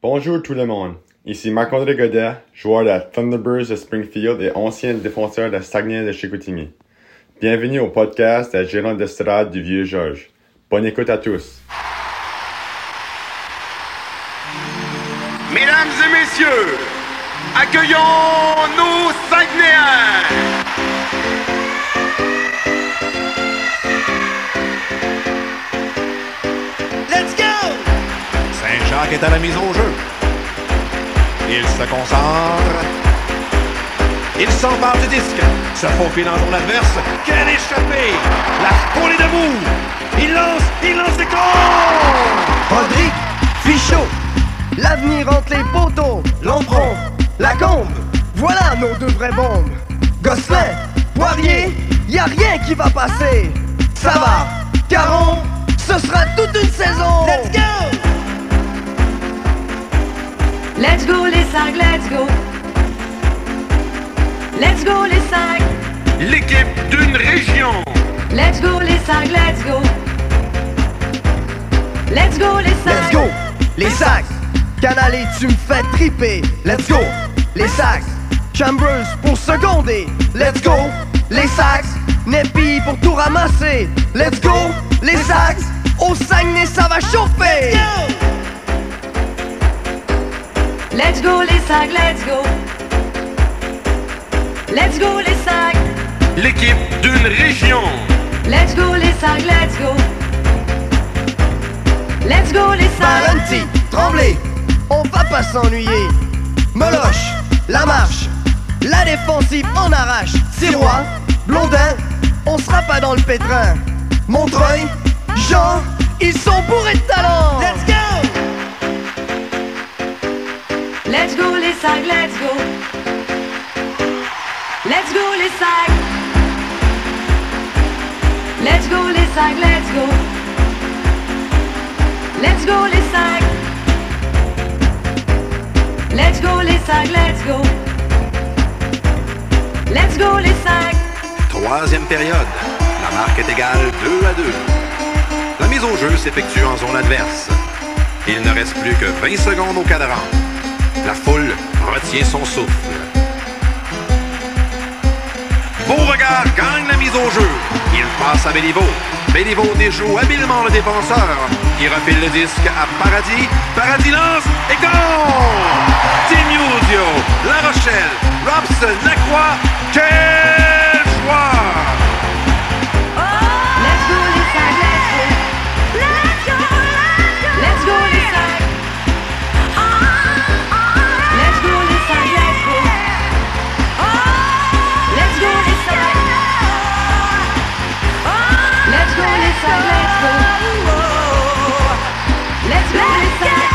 Bonjour tout le monde, ici Marc-André Godet, joueur de la Thunderbirds de Springfield et ancien défenseur de Saguenay de Chicoutimi. Bienvenue au podcast de Gérant d'estrade du Vieux-Georges. Bonne écoute à tous. Mesdames et messieurs, accueillons nos Saguenayens. Let's go! Saint-Jacques est à la mise au jeu. Il se concentre. Il s'empare du disque. Se faufile dans son adverse. Quelle échappée! La poule est debout. Il lance des goals! Rodrigue, Fichot, l'avenir entre les poteaux, Lombron, Lacombe, voilà nos deux vraies bombes. Gosselin, Poirier, y a rien qui va passer. Ça va, Caron, ce sera toute une saison. Let's go! Let's go les Sags, let's go. Let's go les Sags. L'équipe d'une région. Let's go les Sags, let's go. Let's go les Sags. Let's go, les Sags. Canalé, tu me fais triper. Let's go, les Sags. Chambers pour seconder. Let's go, les Sags. Nepi pour tout ramasser. Let's go, les Sags. Au Saguenay, ça va chauffer. Let's go les Sags, let's go. Let's go les Sags. L'équipe d'une région. Let's go les Sags, let's go. Let's go les Sags. Valenti, Tremblay, on va pas s'ennuyer. Meloche, la marche, la défensive en arrache. Sirois, Blondin, on sera pas dans le pétrin. Montreuil, Jean, ils sont bourrés de talent. Let's go! Let's go les Sags, let's go. Let's go les Sags. Let's go les Sags, let's go. Let's go les Sags. Let's go les Sags, let's go. Let's go les Sags. Troisième période. La marque est égale 2-2. La mise au jeu s'effectue en zone adverse. Il ne reste plus que 20 secondes au cadran. La foule retient son souffle. Beauregard gagne la mise au jeu. Il passe à Béliveau. Béliveau déjoue habilement le défenseur qui refile le disque à Paradis. Paradis lance et goal! Timusio, La Rochelle, Robson, Lacroix. Quel joueur! Let's go les Sags, let's go. Let's go, let's go. Let's go les Sags. Let's go les Sags, let's go. Let's go les Sags. Let's go les Sags, let's go. Let's go les Sags.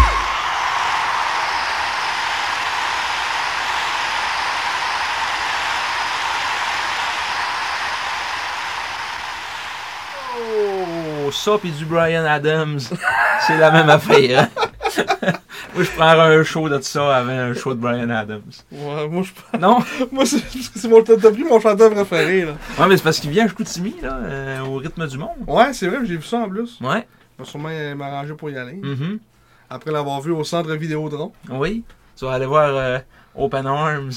Oh, ça pis du Bryan Adams, c'est la même affaire. Hein? Moi, je prendrais un show de ça avant un show de Bryan Adams. Ouais, moi je pense. Non? Moi c'est parce que c'est mon t'as pris mon chanteur préféré là. Ouais, mais c'est parce qu'il vient à Chicoutimi, là, au rythme du monde. Ouais, c'est vrai, j'ai vu ça en plus. Ouais. Je vais sûrement m'arranger pour y aller. Mm-hmm. Après l'avoir vu au centre Vidéotron. Oui. Tu vas aller voir Open Arms.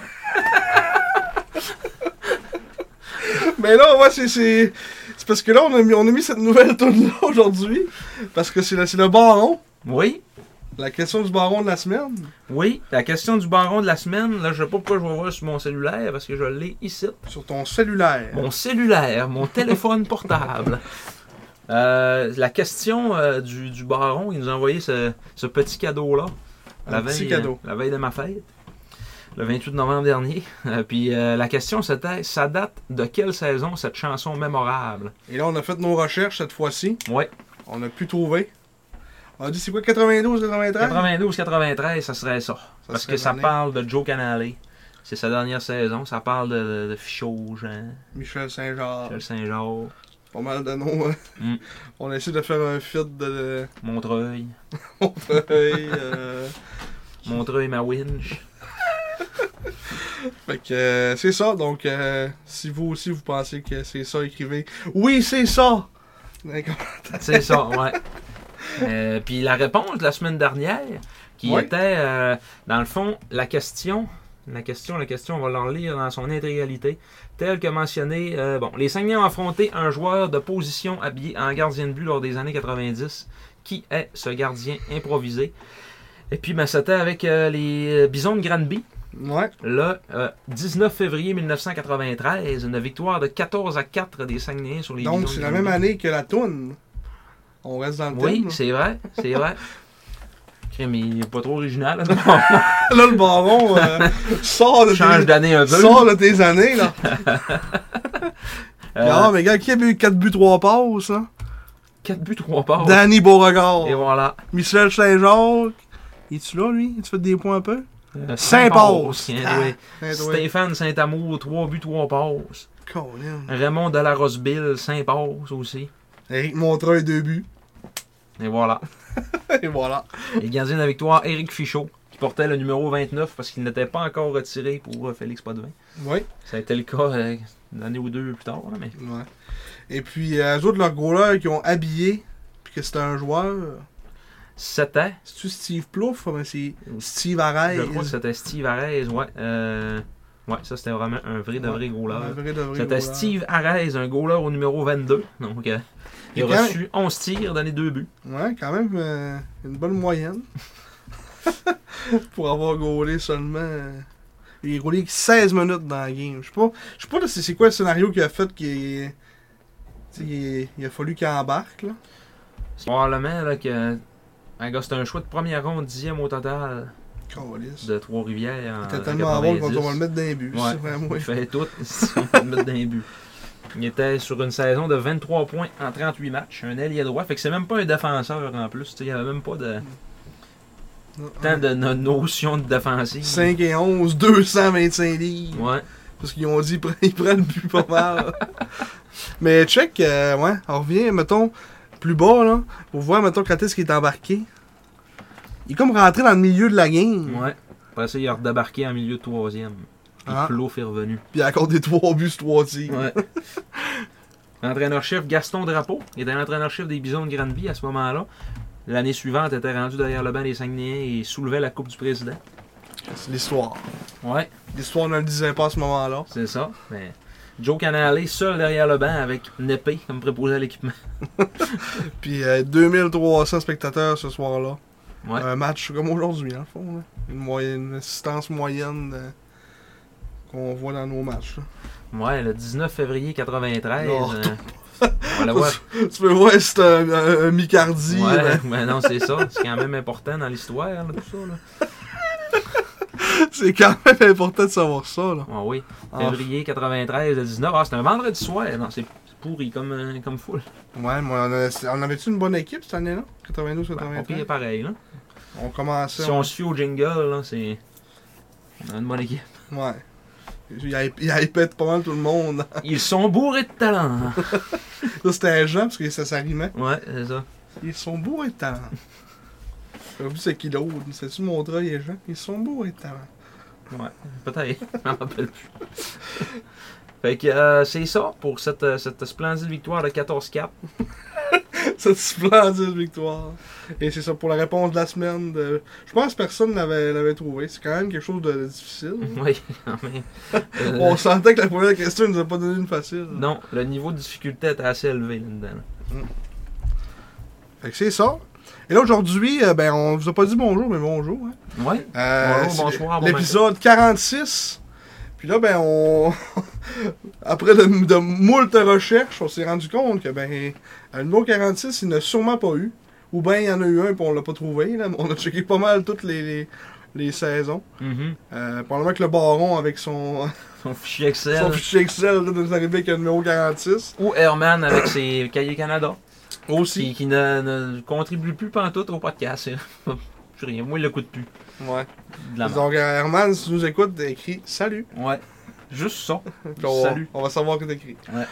Mais là, ouais, c'est parce que là, on a mis cette nouvelle tune là aujourd'hui. Parce que c'est le baron. Oui. La question du baron de la semaine. Oui. La question du baron de la semaine, là, je sais pas pourquoi je vais voir sur mon cellulaire, parce que je l'ai ici. Sur ton cellulaire. Mon cellulaire, mon téléphone portable. La question du baron, il nous a envoyé ce petit cadeau-là. Petit cadeau. La veille de ma fête. Le 28 novembre dernier. Puis la question c'était, ça date de quelle saison cette chanson mémorable? Et là, on a fait nos recherches cette fois-ci. Oui. On a pu trouver. On a dit c'est quoi, 92, 93? 92-93, ça serait ça. Parce que ça parle de Joe Canale. C'est sa dernière saison. Ça parle de Fichot, Jean. Michel Saint-Jacques. Michel Saint-Jacques. Pas mal de noms. Hein? Mm. On a essayé de faire un feat de... Montreuil. Montreuil. Montreuil, ma winch. Fait que c'est ça. Donc, si vous aussi vous pensez que c'est ça, écrivez « Oui, c'est ça! » dans les commentaires. C'est ça, ouais. Puis la réponse de la semaine dernière, qui était, dans le fond, la question, on va l'en lire dans son intégralité, tel que mentionné. Les Saguenay ont affronté un joueur de position habillé en gardien de but lors des années 90. Qui est ce gardien improvisé? Et puis, c'était avec les Bisons de Granby. Ouais. Le 19 février 1993, une victoire de 14-4 des Saguenayens sur les Bisons. Donc, c'est la même année que la toune. On reste dans le thème. Oui, c'est vrai. Mais il n'est pas trop original. Là, là le baron sort de change d'année un peu. Sort de tes années, là. Non, mais gars, qui a eu 4 buts, 3 passes, là? 4 buts, 3 passes. Danny Beauregard. Et voilà. Michel Saint-Jacques. Es-tu là, lui? Tu fais des points un peu? Saint-Pass. Ah, Stéphane Saint-Amour, 3 buts, 3 passes. Colin. Raymond Delarosbille, Saint-Pass aussi. Éric Montreuil, 2 buts. Et voilà. Et voilà. Et gardien de la victoire, Éric Fichot, qui portait le numéro 29 parce qu'il n'était pas encore retiré pour Félix Potvin. Oui. Ça a été le cas une année ou deux plus tard. Là, mais... Ouais. Et puis, eux autres, leurs goalers qui ont habillé, puis que c'était un joueur. C'était. C'est-tu Steve Plouffe? Mais c'est Steve Arez. Je crois que c'était Steve Arez, ouais. Ouais, ça c'était vraiment un vrai de vrai goaler. C'était Steve Arez, un goaler au numéro 22. Donc, il a reçu 11 tirs, donné 2 buts. Ouais, quand même une bonne moyenne. Pour avoir goalé seulement. Il a goalé 16 minutes dans la game. Je sais pas c'est quoi le scénario qu'il a fait il a fallu qu'il embarque. Là. Probablement là, que c'était un choix de première ronde, 10e au total. Calice. De Trois-Rivières. Il était tellement bon qu'on va le mettre dans les buts. Ouais, il fait tout, on va le mettre dans les buts. Il était sur une saison de 23 points en 38 matchs, un ailier droit, fait que c'est même pas un défenseur en plus, il n'y avait même pas de tant de notion de défensive. 5 et 11, 225 livres. Ouais. Parce qu'ils ont dit ils prennent le but pas mal. Mais check, ouais, on revient, mettons, plus bas, là, pour voir, mettons, quand est-ce qu'il est embarqué. Il est comme rentré dans le milieu de la game. Ouais. Après ça, il a redébarqué en milieu de 3e. Puis Plouffe est revenu. Puis il a accordé 3 buts, 3 tirs. Ouais. L'entraîneur-chef Gaston Drapeau, il était l'entraîneur-chef des Bisons de Granby à ce moment-là. L'année suivante, il était rendu derrière le banc des Saguenayens et soulevait la Coupe du Président. C'est l'histoire. Ouais. L'histoire ne le disait pas à ce moment-là. C'est ça. Mais Joe Canale, seul derrière le banc avec Népé comme préposé à l'équipement. Puis 2300 spectateurs ce soir-là. Ouais. Un match comme aujourd'hui, dans le fond. Là. Une assistance moyenne qu'on voit dans nos matchs. Là. Ouais, le 19 février 93. Non, on va le voir. Tu peux voir, c'est un Micardi. Ouais, mais non, c'est ça. C'est quand même important dans l'histoire, là, tout ça. Là. C'est quand même important de savoir ça. Là. Ah oui. Février 93, le 19. Ah, c'est un vendredi soir. Non, c'est pourri comme foule. Ouais, moi, on avait-tu une bonne équipe cette année-là? 92-93? On pareil, là. On commençait... Si on se fie au jingle, là, c'est... On a une bonne équipe. Ouais. Il répète pas mal tout le monde. Ils sont bourrés de talent. Ça, c'était un Jean, parce que ça rimait. Ouais, c'est ça. Ils sont bourrés de talent. J'ai vu c'est qui l'autre. C'est-tu Montreuil et Jean? Ils sont bourrés de talent. Ouais, peut-être. Je m'en rappelle plus. Fait que c'est ça pour cette splendide victoire de 14-4. Cette splendide victoire. Et c'est ça pour la réponse de la semaine. Je pense que personne l'avait trouvé. C'est quand même quelque chose de difficile. Oui, quand même. On sentait que la première question ne nous a pas donné une facile. Non, le niveau de difficulté était assez élevé là-dedans. Fait que c'est ça. Et là aujourd'hui, on vous a pas dit bonjour, mais bonjour. Hein. Oui. Bonjour, bonsoir. L'épisode 46. Puis là, après de moult recherches, on s'est rendu compte que le numéro 46, il n'a sûrement pas eu. Ou bien il y en a eu un et on l'a pas trouvé. Là. On a checké pas mal toutes les saisons. Probablement que le Baron avec son fichier Excel. Son fichier Excel là, nous arrive avec un numéro 46. Ou Herman avec ses cahiers Canada. Aussi. Qui ne contribue plus pantoute au podcast. Je rien. Moi, il l'écoute plus. Ouais. Donc, Herman, si tu nous écoutes, écrit salut. Ouais. Juste ça. Salut. On va savoir que t'écris. Ouais.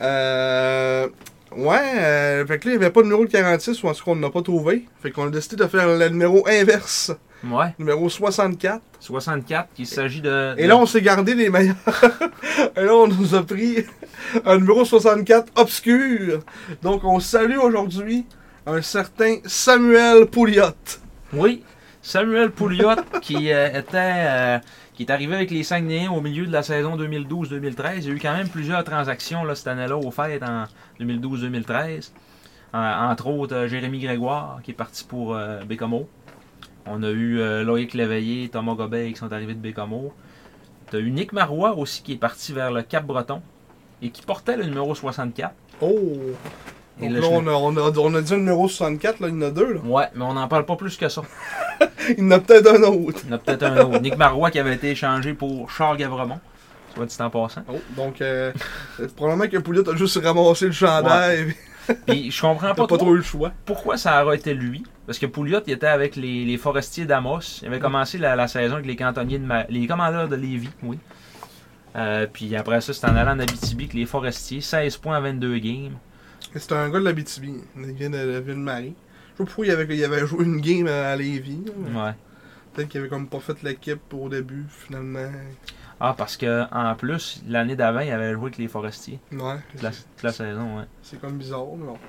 Fait que là, il n'y avait pas de numéro de 46, ou en tout cas, on n'a pas trouvé. Fait qu'on a décidé de faire le numéro inverse. Ouais. Numéro 64. 64, qu'il s'agit de... Et là, on s'est gardé les meilleurs. Et là, on nous a pris un numéro 64 obscur. Donc, on salue aujourd'hui un certain Samuel Pouliot. Oui. Samuel Pouliot, qui est arrivé avec les Saguenayens au milieu de la saison 2012-2013. Il y a eu quand même plusieurs transactions là, cette année-là au fait en 2012-2013. Entre autres, Jérémy Grégoire qui est parti pour Bécomo. On a eu Loïc Léveillé, Thomas Gobet qui sont arrivés de Bécomo. Tu as eu Nick Marois aussi qui est parti vers le Cap-Breton et qui portait le numéro 64. Oh! Et Donc là, on a dit le numéro 64, là, il y en a deux. Là. Ouais, mais on n'en parle pas plus que ça. Il y en a peut-être un autre. Il y en a peut-être un autre. Nick Marois qui avait été échangé pour Charles Gavremont, soit dit en passant. Oh, donc, probablement que Pouliot a juste ramassé le chandail. Puis je comprends T'as pas trop eu le choix. pourquoi ça aurait été lui. Parce que Pouliot il était avec les Forestiers d'Amos. Il avait commencé la saison avec les cantonniers les commandeurs de Lévis, oui. Puis après ça, c'est en allant en Abitibi que les Forestiers, 16 points en 22 games. C'est un gars de l'Abitibi. Il vient de Ville-Marie. Je sais pas pourquoi il avait joué une game à Lévis. Ouais. Peut-être qu'il avait comme pas fait l'équipe au début, finalement. Ah, parce que en plus, l'année d'avant, il avait joué avec les Forestiers. Ouais. Toute la saison, ouais. C'est comme bizarre, mais bon.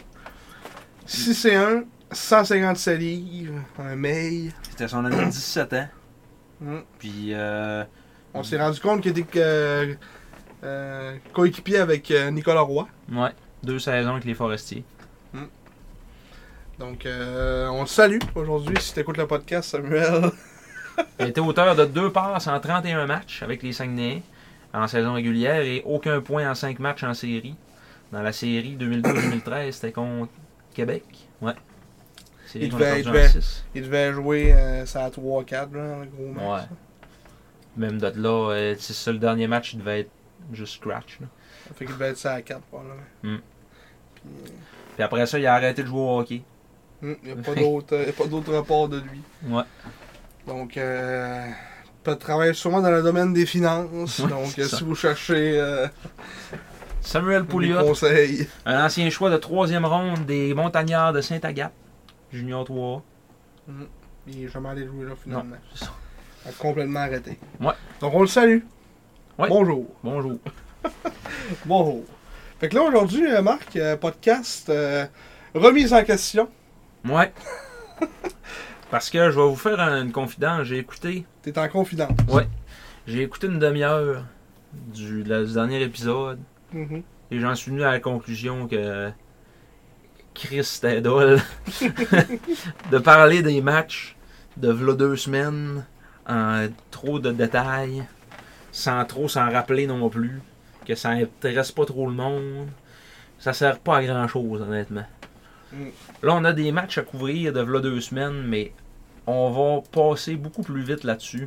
6-1, 157 livres, un mail. C'était son année de 17 ans. Puis, On s'est rendu compte qu'il était coéquipier avec Nicolas Roy. ouais, 2 saisons avec les Forestiers. Donc, on le salue aujourd'hui si tu écoutes le podcast, Samuel. Il a été auteur de 2 passes en 31 matchs avec les Saguenayens en saison régulière et aucun point en 5 matchs en série. Dans la série 2012-2013, c'était contre Québec. Ouais. Série Il qu'on a devait- perdu en 6. Il devait jouer ça à 3-4, genre, gros match. Ouais. Même de là, c'est ça, le dernier match, il devait être juste scratch. Là. Ça fait qu'il devait être ça à 4, probablement. Puis après ça, il a arrêté de jouer au hockey. Il n'y a pas d'autre rapport de lui. Ouais. Donc, peut travailler sûrement dans le domaine des finances. Ouais, Donc, c'est ça. si vous cherchez Samuel des Pouliot, conseils. un ancien choix de 3e ronde des Montagnards de Saint-Agathe, Junior 3. Il n'est jamais allé jouer là, Non, finalement. c'est ça. Il a complètement arrêté. Ouais. Donc, on le salue. Ouais. Bonjour. Bonjour. Bonjour. Fait que là, aujourd'hui, Marc, podcast remise en question. Ouais. Parce que je vais vous faire une confidence. J'ai écouté T'es en confidence. une demi-heure du dernier épisode Mhm. et j'en suis venu à la conclusion que Chris c'était drôle de parler des matchs de v'là 2 semaines en trop de détails, sans trop s'en rappeler non plus, que ça intéresse pas trop le monde. Ça sert pas à grand chose, honnêtement. Là, on a des matchs à couvrir de v'là 2 semaines, mais on va passer beaucoup plus vite là-dessus.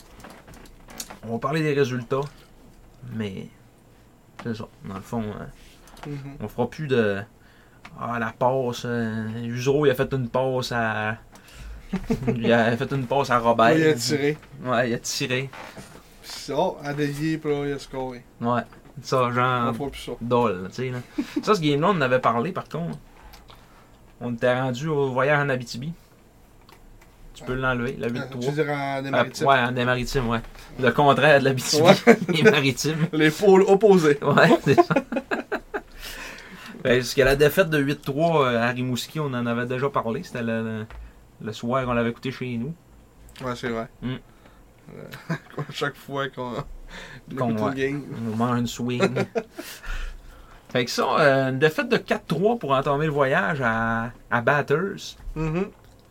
On va parler des résultats, mais c'est ça. Dans le fond, on fera plus de... Ah, la passe... Usereau, il a fait une passe à... il a fait une passe à Robert. Là, il a tiré. Ouais, il a tiré. Oh, à dévier, puis là, il a scoré. Ouais. Ça, On genre... fera plus ça. Dole, tu sais, là. Ça, ce game-là, on en avait parlé, par contre. On était rendu au voyage en Abitibi. Tu peux l'enlever, la 8-3. Tu veux dire en des maritimes? Ouais, en des maritimes, ouais. Le contraire de l'Abitibi, Ouais. les maritimes. Les pôles opposés. Ouais, c'est ça. Parce que la défaite de 8-3 à Rimouski, on en avait déjà parlé. C'était le soir qu'on l'avait écouté chez nous. Ouais, c'est vrai. À chaque fois qu'on Qu'on écoute une game. On mange une swing. Fait que ça, une défaite de 4-3 pour entamer le voyage à Bathurst. Mhm.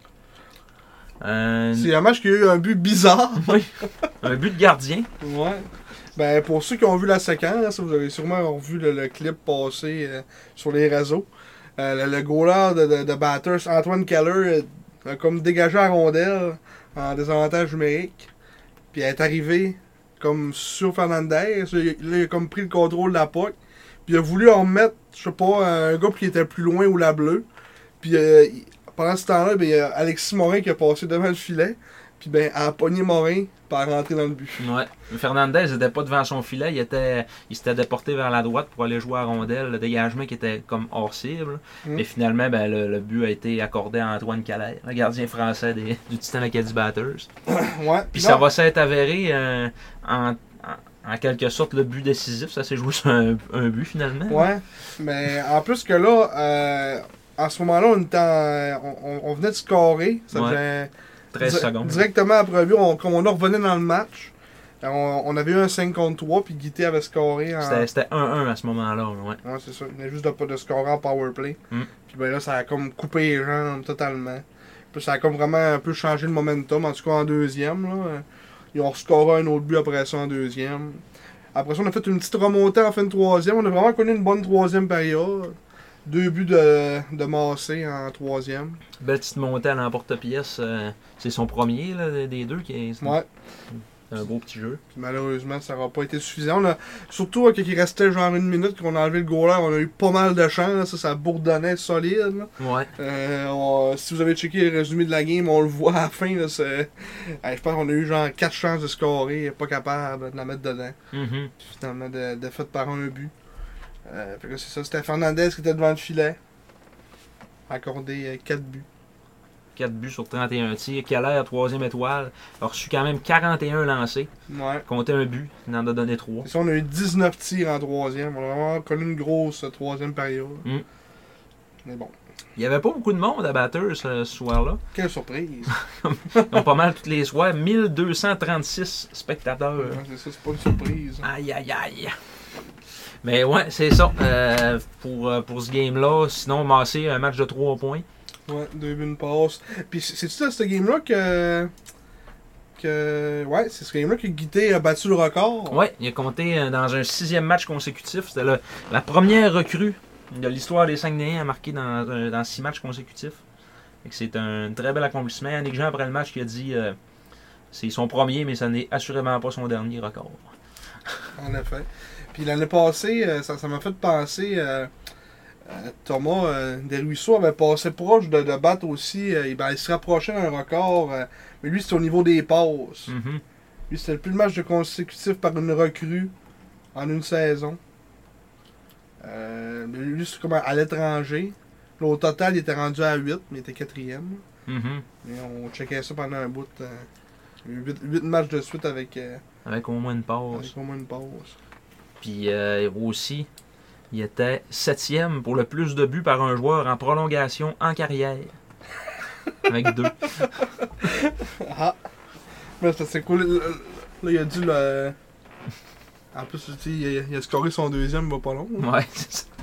Un C'est un match qui a eu un but bizarre. but de gardien. Ouais. Ben, pour ceux qui ont vu la séquence, vous avez sûrement vu le clip passer sur les réseaux. Le goaler de Bathurst, Antoine Keller, a comme dégagé la rondelle en désavantage numérique. Puis elle est arrivée comme sur Fernandez. Là, il a comme pris le contrôle de la puck. Puis il a voulu en remettre, je sais pas, un gars qui était plus loin ou la bleue. Puis pendant ce temps-là, ben, il y a Alexis Morin qui a passé devant le filet. Puis ben, elle a pogné Morin pour rentrer dans le but. Ouais. Fernandez n'était pas devant son filet, il s'était déporté vers la droite pour aller jouer à rondelle, le dégagement qui était comme hors cible. Mais finalement, ben, le but a été accordé à Antoine Keller, le gardien français du Titan Acadie Bathurst. Ouais. Puis non, ça va s'être avéré en quelque sorte le but décisif. Ça s'est joué sur un but finalement. Ouais. Mais en plus que là, à ce moment-là, on venait de scorer. Ça Ouais. faisait 13 secondes. Directement après but, comme on revenait dans le match, on avait eu un 5 contre 3, puis Guité avait scoré en... C'était 1-1 à ce moment-là, ouais. Ouais, c'est ça. Il venait juste de scorer en powerplay. Puis ben là, ça a comme coupé les jambes totalement. Puis ça a comme vraiment un peu changé le momentum, en tout cas en deuxième. Là. Ils ont rescoré un autre but après ça en deuxième. Après ça, on a fait une petite remontée en fin de troisième. On a vraiment connu une bonne troisième période. 2 buts de Massé en troisième. Belle petite montée à l'emporte-pièce. C'est son premier là, des deux. Ouais. C'est un beau petit jeu. Puis malheureusement, ça n'aura pas été suffisant. Surtout quand il restait genre une minute qu'on a enlevé le goaler, on a eu pas mal de chance. Ça bourdonnait solide. Là. Ouais. Si vous avez checké le résumé de la game, on le voit à la fin. Là, je pense qu'on a eu genre 4 chances de scorer, pas capable de la mettre dedans. Mm-hmm. Finalement, de fait par un but. Fait que c'est ça, c'était Fernandez qui était devant le filet. Accordé 4 buts. 4 buts sur 31 tirs. Keller, 3e étoile, a reçu quand même 41 lancés. Ouais. Compté un but, il en a donné 3. C'est ça, on a eu 19 tirs en troisième. On a vraiment connu une grosse troisième période. Mais bon. Il n'y avait pas beaucoup de monde à Batters ce soir-là. Quelle surprise! Ils ont pas mal tous les soirs. 1236 spectateurs. Ouais, c'est ça, c'est pas une surprise. Aïe, aïe, aïe. Mais ouais, c'est ça. Pour ce game-là, sinon, Massé, un match de 3 points. Ouais, 2 buts, une passe. Puis c'est-tu dans ce game-là ouais, c'est ce game-là que Guité a battu le record? Ouais, il a compté dans un 6e match consécutif. C'était la première recrue de l'histoire des Saguenayens à marquer dans 6 matchs consécutifs. C'est un très bel accomplissement. Yannick Jean, après le match, qui a dit c'est son premier, mais ça n'est assurément pas son dernier record. En effet. Puis l'année passée, ça m'a fait penser... Thomas Desruisseaux avait passé proche de battre aussi. Il se rapprochait d'un record. Mais lui, c'était au niveau des passes. Mm-hmm. Lui, c'était le plus de matchs de consécutif par une recrue en une saison. Lui, c'est comme à l'étranger. Là, au total, il était rendu à 8, mais il était 4e. Mm-hmm. Mais on checkait ça pendant un bout. 8 matchs de suite avec au moins une passe. Avec au moins une passe. Puis aussi, il était 7e pour le plus de buts par un joueur en prolongation en carrière. Avec 2. Ah! Mais c'est cool. Là, il a dû le. En plus, il a scoré son deuxième, il va pas long. Hein? Ouais, c'est ça.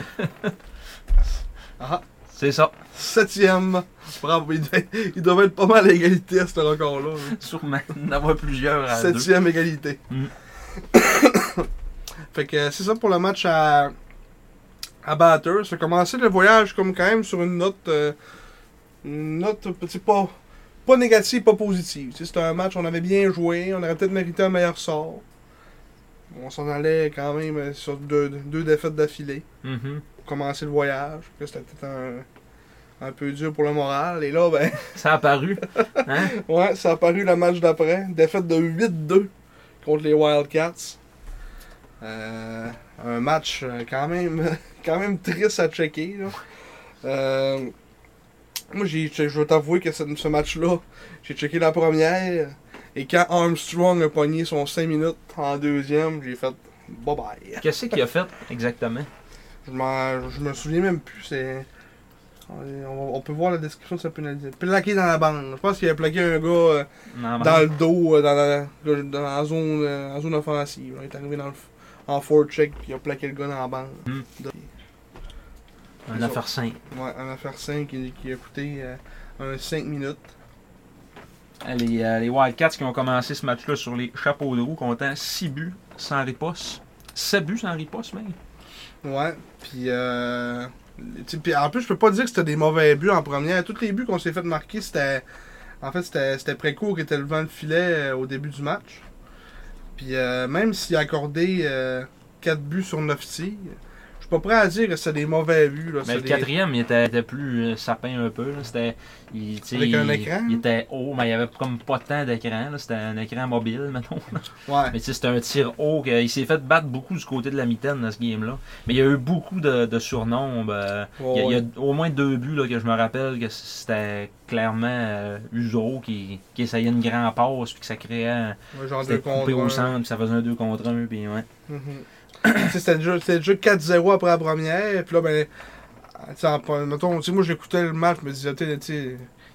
Ah! C'est ça. 7e. Bravo, il devait être pas mal à égalité à ce record-là. Sûrement. Il y en avoir plusieurs à 7e égalité. Fait que c'est ça pour le match à Batters. Ça a commencé le voyage comme quand même sur une note pas négative, pas positive. C'était un match, on avait bien joué, on aurait peut-être mérité un meilleur sort. On s'en allait quand même sur deux défaites d'affilée. Mm-hmm. Pour commencer le voyage. C'était peut-être un peu dur pour le moral. Et là, ben... Ça a apparu. Hein? Ouais, ça a apparu le match d'après. Défaite de 8-2 contre les Wildcats. Un match quand même triste à checker. Là. Moi, je vais t'avouer que ce match-là, j'ai checké la première. Et quand Armstrong a pogné son 5 minutes en deuxième, j'ai fait bye bye. Qu'est-ce qu'il a fait exactement? Je me souviens même plus. On peut voir la description de sa pénalité. Plaqué dans la bande. Je pense qu'il a plaqué un gars dans le dos, dans la zone offensive. Il est arrivé en forecheck puis il a plaqué le gars dans la bande. Un affaire 5. Ouais, un affaire 5 qui a coûté un 5 minutes. Les Wildcats qui ont commencé ce match-là sur les chapeaux de roue, comptant 6 buts sans riposte. 7 buts sans riposte, même. Ouais, puis en plus, je peux pas dire que c'était des mauvais buts en première. Tous les buts qu'on s'est fait marquer, c'était Précourt qui était devant le filet au début du match. Puis même s'il a accordé 4 buts sur 9 tirs, je suis pas prêt à dire que c'était des mauvais buts. Là. Mais le quatrième, il était plus sapin un peu. Là. Avec un écran? Il était haut, mais il n'y avait comme pas tant d'écran. Là. C'était un écran mobile, mettons. Ouais. Mais c'était un tir haut. Il s'est fait battre beaucoup du côté de la mitaine dans ce game-là. Mais il y a eu beaucoup de surnombres. Il y a au moins 2 buts là, que je me rappelle que c'était clairement Uzo qui essayait une grande passe puis que ça créait genre c'était coupé au centre puis ça faisait un 2 contre 1 puis ouais. C'était déjà 4-0 après la première, puis là, ben, mettons, moi j'écoutais le match, je me disais,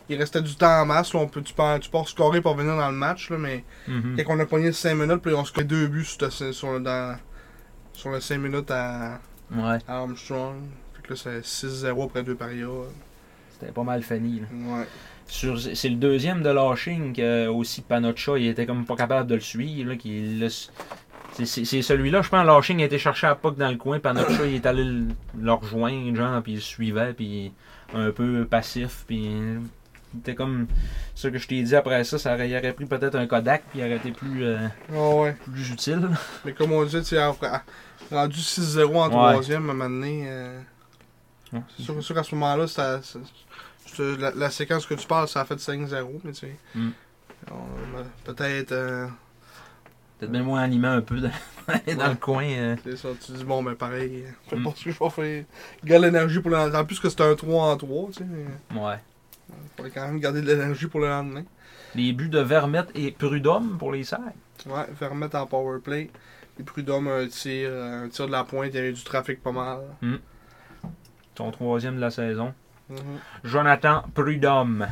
il restait du temps en masse. Là, tu peux scorer pour venir dans le match, là, mais quand on a pogné 5 minutes, puis on se fait 2 buts sur le 5 minutes à Armstrong. Fait que là, c'est 6-0 après 2 périodes. C'était pas mal fini. Là. Ouais. C'est le deuxième de Lashing que aussi Panocha, il était comme pas capable de le suivre. Là, c'est celui-là, je pense, Lashing a été chercher à puck dans le coin, Panocha il est allé le rejoindre, genre, puis il le suivait, puis un peu passif, puis il était comme ce que je t'ai dit après ça, il aurait pris peut-être un Kodak, puis il aurait été plus utile. Mais comme on dit, tu rendu 6-0 en troisième, à un moment donné, c'est sûr qu'à ce moment-là, la séquence que tu parles, ça a fait 5-0, mais tu sais, peut-être... Peut-être même moins animé un peu dans le coin. C'est ça, tu dis, bon, mais pareil, je sais pas ce que je vais faire. Garde l'énergie pour le lendemain. En plus que c'était un 3-3, tu sais. Ouais. Il fallait quand même garder de l'énergie pour le lendemain. Les buts de Vermette et Prudhomme pour les Sags. Ouais, Vermette en powerplay. Et Prudhomme, un tir de la pointe, il y avait du trafic pas mal. Ton troisième de la saison. Jonathan Prudhomme.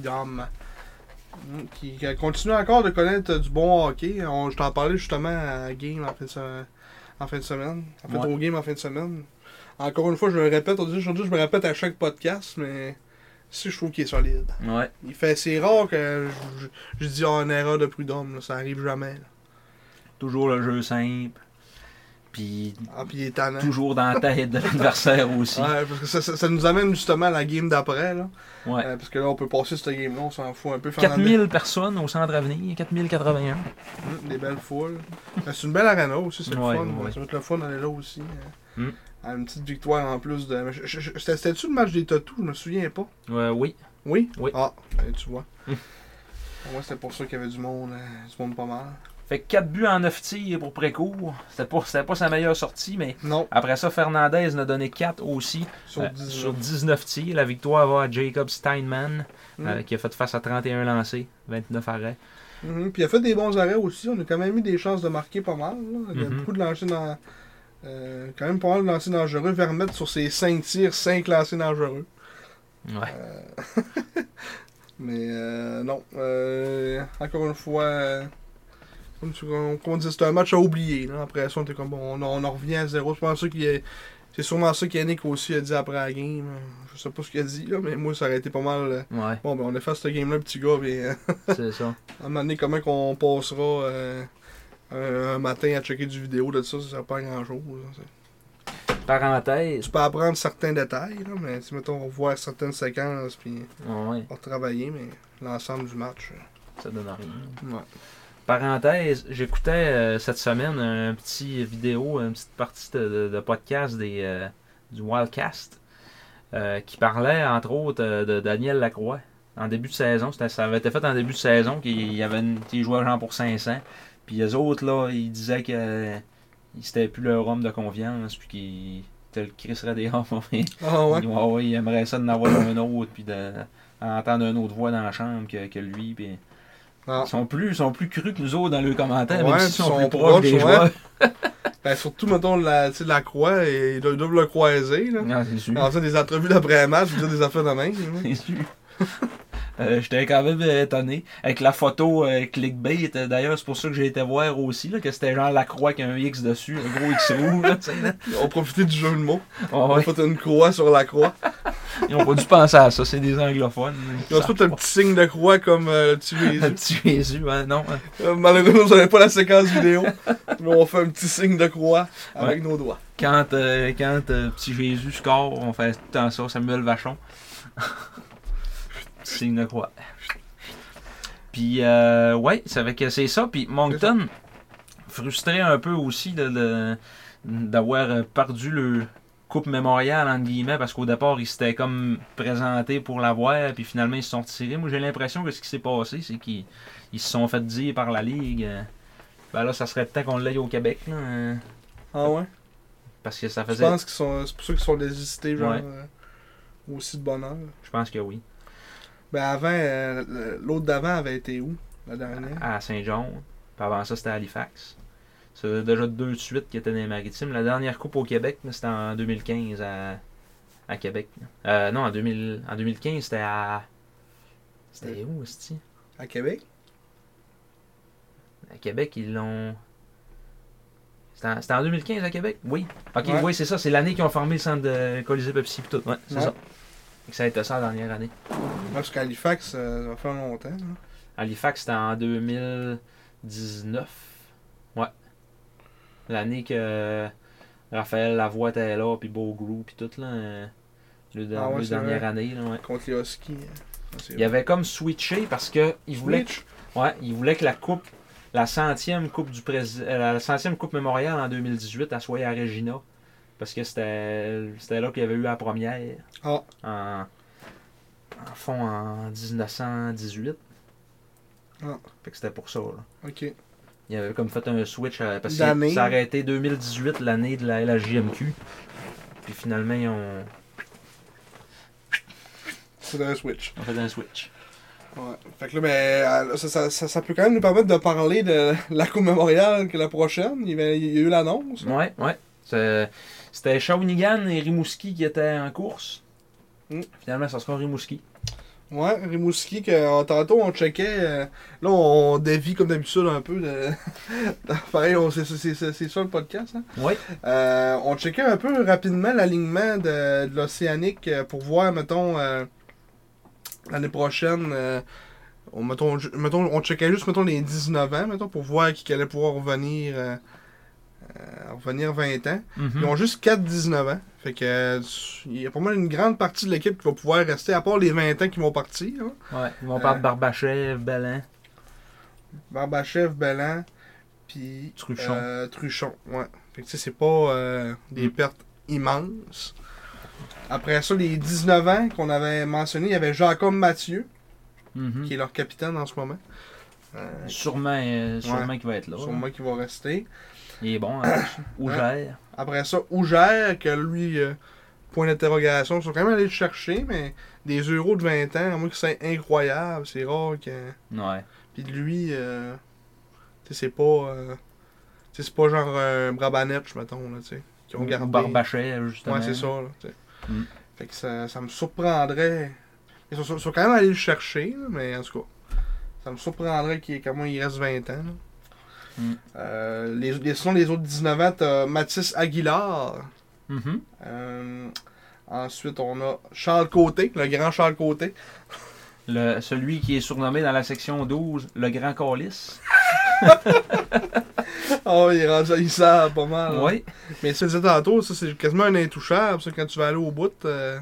Qui continue encore de connaître du bon hockey. Je t'en parlais justement à Game en fin de semaine. Au Game en fin de semaine. Encore une fois, je me répète. Aujourd'hui, je me répète à chaque podcast, mais si je trouve qu'il est solide. Ouais. C'est rare que je dis une erreur de Prudhomme. Là, ça arrive jamais. Là. Toujours le jeu simple. Puis il est tannant. Toujours dans la tête de l'adversaire aussi. Ouais, parce que ça nous amène justement à la game d'après. Là. Ouais. Parce que là, on peut passer cette game-là, on s'en fout un peu. 4000 personnes au centre Avenir, 4081. Des belles foules. C'est une belle arena aussi, c'est le fun. Ouais. Ça va être le fun d'aller là aussi. Une petite victoire en plus de. C'était-tu le match des Totos? Je me souviens pas. Oui. Oui? Oui. Ah, tu vois. Moi, c'était pour ça qu'il y avait du monde pas mal. Fait que 4 buts en 9 tirs pour Précourt. C'était pas sa meilleure sortie, mais non. Après ça, Fernandez en a donné 4 aussi. Sur 19 tirs. La victoire va à Jacob Steinman, qui a fait face à 31 lancés, 29 arrêts. Puis il a fait des bons arrêts aussi. On a quand même eu des chances de marquer pas mal. Là. Il y a beaucoup de lancers dans. Quand même pas mal de lancers dangereux. Vermette sur ses 5 tirs, 5 lancers dangereux. Ouais. Mais non. Encore une fois. Comme on dit, c'est un match à oublier. Là. Après ça, on était comme bon, on en revient à 0. C'est sûrement ça qu'Yannick aussi a dit après la game. Je sais pas ce qu'il a dit, là, mais moi, ça aurait été pas mal. Ouais. Bon, ben on a fait cette game-là, petit gars. C'est ça. À un moment donné, comment qu'on passera un matin à checker du vidéo de ça sert pas à grand-chose. Parenthèse. Tu peux apprendre certains détails, là, mais si mettons, on va voir certaines séquences, puis on va travailler, mais l'ensemble du match. Ça donne rien. Ouais. Parenthèse, j'écoutais cette semaine une petite vidéo, une petite partie de podcast du Wildcast qui parlait entre autres de Daniel Lacroix en début de saison. Ça avait été fait en début de saison qu'il jouait genre pour 500. Puis les autres, là, ils disaient que c'était plus leur homme de confiance, puis qu'ils te le crisseraient des hommes. Il aimerait ça d'en avoir un autre, puis d'entendre une autre voix dans la chambre que lui. Puis ils sont plus crus que nous autres dans leurs commentaires, même s'ils sont plus proches des joueurs. Ben, surtout, mettons, la croix, ils doivent le croiser. Là. Non, c'est sûr. En faisant des entrevues d'après-match, je veux dire des affaires de même. C'est sûr. J'étais quand même étonné. Avec la photo clickbait, d'ailleurs, c'est pour ça que j'ai été voir aussi, là, que c'était genre la croix qui a un X dessus, un gros X rouge. Ils ont profité du jeu de mots. Ils ont fait une croix sur la croix. Ils ont pas dû penser à ça, c'est des anglophones. Ils ont fait un petit signe de croix comme le petit Jésus. Le petit Jésus, hein, non. Malheureusement, vous n'avez pas la séquence vidéo. Mais on fait un petit signe de croix avec nos doigts. Quand petit Jésus score, on fait tout le temps ça, Samuel Vachon. Signe de croix. Puis, ouais, c'est ça. Puis Moncton, frustré un peu aussi d'avoir perdu le Coupe Mémoriale, entre guillemets, parce qu'au départ, ils s'étaient comme présentés pour l'avoir, puis finalement, ils se sont retirés. Moi, j'ai l'impression que ce qui s'est passé, c'est qu'ils se sont fait dire par la Ligue, ben là, ça serait temps qu'on l'aille au Québec. Là, Ah ouais? Parce que ça faisait... Je pense que c'est pour ça qu'ils sont désistés, genre, aussi de bonheur. Je pense que oui. Ben avant, l'autre d'avant avait été où, la dernière? À Saint-John. Puis avant ça, c'était à Halifax. C'est déjà 2 de suite qui étaient dans les Maritimes. La dernière coupe au Québec, c'était en 2015 à Québec. Non, en 2015, c'était à C'était où, c'ti? À Québec? À Québec, ils l'ont... C'était en 2015 à Québec? Oui. Ok, Ouais. oui, c'est ça. C'est l'année qu'ils ont formé le centre de Colisée Pepsi et tout. Ouais, c'est Ouais. ça. Et que ça a été ça la dernière année. Parce qu'Halifax, ça va faire longtemps. Là. Halifax, c'était en 2019. Ouais. L'année que Raphaël Lavoie était là, puis Beau Group, puis tout, là. Le c'est dernière vrai. année, là, ouais. Contre les Huskies. Il avait comme switché parce que il voulait, il voulait que la coupe, la centième coupe du la centième coupe mémoriale en 2018, elle soit à Regina. Parce que c'était là qu'il y avait eu la première. Ah. En fond, en 1918. Ah. Fait que c'était pour ça, là. OK. Il avait comme fait un switch parce que D'année. ça aurait été 2018, l'année de la LHJMQ. Puis finalement, ils ont C'est un switch. fait un switch. Ouais. Fait que là, ben, ça peut quand même nous permettre de parler de la Coupe Mémoriale que la prochaine. Il y a eu l'annonce. Ouais. C'était Shawinigan et Rimouski qui étaient en course. Finalement, ça sera Rimouski. Ouais, Rimouski, que tantôt on checkait. Là, on dévie comme d'habitude un peu. Pareil, c'est ça le podcast. Hein? Oui. On checkait un peu rapidement l'alignement de l'Océanique pour voir, mettons, l'année prochaine. On checkait juste, mettons, les 19 ans, mettons, pour voir qui allait pouvoir revenir 20 ans. Ils ont juste 4-19 ans. Fait que il y a pas mal une grande partie de l'équipe qui va pouvoir rester, à part les 20 ans qui vont partir. Hein. Ouais, ils vont parler de Barbachev, Bellan. Barbachev, Bellan, puis Truchon. Truchon, ouais. Fait que tu sais, c'est pas des pertes immenses. Après ça, les 19 ans qu'on avait mentionné, il y avait Jacob Mathieu, qui est leur capitaine en ce moment. Sûrement qu'il va être là. Sûrement qu'il va rester. Il est bon, Ougère. Après ça, Ougère, que lui, point d'interrogation, ils sont quand même allés le chercher, mais des euros de 20 ans, à moins que c'est incroyable, c'est rare que... Ouais. Puis lui, tu sais, c'est pas... c'est pas genre Brabanetch, mettons, là, tu sais, qui ont gardé... Barbachev, justement. Ouais, c'est ça, là, tu sais. Fait que ça me surprendrait... Ils sont quand même allés le chercher, là, mais en tout cas, ça me surprendrait comment il reste 20 ans, là. Sinon, les autres 19 ans, t'as Mathis Aguilar. Ensuite, on a Charles Côté, le grand Charles Côté. Celui qui est surnommé dans la section 12 le grand calice. Oh, il est rendu haïssable pas mal. Oui. Mais ça, je disais tantôt, ça, c'est quasiment un intouchable, ça, quand tu vas aller au bout.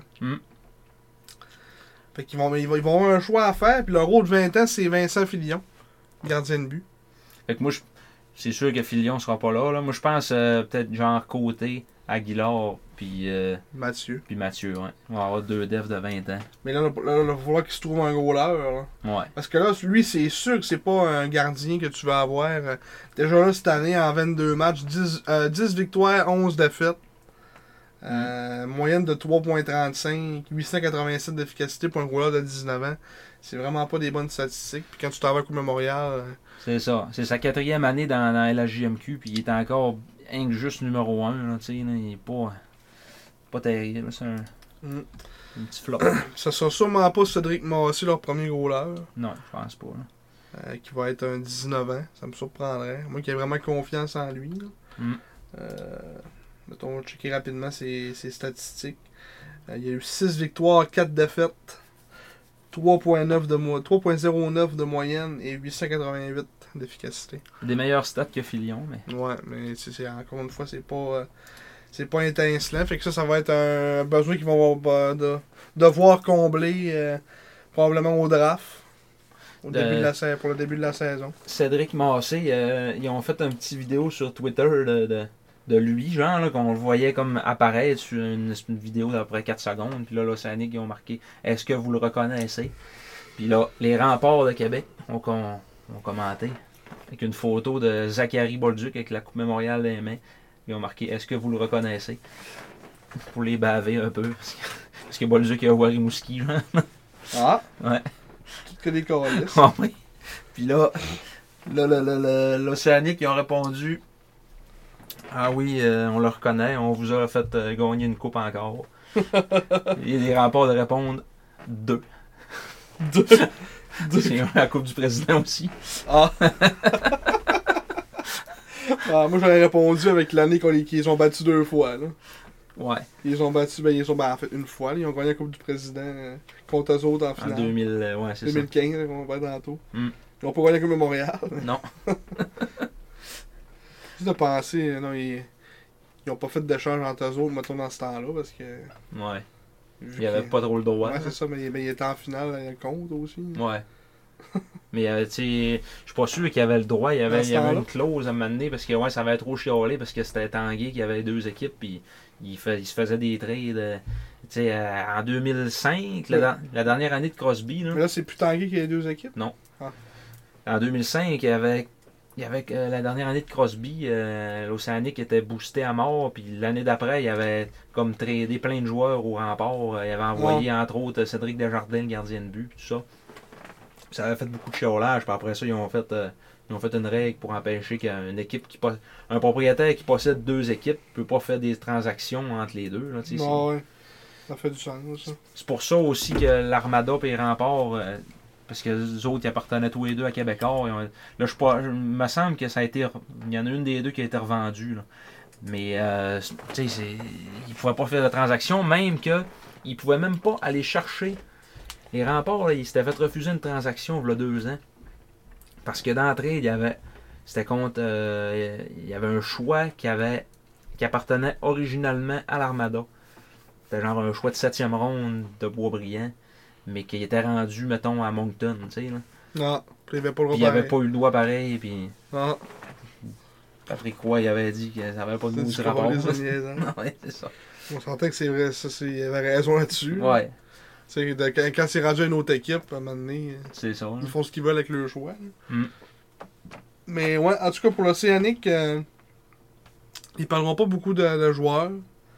Fait qu'ils vont avoir un choix à faire, puis leur autre 20 ans, c'est Vincent Filion, gardien de but. Fait que moi, c'est sûr que Filion sera pas là. Moi, je pense peut-être genre Côté, Aguilar, puis Mathieu. Puis Mathieu, ouais. On va avoir deux devs de 20 ans. Mais là, il va falloir qu'il se trouve un goaler. Là. Ouais. Parce que là, lui, c'est sûr que c'est pas un gardien que tu vas avoir. Déjà là, cette année, en 22 matchs, 10 victoires, 11 défaites. Moyenne de 3.35, 887 d'efficacité pour un goaler de 19 ans. C'est vraiment pas des bonnes statistiques. Puis quand tu t'en vas à Coupe Mémorial... C'est ça. C'est sa 4e année dans la LHJMQ, puis il est encore juste numéro 1. Là, il est pas terrible. C'est un petit flop. Ça sera sûrement pas Cédric Massé, leur premier goaler. Non, je pense pas. Qui va être un 19 ans. Ça me surprendrait. Moi qui ai vraiment confiance en lui. Mettons, on va checker rapidement ses statistiques. Il y a eu 6 victoires, 4 défaites. 3.09 de moyenne et 888 d'efficacité. Des meilleurs stats que Filion, mais... Ouais, mais encore une fois, c'est pas étincelant. Fait que ça va être un besoin qu'ils vont devoir combler probablement au draft. Pour le début de la saison. Cédric Massé, ils ont fait un petit vidéo sur Twitter de lui, genre, là, qu'on le voyait comme apparaître sur une vidéo d'à peu près 4 secondes. Puis là, l'Océanique, ils ont marqué « Est-ce que vous le reconnaissez? » Puis là, les remparts de Québec ont commenté avec une photo de Zachary Bolduc avec la Coupe Mémoriale des mains. Ils ont marqué « Est-ce que vous le reconnaissez? » Pour les baver un peu. Parce que Bolduc est à Rimouski, genre. Ah! Ouais. Tout que des calices. Ah oui. Puis là, l'Océanique, ils ont répondu... Ah oui, on le reconnaît, on vous a fait gagner une coupe encore. Il y a des remparts de répondre 2. C'est la Coupe du Président aussi. Ah! Ah, moi, j'aurais répondu avec l'année qu'ils ont battu 2 fois. Là. Ouais. Ils ont battu, en fait, une fois. Là, ils ont gagné la Coupe du Président contre eux autres en finale. En 2000, ouais, c'est 2015, là, on va voir tantôt. Mm. Ils n'ont pas gagné la Coupe de Montréal. Non. Juste de penser, non, ils n'ont pas fait d'échange entre eux autres, mettons, dans ce temps-là, parce que... Ouais. Il n'y avait pas trop le droit. Ouais, c'est ça, mais il était en finale contre aussi. Ouais. Mais tu sais, je suis pas sûr qu'il y avait le droit. Il y avait une clause à m'amener parce que ouais, ça avait trop chialé parce que c'était Tanguay qu'il y avait 2 équipes puis il se faisait des trades. Tu sais, en 2005, la dernière année de Crosby. Là, mais là, c'est plus Tanguay qu'il y a 2 équipes? Non. Ah. En 2005, il y avait la dernière année de Crosby, l'Océanique était boosté à mort, puis l'année d'après, il avait comme tradé plein de joueurs au rempart. Il avait envoyé, entre autres, Cédric Desjardins, le gardien de but, tout ça. Ça avait fait beaucoup de chiolage, puis après ça, ils ont fait une règle pour empêcher qu'une équipe un propriétaire qui possède 2 équipes ne peut pas faire des transactions entre les deux. Là, ouais. Ça fait du sens, ça. C'est pour ça aussi que l'Armada et les remparts, parce que les autres, ils appartenaient tous les deux à Québécois. Là, il me semble que ça a été. Il y en a une des deux qui a été revendue. Là. Mais, tu sais, ils ne pouvaient pas faire de transaction, même qu'ils ne pouvaient même pas aller chercher. Les remparts, là, ils s'étaient fait refuser une transaction il y a 2 ans. Parce que d'entrée, il y avait un choix qui appartenait originalement à l'Armada. C'était genre un choix de 7e ronde de Boisbriand, mais qui était rendu, mettons, à Moncton, tu sais. Non, il n'y avait pas le droit. Il avait pas eu le droit pareil, puis... Non. Patrick Roy, il avait dit que ça n'avait pas de goût du rapport. Non, ouais, c'est ça. On sentait que c'est vrai, ça, il avait raison là-dessus. Ouais. Quand c'est rendu à une autre équipe, à un moment donné, c'est ça, ils font ce qu'ils veulent avec le choix. Mais ouais, en tout cas, pour l'Océanique, ils parleront pas beaucoup de joueurs.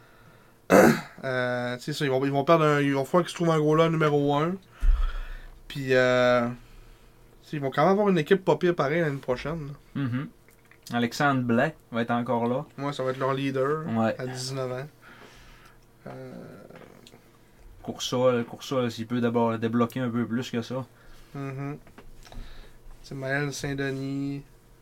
Ça, ils vont perdre il va falloir qu'ils se trouvent un gros là numéro 1. Puis, ils vont quand même avoir une équipe pas pire pareil l'année prochaine. Alexandre Blais va être encore là. Ouais, ça va être leur leader à 19 ans. Coursol, s'il peut d'abord débloquer un peu plus que ça. C'est Maël Saint-Denis.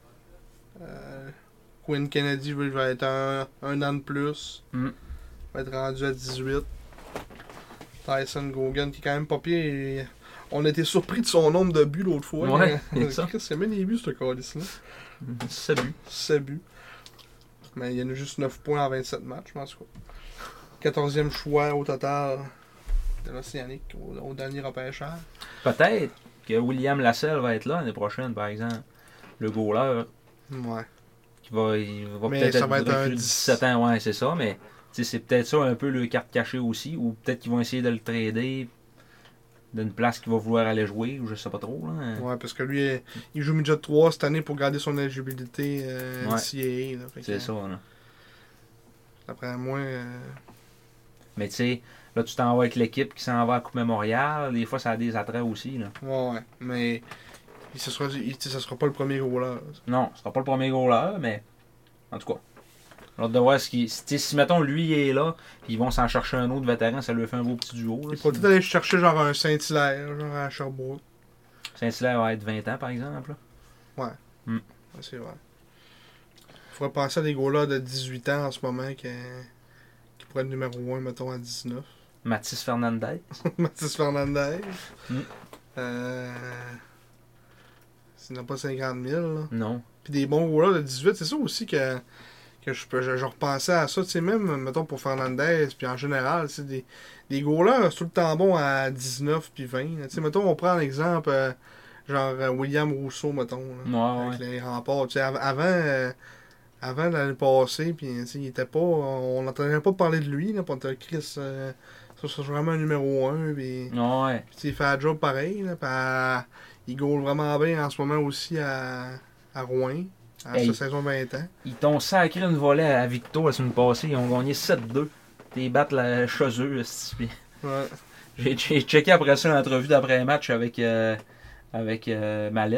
Quinn Kennedy va être un an de plus. Va être rendu à 18. Tyson Gogan qui est quand même pas pire. On a été surpris de son nombre de buts l'autre fois. Ouais, c'est ça. C'est même des buts, ce calice-là. 7 buts. Mais il y en a juste 9 points en 27 matchs, je pense. 14e choix au total de l'Océanique au dernier repêchage. Peut-être que William Lasselle va être là l'année prochaine, par exemple. Le goaler. Ouais. Il va mais peut-être ça va être un 17 ans, ouais, c'est ça, mais c'est peut-être ça un peu le carte cachée aussi, ou peut-être qu'ils vont essayer de le trader d'une place qu'il va vouloir aller jouer, ou je sais pas trop. Là. Ouais, parce que lui, il joue midget 3 cette année pour garder son éligibilité NCAA. C'est ça, là. D'après moi... Mais tu sais, là, tu t'en vas avec l'équipe qui s'en va à Coupe Mémorial, des fois, ça a des attraits aussi, là. Ouais, mais... Ce sera pas le premier goaler. Non, ce sera pas le premier goaler, mais... En tout cas... Alors de voir si mettons lui il est là, puis ils vont s'en chercher un autre vétéran, ça lui fait un beau petit duo. Il pourrait peut-être aller chercher genre un Saint-Hilaire, genre à Sherbrooke. Saint-Hilaire va être 20 ans par exemple. Là. Ouais. C'est vrai. Il faudrait penser à des gars-là de 18 ans en ce moment qui pourraient être numéro 1, mettons, à 19. Mathis Fernandez. Mathis Fernandez. S'il n'a pas 50 000. Là. Non. Puis des bons gars-là de 18, c'est ça aussi que je repensais à ça, tu sais, même, mettons, pour Fernandez, puis en général, tu sais, des goalers, c'est tout le temps bon à 19 puis 20. Tu sais, mettons, on prend l'exemple, genre William Rousseau, mettons, là, avec les remparts. Tu sais, avant l'année passée, puis tu sais, il était pas... On n'entendait pas parler de lui, là, pour Chris... ça, c'est vraiment un numéro 1, puis... Ouais. Puis il fait un job pareil, là, puis il goal vraiment bien en ce moment aussi à Rouen. À sa saison 20 ans. Ils t'ont sacré une volée à Victo la semaine passée. Ils ont gagné 7-2. Ils battent la choseux. Ouais. J'ai checké après ça l'entrevue d'après-match avec Mallette.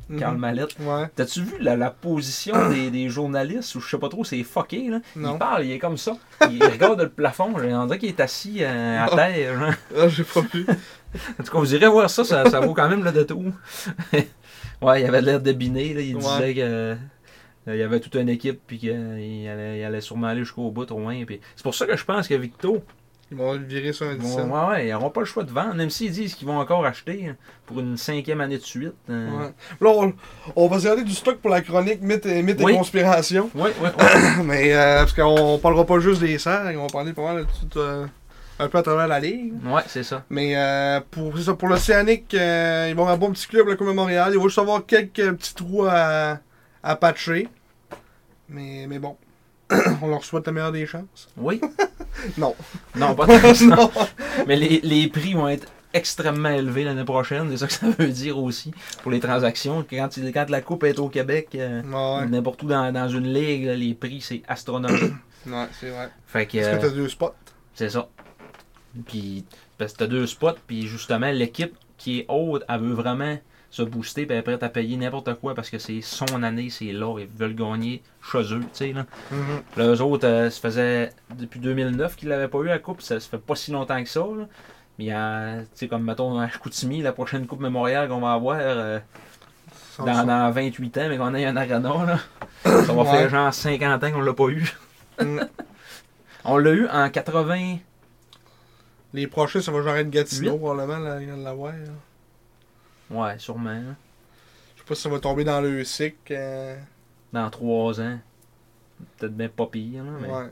Karl Mallette. Ouais. T'as-tu vu la position des journalistes, ou je sais pas trop, c'est fucké, là? Non. Il parle, il est comme ça. Il regarde le plafond, on dirait qu'il est assis à terre. Hein. Ah, j'ai pas vu. En tout cas, vous irez voir ça, ça vaut quand même le détour. Ouais, il avait l'air de biner, là. Il disait que il y avait toute une équipe, puis qu'il allait sûrement aller jusqu'au bout, au moins. Puis c'est pour ça que je pense que Victo, Ils vont le virer sur un 17. ouais, ils n'auront pas le choix de vendre, même s'ils disent qu'ils vont encore acheter hein, pour une 5e année de suite. Ouais. Là, on va se garder du stock pour la chronique mythes et conspirations. Oui. Mais parce qu'on parlera pas juste des serres, on va parler pas mal de tout, un peu à travers la ligue. Ouais, c'est ça. Mais pour l'Océanique, ils vont avoir un bon petit club, le Coupe Montréal. Il va juste avoir quelques petits trous à patcher. Mais bon, on leur souhaite la meilleure des chances. Oui. Non. Non, pas tant. Non. Mais les prix vont être extrêmement élevés l'année prochaine. C'est ça que ça veut dire aussi pour les transactions. Quand la Coupe est au Québec, Ouais. n'importe où dans une ligue, là, les prix, c'est astronomique. Ouais, c'est vrai. Fait que, Est-ce que t'as 2 spots? c'est ça. Puis, parce que t'as 2 spots, puis justement, l'équipe qui est haute, elle veut vraiment se booster, puis elle est prête à payer n'importe quoi parce que c'est son année, c'est là, ils veulent gagner chez eux, tu sais, là. Mm-hmm. Là, eux autres, ça faisait depuis 2009 qu'ils l'avaient pas eu à la Coupe, ça fait pas si longtemps que ça, là. Mais, tu sais, comme, mettons, à Chicoutimi, la prochaine Coupe Mémorial qu'on va avoir dans 28 ans, mais qu'on ait un arena, là, ça va faire genre 50 ans qu'on l'a pas eu. On l'a eu en 80... Les prochains, ça va genre être Gatineau, 8? probablement, l'avoir. Ouais, sûrement. Hein. Je sais pas si ça va tomber dans le SIC. Dans 3 ans. Peut-être bien pas pire, là, mais... Ouais.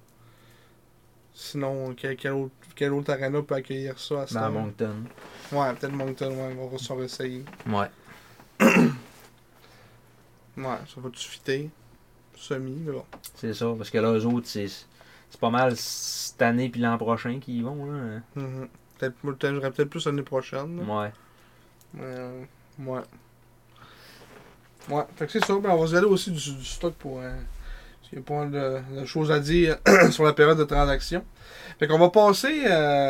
Sinon, quel autre arena peut accueillir ça à ce Dans temps? Moncton. Ouais, peut-être Moncton, ouais, on va s'en essayer. Ouais. Ouais, ça va-tu fitter? Semi, mais bon. C'est ça, parce que là, eux autres, c'est pas mal cette année puis l'an prochain qu'ils y vont, là. Mm-hmm. J'aurais peut-être plus l'année prochaine. Là. Ouais. Ouais. Ouais, fait que c'est ça. Ben, on va se garder aussi du stock pour... parce qu'il y a pas mal de choses à dire sur la période de transaction. Fait qu'on va passer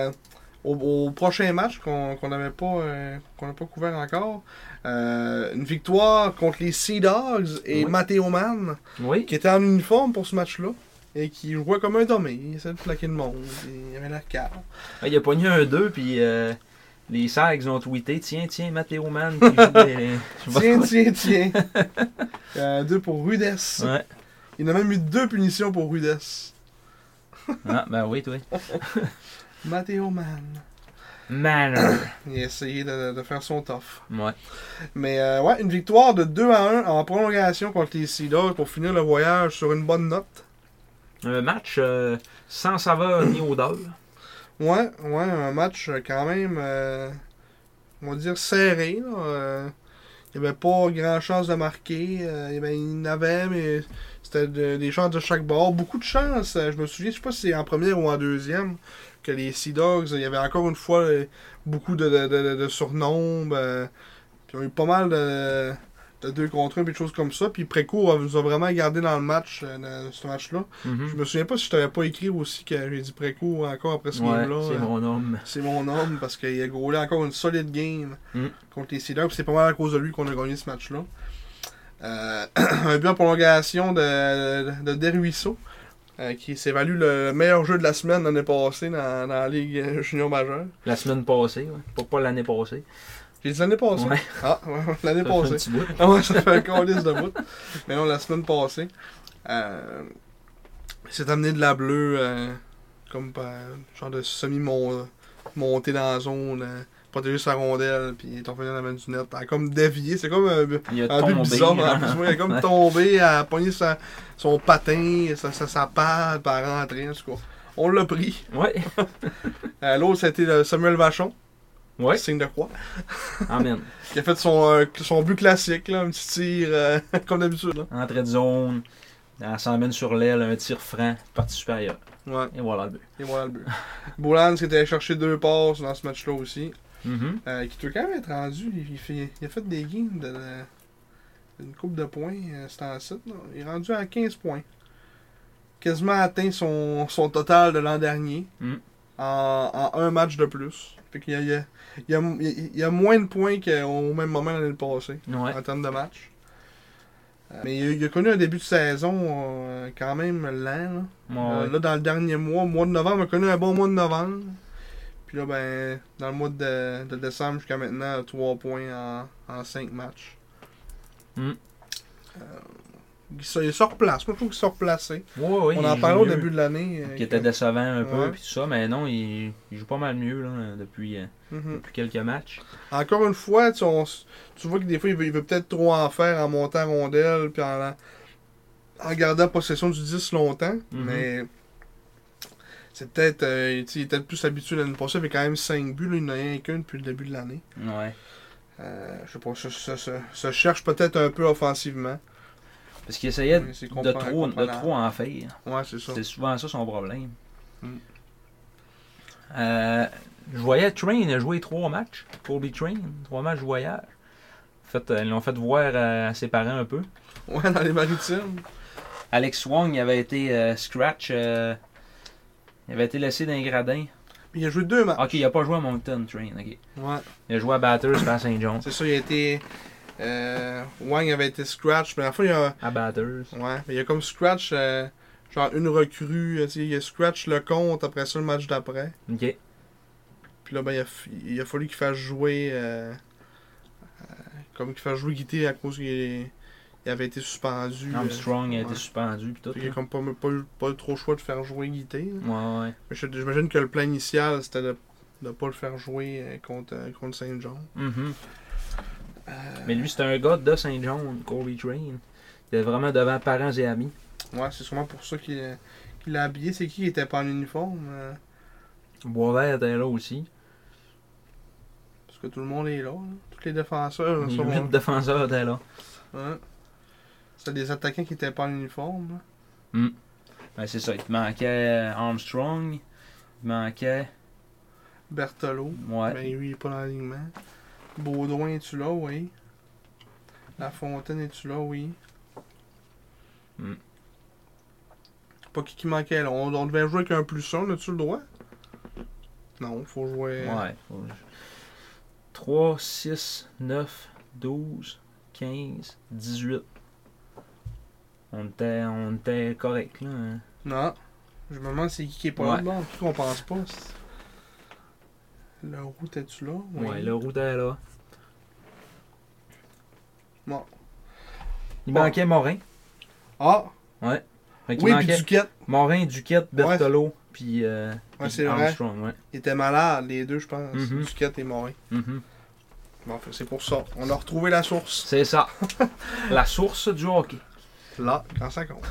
au prochain match qu'on n'a pas couvert encore. Une victoire contre les Sea Dogs et Matteo Mann, Oui. qui était en uniforme pour ce match-là. Et qui jouait comme un dommé. Il essayait de plaquer le monde. Il avait l'air calme. Ah, il a pogné un 2, puis les Sags ont tweeté tiens, Matteo Mann qui joue. Tiens. 2 pour rudesse. Ouais. Il a même eu 2 punitions pour rudesse. Ah, ben oui, toi. Matteo Mann. Manner. Il a essayé de faire son tough. Ouais. Mais ouais, une victoire de 2-1 en prolongation contre les Sea Dogs pour finir le voyage sur une bonne note. Un match sans saveur ni odeur. Ouais, un match quand même, on va dire serré. Là. Il n'y avait pas grand chance de marquer. Il y en avait, mais c'était des chances de chaque bord. Beaucoup de chances. Je me souviens, je sais pas si c'est en première ou en deuxième, que les Sea Dogs, il y avait encore une fois beaucoup de surnombres. Puis on a eu pas mal de 2 contre 1 et des choses comme ça. Puis Précourt nous a vraiment gardé dans le match, ce match-là. Mm-hmm. Je me souviens pas si je t'avais pas écrit aussi que j'ai dit Précourt encore après ce game-là. C'est mon homme. C'est mon homme parce qu'il a gaulé encore une solide game contre les Sea Dogs. C'est pas mal à cause de lui qu'on a gagné ce match-là. Un but en prolongation de Desruisseaux, qui s'évalue le meilleur jeu de la semaine l'année passée dans la Ligue junior majeure. La semaine passée, ouais. Pas l'année passée. J'ai dit l'année passée? Ouais. Ah, ouais, l'année Ça fait un passée. petit bout. Ah ouais, ça fait un calice de bout. Mais non, la semaine passée. C'est amené de la bleue, comme genre de semi-monté dans la zone, protéger sa rondelle, puis il est revenu dans la main du net. Elle a comme dévié, c'est comme un but bizarre. Il a comme tombé, elle a pogné son patin, sa patte, puis elle est rentrée, en tout cas. On l'a pris. Ouais. L'autre, c'était Samuel Vachon. Ouais. Signe de croix. Amen. Il a fait son but classique, là, un petit tir comme d'habitude. Là. Entrée de zone, elle s'emmène sur l'aile, un tir franc, partie supérieure. Ouais. Et voilà le but. Et voilà le but. Boulans qui était allé chercher 2 passes dans ce match-là aussi. Mm-hmm. Qui doit quand même être rendu. Il a fait des games d'une coupe de points, c'est en site. Là. Il est rendu à 15 points. Quasiment atteint son total de l'an dernier. En un match de plus. Fait qu'il y a moins de points qu'au même moment l'année passée, Ouais. en termes de match. Mais il a connu un début de saison quand même lent. Là. Ouais. Là, dans le dernier mois de novembre, il a connu un bon mois de novembre. Puis là, ben, dans le mois de décembre jusqu'à maintenant, 3 points en 5 matchs. Mm. Il se replace. Moi, je trouve qu'il s'est replacé. Ouais, On en il parlait joue au mieux. début de l'année. Qui était décevant un peu, Ouais. puis tout ça, mais non, il joue pas mal mieux là, depuis Mhm. quelques matchs. Encore une fois, tu vois que des fois, il veut peut-être trop en faire en montant à rondelle, puis en gardant possession du 10 longtemps. Mhm. Mais c'est peut-être. Il est peut-être plus habitué l'année passée. Il avait quand même 5 buts. Là, il n'en a rien qu'un depuis le début de l'année. Ouais. Je sais pas, ça cherche peut-être un peu offensivement. Parce qu'il essayait Mais c'est de trop en faire. Ouais, c'est ça. C'est souvent ça son problème. Mm. Je voyais Train jouer 3 matchs. Colby Train, 3 matchs de voyage. En fait, ils l'ont fait voir à ses parents un peu. Ouais, dans les maritimes. Alex Wong avait été scratch. Il avait été laissé dans les gradins. Puis il a joué 2 matchs. Ok, il a pas joué à Moncton, Train. Ok. Ouais, Il a joué à Batters à Saint John. c'est ça, il a été. Wang avait été scratch, mais à la fois, il a. À Batters. Ouais, mais il y a comme scratch, genre une recrue, tu sais, il y a scratch le compte après ça le match d'après. Ok. Puis là, ben, il a fallu qu'il fasse jouer, comme qu'il fasse jouer Guité à cause qu'il avait été suspendu. Armstrong a été ouais. suspendu. Puis tout. Il a là. comme pas trop le choix de faire jouer Guité. Là. Ouais, ouais. Mais j'imagine que le plan initial, c'était de ne pas le faire jouer contre Saint-Jean. Mhm. Mais lui, c'est un gars de Saint John, Colby Train. Il est vraiment devant parents et amis. Ouais, c'est sûrement pour ça qu'il l'a habillé. C'est qui était pas en uniforme? Boisvert était là aussi. Parce que tout le monde est là. Tous les défenseurs Les sont 8 défenseurs étaient là. Ouais. C'est des attaquants qui étaient pas en uniforme. Là. Ben, c'est ça. Il te manquait Armstrong. Il manquait. Berthelot. Ouais. Ben lui, il est pas dans l'alignement. Baudouin, es-tu là? Oui. Lafontaine, es-tu là? Oui. Mm. Pas qui manquait là. On devait jouer avec un plus 1, as-tu le droit? Non, faut jouer. Ouais. 3, 6, 9, 12, 15, 18. On était correct là. Hein. Non. Je me demande c'est qui est pas Ouais. là. Bon, qui qu'on pense pas. Le roux, t'es-tu là? Oui. Ouais, le route était là. Bon. Il Bon. manquait Morin. Ah! Ouais. Fait qu'il Oui, puis manquait Duquette. Morin, Duquette, Berthelot, puis c'est vrai. Armstrong. Ouais. Ils étaient malades, les deux, je pense. Mhm. Duquette et Morin. Mhm. Bon, fait que c'est pour ça. On a retrouvé la source. C'est ça. La source du hockey. Là, quand ça compte.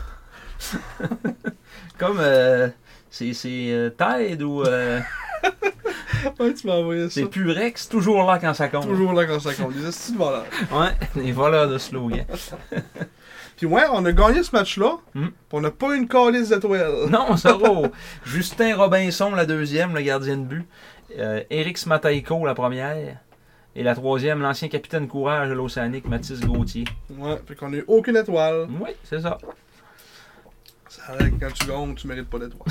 Comme c'est Tide ou Ouais, tu m'as envoyé ça. c'est Purex, toujours là quand ça compte. Toujours là quand ça compte. Des astuces de voleurs. Ouais, les voleurs de slogan. Puis ouais, on a gagné ce match-là. Mm. Puis on n'a pas eu une calice d'étoiles. Non, zéro. Justin Robinson, la deuxième, le gardien de but. Eric Smataiko, la première. Et la troisième, l'ancien capitaine courage de l'Océanique, Mathis Gauthier. Ouais, fait qu'on a eu aucune étoile. Oui, c'est ça. Ça a l'air que quand tu gagnes, tu mérites pas d'étoile.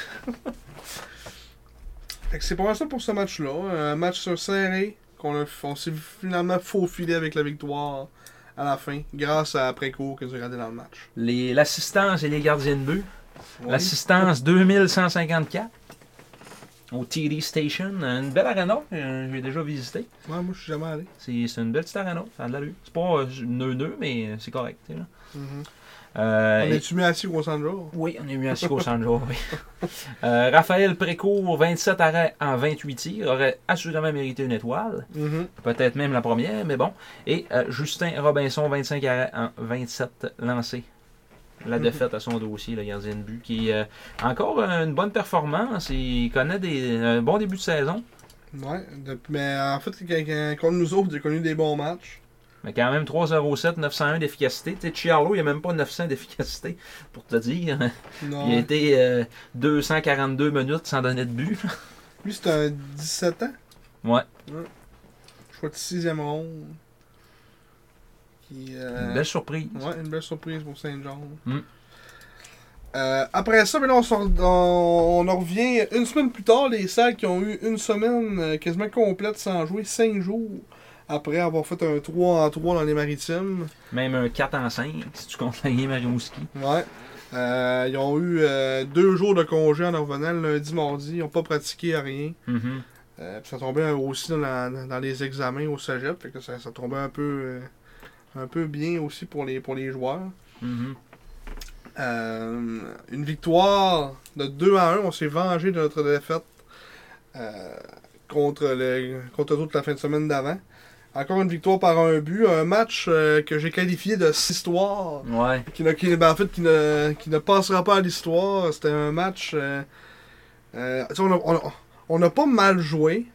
Fait que c'est pas mal ça pour ce match-là. Un match serré. On s'est finalement faufilé avec la victoire à la fin, grâce à après-cours que j'ai regardé dans le match. L'assistance et les gardiens de but. Oui. L'assistance 2154 au TD Station. Une belle arena, j'ai déjà visité. Ouais, moi, je suis jamais allé. C'est une belle petite arena, ça a de l'allure. C'est pas neuneux, mais c'est correct. Tu sais, là. Mhm. Et- On est-tu mis assis au centre jour? Oui, on est mis assis au Sanjo, oui. Raphaël Précourt, 27 arrêts en 28 tirs, aurait assurément mérité une étoile. Mhm. Peut-être même la première, mais bon. Et Justin Robinson, 25 arrêts en 27 lancés. La défaite à son dossier, le gardien de but, qui encore une bonne performance. Il connaît un bon début de saison, Ouais, mais en fait, contre nous autres, j'ai connu des bons matchs. mais quand même 3,07, 901 d'efficacité. Tu sais, Chiarlo, il n'a même pas 900 d'efficacité, pour te dire. Non. Il a été 242 minutes sans donner de but. Lui, c'est un 17 ans. Ouais. Choix de 6e ronde. Qui, Une belle surprise. Ouais, une belle surprise pour Saint-Jean. Mm. Après ça, ben là, on en revient une semaine plus tard. Les Sags qui ont eu une semaine quasiment complète sans jouer, 5 jours après avoir fait un 3-3 dans les Maritimes. Même un 4-5 si tu comptes la game à Rimouski. Ouais. Ils ont eu 2 jours de congé en revenant, lundi, mardi. Ils n'ont pas pratiqué à rien. Mm-hmm. Puis ça tombait aussi dans les examens au cégep. Fait que ça tombait un peu bien aussi pour les joueurs. Mm-hmm. Une victoire de 2-1. On s'est vengé de notre défaite contre toute la fin de semaine d'avant. Encore une victoire par un but. Un match que j'ai qualifié de histoire. Ouais. Qui ne passera pas à l'histoire. C'était un match... on n'a pas mal joué.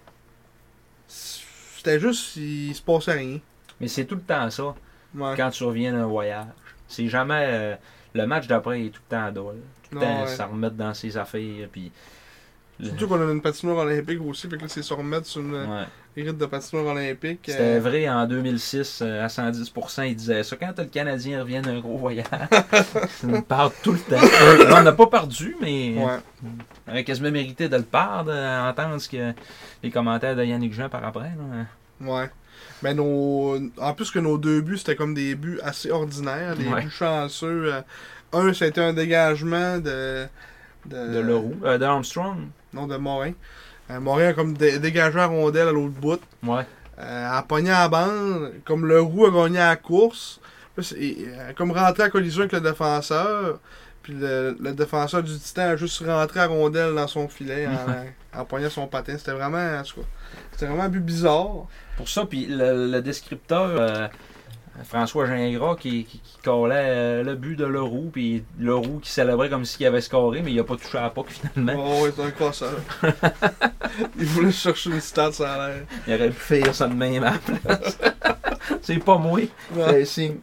C'était juste... Il se passait rien. Mais c'est tout le temps ça. Ouais. Quand tu reviens d'un voyage. C'est jamais... le match d'après est tout le temps dole. Tout le temps, ouais. ça remet dans ses affaires. Puis... Surtout qu'on a une patinoire olympique aussi. Fait que là, c'est se remettre sur une hérite de patinoire olympique. C'était vrai en 2006, à 110%, ils disaient ça. Quand le Canadien revient d'un gros voyage, ils parlent tout le temps. Là, on n'a pas perdu, mais on aurait quasiment mérité de le perdre, entendre les commentaires de Yannick Jean par après. Là. Ouais. Mais en plus que nos 2 buts, c'était comme des buts assez ordinaires, des buts chanceux. Un, c'était un dégagement de Leroux, d'Armstrong. Non, de Morin. Morin a comme dégagé la rondelle à l'autre bout. Ouais. A pogné à la bande, comme Leroux a gagné à la course. Là, comme rentré en collision avec le défenseur. Puis le défenseur du Titan a juste rentré la rondelle dans son filet en pognant son patin. C'était vraiment un but bizarre. Pour ça, puis le descripteur François Gingras qui collait le but de Leroux, puis Leroux qui célébrait comme s'il avait scoré, mais il n'a pas touché à la puck finalement. Oh oui, c'est un crosseur. Il voulait chercher une stat, ça a l'air. Il aurait pu faire ça de même à la place. C'est pas moi, c'est signe.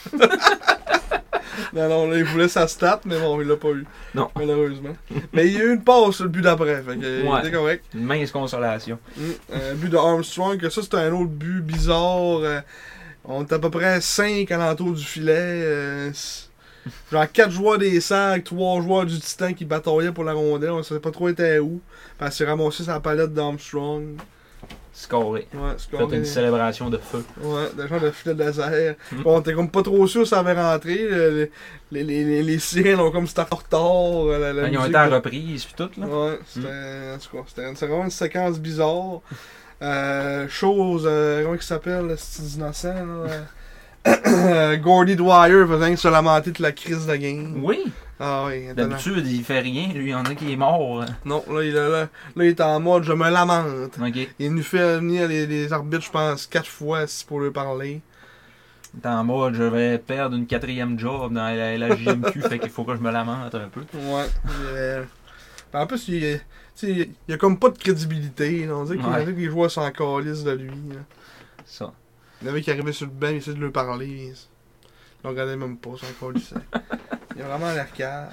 Non, là, il voulait sa stat, mais bon, il l'a pas eu. Non. Malheureusement. Mais il y a eu une passe sur le but d'après, fait que il était correct. Une mince consolation. Un but de Armstrong, que ça, c'était un autre but bizarre. On était à peu près 5 alentours du filet. Genre 4 joueurs des Sags, 3 joueurs du Titan qui bataillaient pour la rondelle. On ne savait pas trop était où. Puis elle s'est ramassée sur la palette d'Armstrong. Scoré. Ouais, scoré. Fait une célébration de feu. Ouais, des gens de filet de laser. Bon, on était comme pas trop sûr si ça avait rentré. Les sirènes ont comme c'était en retard. Ils ont été en reprise puis tout là. Ouais, c'était vraiment une séquence bizarre. Comment il s'appelle, c'est innocent là. Gordy Dwyer faisant se lamenter de la crise de game. Oui. Ah oui. D'habitude, il fait rien. Lui, il y en a qui est mort. Non, là, il est en mode je me lamente. Okay. Il nous fait venir les arbitres, je pense, 4 fois pour lui parler. Il est en mode je vais perdre une 4e job dans la JMQ, fait qu'il faut que je me lamente un peu. Ouais. En plus, il y a comme pas de crédibilité. Là. On dirait que les joueurs s'en calissent de lui. Là. Ça. Il y avait qui arrivait sur le banc, il essayait de lui parler. Il le regardait même pas, s'en calissait. Il a vraiment l'air calme.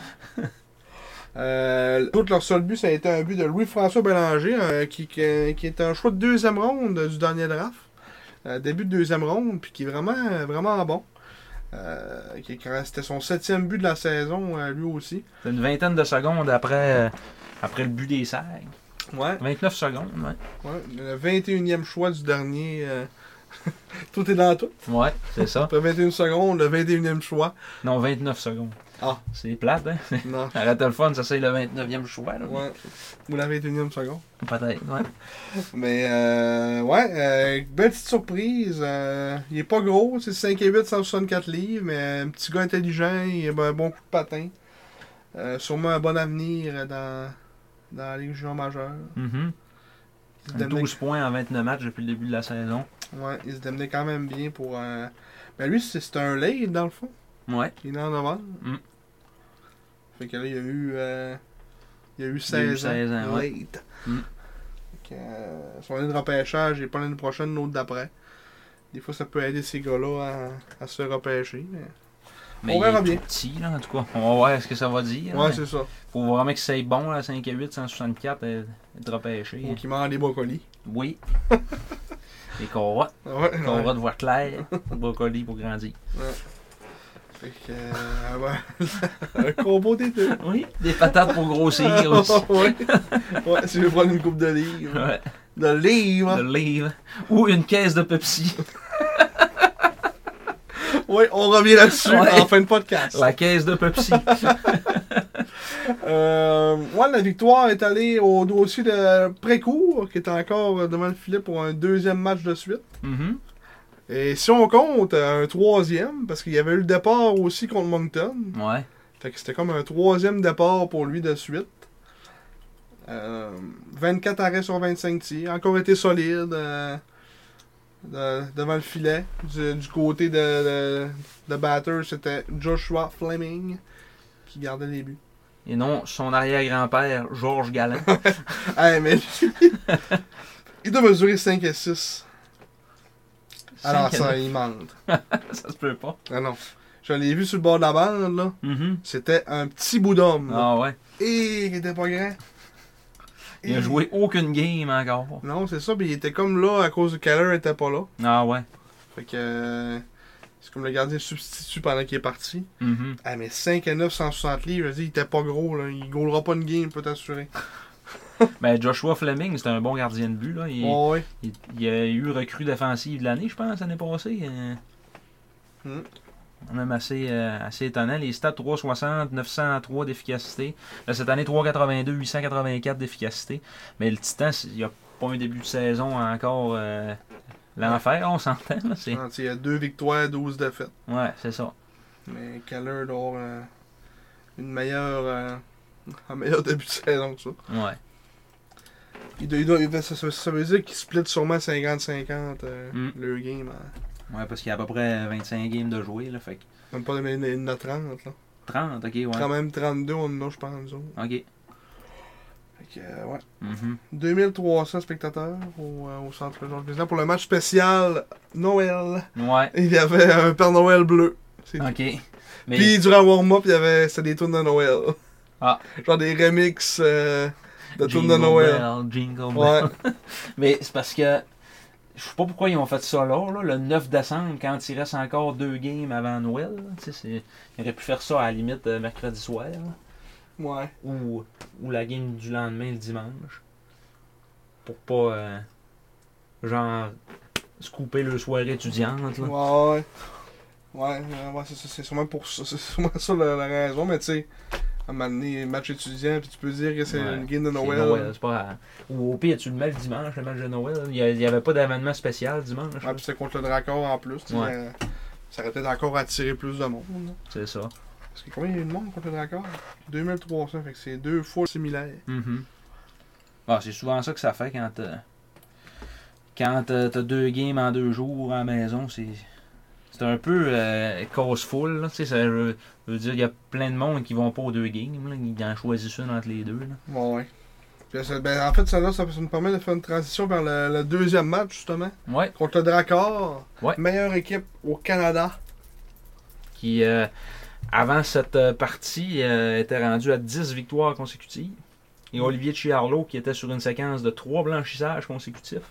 Leur seul but, ça a été un but de Louis-François Bélanger, qui est un choix de 2e ronde du dernier draft. Début de 2e ronde, puis qui est vraiment, vraiment bon. C'était son 7e but de la saison, lui aussi. C'est une vingtaine de secondes après le but des Sags. Ouais. 29 secondes, ouais. Le 21e choix du dernier. Tout est dans tout. Ouais, c'est ça. Après 21 secondes, le 21e choix. Non, 29 secondes. Ah. C'est plate, hein? Non. Arrête le fun, ça c'est le 29e choix. Là. Ouais. Ou la 21e seconde. Peut-être, ouais. Mais, belle petite surprise. Il est pas gros, c'est 5'8", 164 livres, mais un petit gars intelligent, il a un bon coup de patin. Sûrement un bon avenir dans la Ligue junior majeure. 12 points en 29 matchs depuis le début de la saison. Ouais, il se démenait quand même bien pour... Ben lui, c'est un late, dans le fond. Ouais. Il est en novembre. Fait que là, il y a eu 16 ans. Late. Son année de repêchage, et pas l'année prochaine, l'autre d'après. Des fois, ça peut aider ces gars-là à se faire repêcher. Mais on verra bien. Petit, là, en tout cas. On va voir ce que ça va dire. Ouais, c'est ça. Faut vraiment que ça aille bon, là, 5'8", 164, et de repêcher. Faut qu'il mange des brocolis. Oui. Des carottes. Ouais, carottes voir clair. Brocolis pour grandir. Ouais. Fait que, ouais, un combo des deux. Oui, des patates pour grossir aussi. Ouais. Ouais, si je veux prendre une coupe de livres. Ouais, De livres. le livre. Ou une caisse de Pepsi. Oui, on revient là-dessus Ouais. en fin de podcast. La caisse de Pepsi. Ouais, la victoire est allée au dossier de Précourt, qui est encore devant le filet pour un deuxième match de suite. Mhm. Et si on compte un troisième, parce qu'il y avait eu le départ aussi contre Moncton, Ouais. fait que c'était comme un troisième départ pour lui de suite. 24 arrêts sur 25 tirs, encore été solide devant le filet. Du côté de batter, c'était Joshua Fleming qui gardait les buts. Et non, son arrière-grand-père, Georges Galland. Hey, mais lui, il doit mesurer 5 et 6. Alors 5 ça, il mente. Ça se peut pas. Ah non. Je l'ai vu sur le bord de la bande, là. Mhm. C'était un petit bout d'homme. là. Ah ouais. Et il était pas grand. Il a joué aucune game encore. Non, c'est ça, mais il était comme là à cause que Keller était pas là. Ah ouais. Fait que c'est comme le gardien substitut pendant qu'il est parti. Mhm. Ah mais 5 et 9, 160 livres, je veux dire, il était pas gros là. Il goalera pas une game, peut t'assurer. Ben, Joshua Fleming, c'était un bon gardien de but. Là. Ouais. Il a eu recrue défensive de l'année, je pense, l'année passée. Même assez étonnant. Les stats 360, 903 d'efficacité. Là, cette année, 382, 884 d'efficacité. Mais le Titan, il n'y a pas un début de saison encore l'enfer, on s'entend. Là, c'est... Il y a 2 victoires, 12 défaites. Ouais, c'est ça. Mais Keller doit avoir un meilleur début de saison que ça. Ouais. Ça veut dire qu'il split sûrement 50-50 le game. Ouais, parce qu'il y a à peu près 25 games de jouer. Là, fait que... Même pas une 30 là. 30, ok, ouais. Quand même 32, on en a, je pense. Nous autres. Ok. Fait que, ouais. Mhm. 2300 spectateurs au centre Georges Vézina pour le match spécial Noël. Ouais. Il y avait un Père Noël bleu. C'est tout. Ok. Mais... Puis durant le warm-up, c'était des tunes de Noël. Ah. Genre des remixes de tunes de Jingle Noël. Bell, Jingle Ouais. Bell. Mais c'est parce que je sais pas pourquoi ils ont fait ça là, le 9 décembre, quand il reste encore 2 games avant Noël. Là, ils auraient pu faire ça à la limite mercredi soir. Là, Ouais. ou la game du lendemain le dimanche. Pour pas genre se couper le soirée étudiante. Là. Ouais. Ouais, c'est sûrement pour ça. C'est sûrement ça la raison, mais tu sais, à un moment donné, match étudiant, puis tu peux dire que c'est une game de Noël. C'est Noël, c'est pas Ou au pire, tu le mets le dimanche, le match de Noël. Il y avait pas d'événement spécial dimanche. Ouais, puis c'est contre le Dracor en plus. Ouais. Ça aurait peut-être encore attiré plus de monde. Là. C'est ça. Parce que combien il y a eu de monde contre le Dracor 2300, fait que c'est 2 fois similaire. Mm-hmm. Ah, c'est souvent ça que ça fait quand t'as 2 games en 2 jours à la maison. C'est un peu casse-full. Là. Ça veut dire qu'il y a plein de monde qui vont pas aux 2 games. Là. Ils en choisissent une entre les deux. Là. Ouais. Puis, en fait, ça nous permet de faire une transition vers le deuxième match, justement. Ouais. Contre le Dracor. Ouais. Meilleure équipe au Canada. Qui, avant cette partie, était rendu à 10 victoires consécutives. Et Olivier Chiarlo, qui était sur une séquence de 3 blanchissages consécutifs.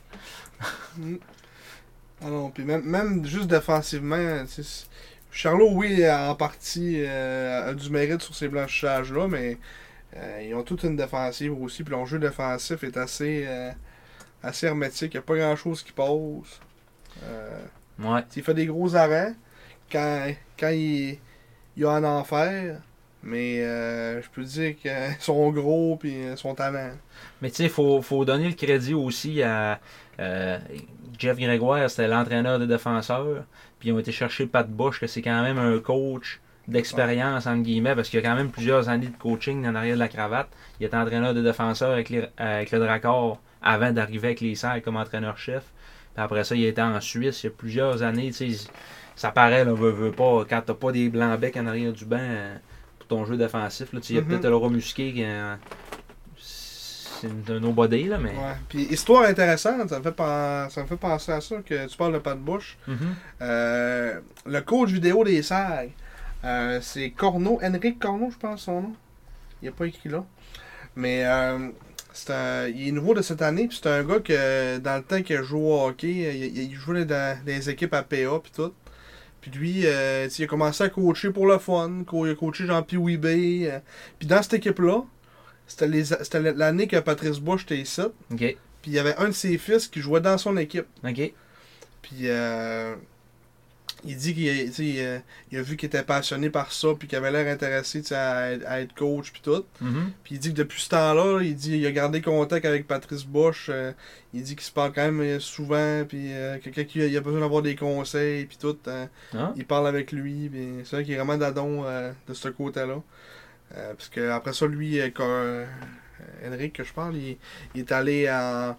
Ah non, puis même juste défensivement, Charlot, oui, en partie a du mérite sur ces blanchissages-là, mais ils ont toute une défensive aussi, puis leur jeu défensif est assez hermétique, il n'y a pas grand-chose qui passe. Ouais. Il fait des gros arrêts quand il y a un enfer, mais je peux dire qu'ils sont gros puis sont talents. Mais tu sais, faut donner le crédit aussi à Jeff Grégoire, c'était l'entraîneur des défenseurs. Puis ils ont été chercher Pat Bush, que c'est quand même un coach d'expérience, entre guillemets, parce qu'il y a quand même plusieurs années de coaching en arrière de la cravate. Il était entraîneur de défenseurs avec le Dracor avant d'arriver avec les Serres comme entraîneur-chef. Puis après ça, il était en Suisse il y a plusieurs années. Tu sais, ça paraît, là, veut pas, quand t'as pas des blancs-becs en arrière du banc pour ton jeu défensif. Là, il y a peut-être le Laurent Musquet qui c'est un nobody, là, mais... Ouais. Puis histoire intéressante, ça me fait penser à ça que tu parles de Pat Bush. Le coach vidéo des SAG, c'est Corneau, Henrik Corneau, je pense son nom. Il n'est pas écrit là. Mais il est nouveau de cette année, puis c'est un gars que dans le temps qu'il a joué au hockey, il jouait dans des équipes à PA puis tout. Puis lui, il a commencé à coacher pour le fun. Il a coaché Jean-Pierre Bay. Puis dans cette équipe-là, c'était l'année que Patrice Bush était ici. OK. Puis il y avait un de ses fils qui jouait dans son équipe. OK. Puis il dit qu'il a vu qu'il était passionné par ça, puis qu'il avait l'air intéressé à être coach, puis tout. Mm-hmm. Puis il dit que depuis ce temps-là, il a gardé contact avec Patrice Bush. Il dit qu'il se parle quand même souvent, puis quelqu'un qui a besoin d'avoir des conseils, puis tout. Il parle avec lui, puis c'est vrai qu'il est vraiment d'adon de ce côté-là. Parce que après ça, lui, Henrik, que je parle, il est allé en...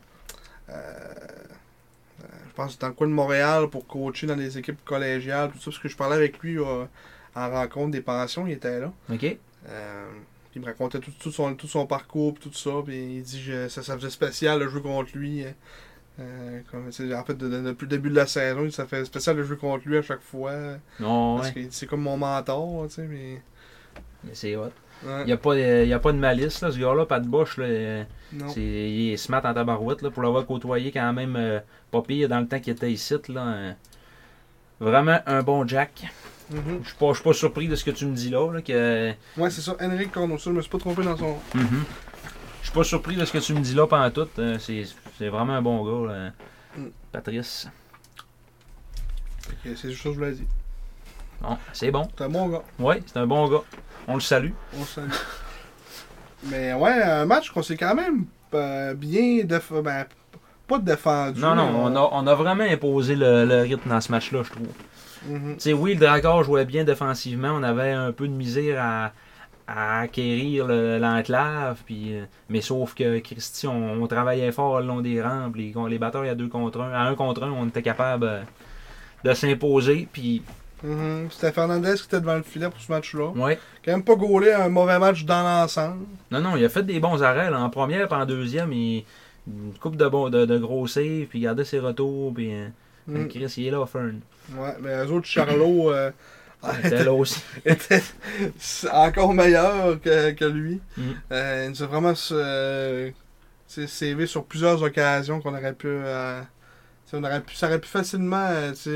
je pense que c'était dans le coin de Montréal pour coacher dans des équipes collégiales, tout ça, parce que je parlais avec lui en rencontre des pensions, il était là. OK. Puis il me racontait tout son parcours, puis tout ça, puis il dit que ça faisait spécial de jouer contre lui. En fait, depuis le début de la saison, ça fait spécial de jouer contre lui à chaque fois. Oh, parce que c'est comme mon mentor, tu sais, mais c'est hot. Ouais. Il n'y a pas de malice, là, ce gars-là, Pat Bush. Là, il est smart en tabarouette là, pour l'avoir côtoyé quand même pas pire dans le temps qu'il était ici. Là, vraiment un bon Jack. Mm-hmm. Je suis pas surpris de ce que tu me dis là. Que... Ouais, c'est ça, Henrik Cornossa, je me suis pas trompé dans son... Mm-hmm. Je suis pas surpris de ce que tu me dis là pendant tout. C'est vraiment un bon gars, là. Patrice. C'est juste ça que je voulais dire. Bon, c'est bon. C'est un bon gars. Oui, c'est un bon gars. On le salue. On le salue. Mais ouais, un match qu'on s'est quand même bien pas défendu. Non, on a vraiment imposé le rythme dans ce match-là, je trouve. Mm-hmm. Tu sais, oui, le Dracard jouait bien défensivement. On avait un peu de misère à acquérir l'enclave. Mais sauf que Christy, on travaillait fort le long des rampes. Les batteurs à 2 contre 1. À 1 contre 1, on était capable de s'imposer. Puis. Mm-hmm. C'était Fernandez qui était devant le filet pour ce match-là. Ouais. Quand même pas gaulé un mauvais match dans l'ensemble. Non, il a fait des bons arrêts. Là. En première et en deuxième, une coupe de gros saves, puis il gardait ses retours. Puis Chris, il est là, Fern. Ouais, mais eux autres, Charlot était là aussi. était encore meilleur que lui. Mm. Il nous a vraiment sauvé sur plusieurs occasions qu'on aurait pu... ça aurait pu facilement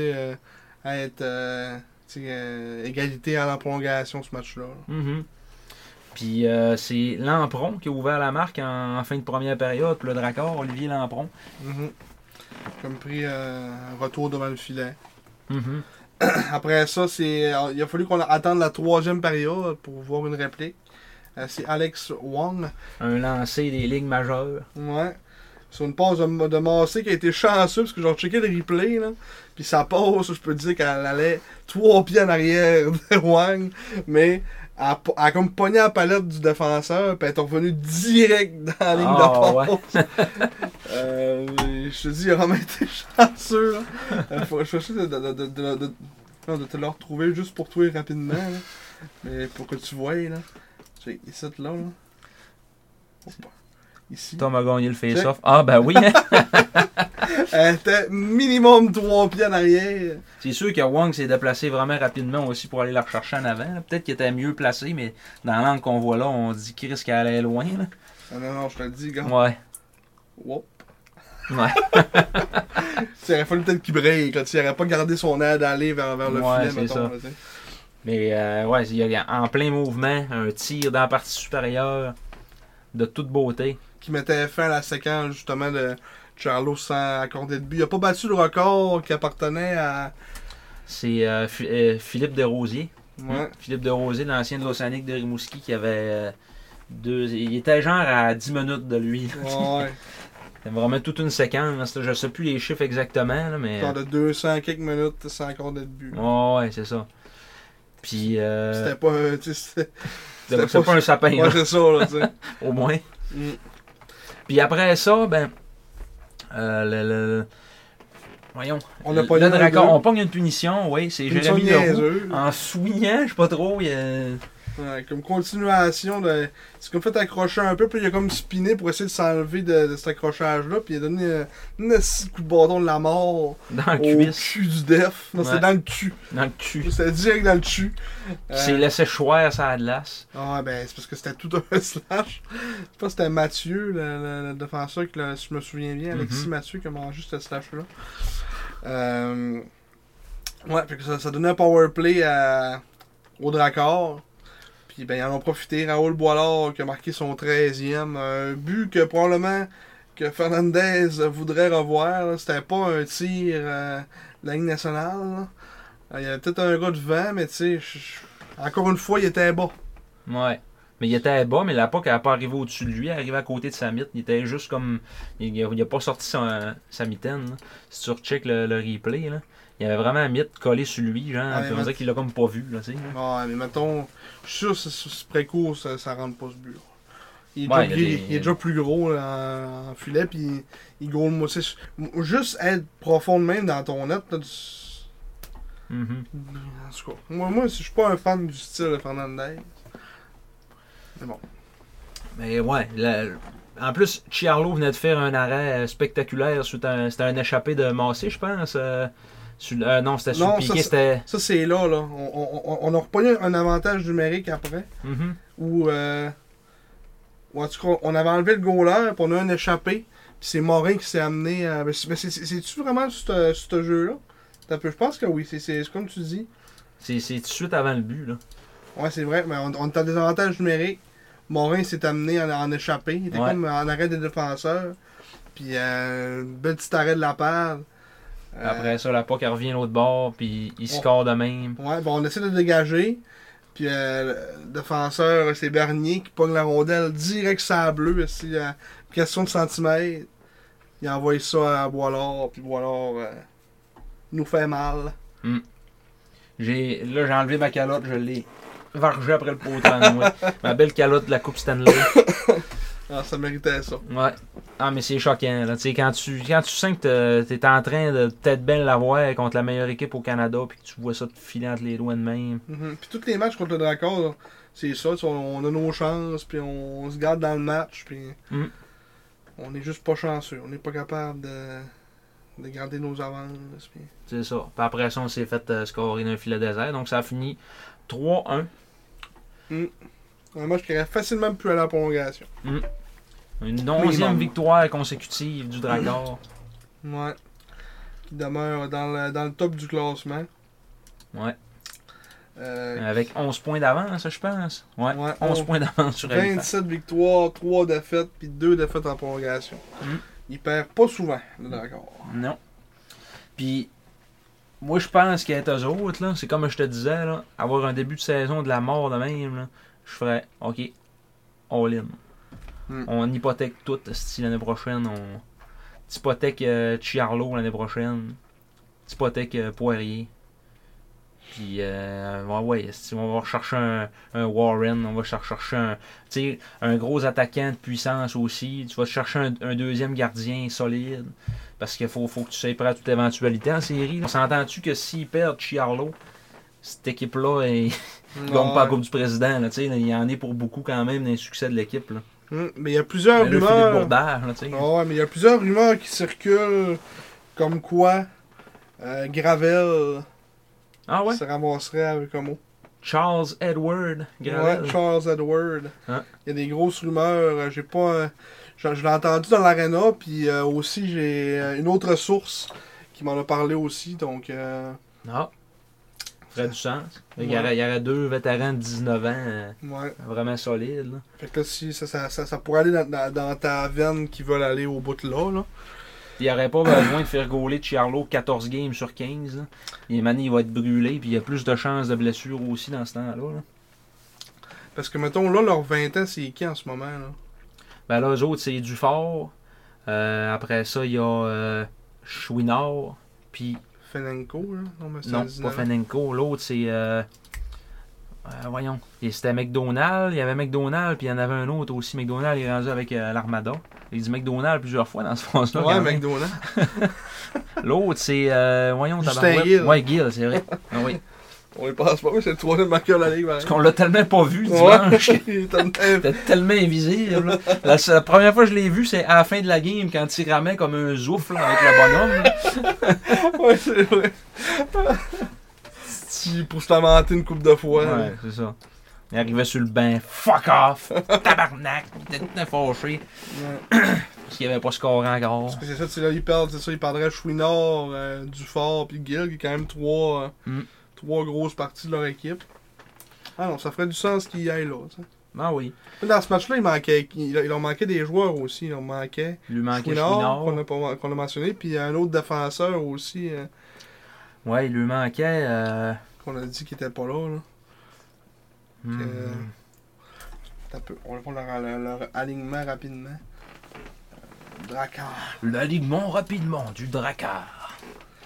être égalité à la prolongation, ce match-là. Mm-hmm. Puis c'est Lampron qui a ouvert la marque en fin de première période. Puis le Dracard, Olivier Lampron. Mm-hmm. Comme pris un retour devant le filet. Mm-hmm. Après ça, il a fallu qu'on attende la 3e période pour voir une réplique. C'est Alex Wong. Un lancer des ligues majeures. Ouais. Sur une passe de Massé qui a été chanceux parce que j'ai checké le replay. Là, puis sa passe, je peux te dire qu'elle allait 3 pieds en arrière de Wang. Mais elle a comme pogné la palette du défenseur. Puis elle est revenue direct dans la ligne de passe. Ouais. Je te dis, il a vraiment été chanceux. Là. Je vais essayer de te le retrouver juste pour toi rapidement. Là. Mais pour que tu vois. Là. Ici, là. Ici. Tom a gagné le face-off. Ah, ben oui. Elle était minimum 3 pieds en arrière. C'est sûr que Wong s'est déplacé vraiment rapidement aussi pour aller la rechercher en avant. Là. Peut-être qu'il était mieux placé, mais dans l'angle qu'on voit là, on dit Chris qu'elle allait loin. Là. Non, je te le dis, gars. Ouais. Whoop. Ouais. Il aurait fallu peut-être qu'il break. Là. Il n'aurait pas gardé son aide d'aller vers le filet, c'est mettons. Ça. Là, mais ouais, il y a en plein mouvement, un tir dans la partie supérieure de toute beauté. Qui mettait fin à la séquence justement de Charlot sans accorder de but. Il n'a pas battu le record qui appartenait à... C'est Philippe Desrosiers. Ouais. Philippe Desrosiers, l'ancien de l'Océanique de Rimouski, qui avait il était genre à 10 minutes de lui. Ouais. C'était vraiment toute une séquence. Là. Je ne sais plus les chiffres exactement. Là, mais... Genre de 200 quelques minutes sans accorder de but. Ouais, c'est ça. Puis... C'était pas... c'est pas un sapin. Ouais, c'est ça, là, tu sais. Au moins. Mm. Puis après ça, ben... Voyons. On pogne une punition, oui. C'est Jérémy Leroux. En souillant, je sais pas trop, Ouais, comme continuation de... C'est comme fait accrocher un peu, puis il a comme spiné pour essayer de s'enlever de cet accrochage-là, puis il a donné un coup de bâton de la mort dans le cul du def. Non, c'était dans le cul. Dans le cul. C'était direct dans le cul. Il s'est laissé choir ça à glace. Ah ben, c'est parce que c'était tout un slash. Je sais pas, c'était Mathieu, le défenseur, si je me souviens bien, Alexis Mathieu qui a mangé ce slash-là. Ouais, fait que ça donnait un power play au Dracor. Puis ben, ils en ont profité. Raoul Boilard qui a marqué son 13e. Un but que probablement que Fernandez voudrait revoir. Là. C'était pas un tir de la Ligue nationale. Là. Il y avait peut-être un gars devant, mais tu sais, encore une fois, il était bas. Ouais. Mais il était bas, mais la POC n'a pas arrivé au-dessus de lui, elle arrivait à côté de sa mythe. Il était juste comme. Il a pas sorti sa mitaine. Là. Si tu recheck le replay, là, il y avait vraiment un mythe collé sur lui, genre. Ouais, Puis on dirait qu'il l'a comme pas vu, là, tu sais. Ouais, mais mettons, je suis sûr que c'est pré-court, ça rentre pas ce but. Il est déjà plus gros là, en filet, puis il goal moi aussi. Juste être profond de même dans ton net, là, en tout cas, moi je suis pas un fan du style de Fernandez. Mais bon. Mais ouais, en plus, Chiarlo venait de faire un arrêt spectaculaire. C'était un échappé de Massé, je pense. Non, c'était sur le piqué. Ça, c'est là. On a repogné un avantage numérique après. Où, en tout cas, on avait enlevé le goaler, puis on a un échappé. Puis c'est Morin qui s'est amené. Mais c'est-tu vraiment ce jeu-là? Je pense que oui, c'est comme tu dis. C'est tout de suite avant le but, là. Ouais, c'est vrai, mais on est à des avantages numériques. Morin s'est amené en échappé. Il était comme en arrêt des défenseurs. Puis bel petit arrêt de la part. Après ça, la POC revient l'autre bord, puis il score de même. Ouais, bon, on essaie de dégager. Puis le défenseur, c'est Bernier qui pogne la rondelle direct sur la bleue. Question de centimètres. Il envoie ça à Boilard. Puis Boilard nous fait mal. J'ai enlevé ma calotte, je l'ai vargé après le poteau à nous. Ma belle calotte de la Coupe Stanley. Ah, ça méritait ça. Ouais. Ah, mais c'est choquant. Là. Quand tu sens que t'es en train de peut-être bien l'avoir contre la meilleure équipe au Canada, puis que tu vois ça te filer entre les doigts de même. Puis tous les matchs contre le Dracor, c'est ça. On a nos chances, puis on se garde dans le match, puis on est juste pas chanceux. On n'est pas capable de garder nos avances. Puis... C'est ça. Puis après ça, on s'est fait scorer d'un filet désert. Donc ça a fini 3-1. Un match qui aurait facilement pu aller à la prolongation. Une 11e victoire consécutive du Dracor. Ouais. Qui demeure dans le top du classement. Ouais. Avec 11 points d'avance, je pense. Ouais, 11 points d'avance sur Halifax. 27 victoires, 3 défaites, puis 2 défaites en prolongation. Il perd pas souvent, le Dracor. Non. Puis, moi, je pense qu'être eux autres, là, c'est comme je te disais, là, avoir un début de saison de la mort de même, là, je ferais, OK, all-in. On hypothèque tout l'année prochaine. On hypothèque Chiarlo l'année prochaine. On hypothèque Poirier. Puis, on va rechercher un Warren. On va chercher un gros attaquant de puissance aussi. Tu vas chercher un deuxième gardien solide. Parce qu'il faut que tu sois prêt à toute éventualité en série. On s'entend-tu que s'ils perdent Chiarlo, cette équipe-là, elle ne gagne pas la Coupe du Président. Là, il y en est pour beaucoup quand même dans les succès de l'équipe. Là. Mais il y a plusieurs rumeurs. Bourdard, là, mais il y a plusieurs rumeurs qui circulent comme quoi Gravel se ramasserait avec un mot. Charles Edward Gravel. Ouais, Charles Edward. Il y a des grosses rumeurs. J'ai pas. Je l'ai entendu dans l'aréna, puis aussi j'ai une autre source qui m'en a parlé aussi. Donc. Ça ferait du sens. Il y aurait 2 vétérans de 19 ans vraiment solides. Là. Fait que là, si, ça pourrait aller dans ta veine qui veulent aller au bout de là. Il n'y aurait pas besoin de faire gauler Chiarlo 14 games sur 15. Là. Il va être brûlé, puis il y a plus de chances de blessure aussi dans ce temps-là. Là. Parce que, mettons, là, leurs 20 ans, c'est qui en ce moment? Là? Ben là, eux autres, c'est Dufort. Après ça, il y a Chouinard, puis... Fenenko, là? Non, pas Fenenko. L'autre, c'est... voyons. Et c'était McDonald. Il y avait McDonald, puis il y en avait un autre aussi. McDonald, il est rendu avec l'Armada. Il dit McDonald plusieurs fois dans ce phrase-là. Ouais, McDonald. L'autre, c'est... voyons, Justin Gill. Ouais, Gill, c'est vrai. Ah, oui. On les passe pas, c'est le 3e marqueur de la Ligue. Parce qu'on l'a tellement pas vu dimanche. C'était tellement invisible. La première fois que je l'ai vu, c'est à la fin de la game, quand il ramait comme un zoufle avec le bonhomme. Ouais, c'est vrai. Pour se lamenter une couple de fois. Ouais, c'est ça. Il arrivait sur le banc. Fuck off! Tabarnak! Il était tout fâché. Parce qu'il n'y avait pas scoré encore. Parce que c'est ça, tu sais, là, ils perdraient Chouinard, Dufort, puis Gill, qui est quand même trois grosses parties de leur équipe. Ah non, ça ferait du sens qu'ils y aillent là, tu sais. Ah oui. Dans ce match-là, il leur manquait des joueurs aussi. Il leur manquait Chouinard. qu'on a mentionné, puis un autre défenseur aussi. Ouais, il lui manquait. Qu'on a dit qu'il était pas là. On va voir leur alignement rapidement. Drakkar. L'alignement rapidement du Drakkar.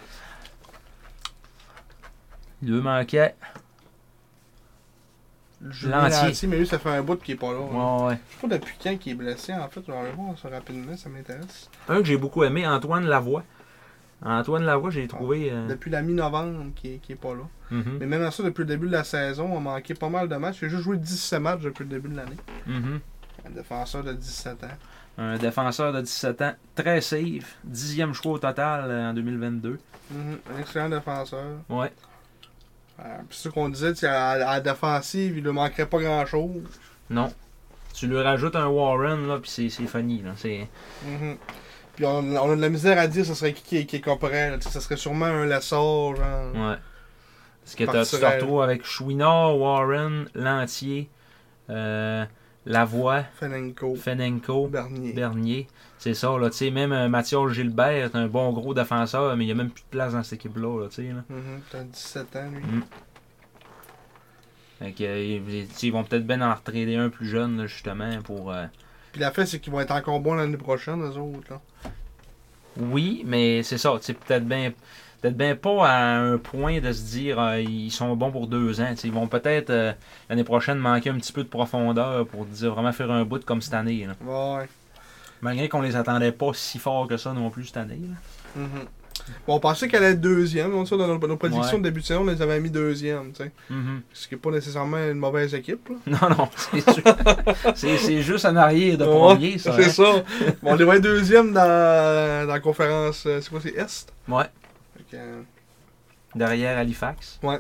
Il lui manquait. Lantier, mais lui, ça fait un bout qu'il est pas là. Ouais. Je sais pas depuis quand il est blessé, en fait. On va aller voir ça rapidement, ça m'intéresse. Un que j'ai beaucoup aimé, Antoine Lavoie. Antoine Lavoie, j'ai trouvé... Depuis la mi-novembre qu'il est pas là. Mm-hmm. Mais même à ça, depuis le début de la saison, on a manqué pas mal de matchs. Il a juste joué 17 matchs depuis le début de l'année. Mm-hmm. Un défenseur de 17 ans. Un défenseur de 17 ans, très safe. 10e choix au total en 2022. Un excellent défenseur. Ouais. C'est ça qu'on disait, à la défensive, il ne manquerait pas grand-chose. Non. Tu lui rajoutes un Warren, là, puis c'est funny. Là. Puis on a de la misère à dire ce serait qui est corporel. Ça serait sûrement un Lassard, genre. Ouais. Parce que tu te retrouves avec Chouinard, Warren, Lantier, Lavoie, Fenenko, Bernier. C'est ça, là, tu sais, même Mathias Gilbert est un bon gros défenseur, mais il n'y a même plus de place dans cette équipe-là, tu sais. T'as 17 ans, lui. Fait que, ils vont peut-être bien en retrader un plus jeune, là, justement, pour... Puis la fait, c'est qu'ils vont être encore bons l'année prochaine, eux autres, là. Oui, mais c'est ça, tu sais, peut-être bien pas à un point de se dire ils sont bons pour 2 ans. T'sais, ils vont peut-être l'année prochaine manquer un petit peu de profondeur pour dire vraiment faire un bout comme cette année. Là. Ouais. Malgré qu'on les attendait pas si fort que ça non plus cette année. Là. Bon, on pensait qu'elle allait être deuxième. Dans nos prédictions de début de saison, on les avait mis deuxième. Ce qui n'est pas nécessairement une mauvaise équipe. Là. Non, c'est sûr. c'est juste en arrière de premier, ça. C'est ça. Bon, on les voit deuxième dans la conférence. C'est quoi, c'est Est? Ouais. Fait que, derrière Halifax. Ouais.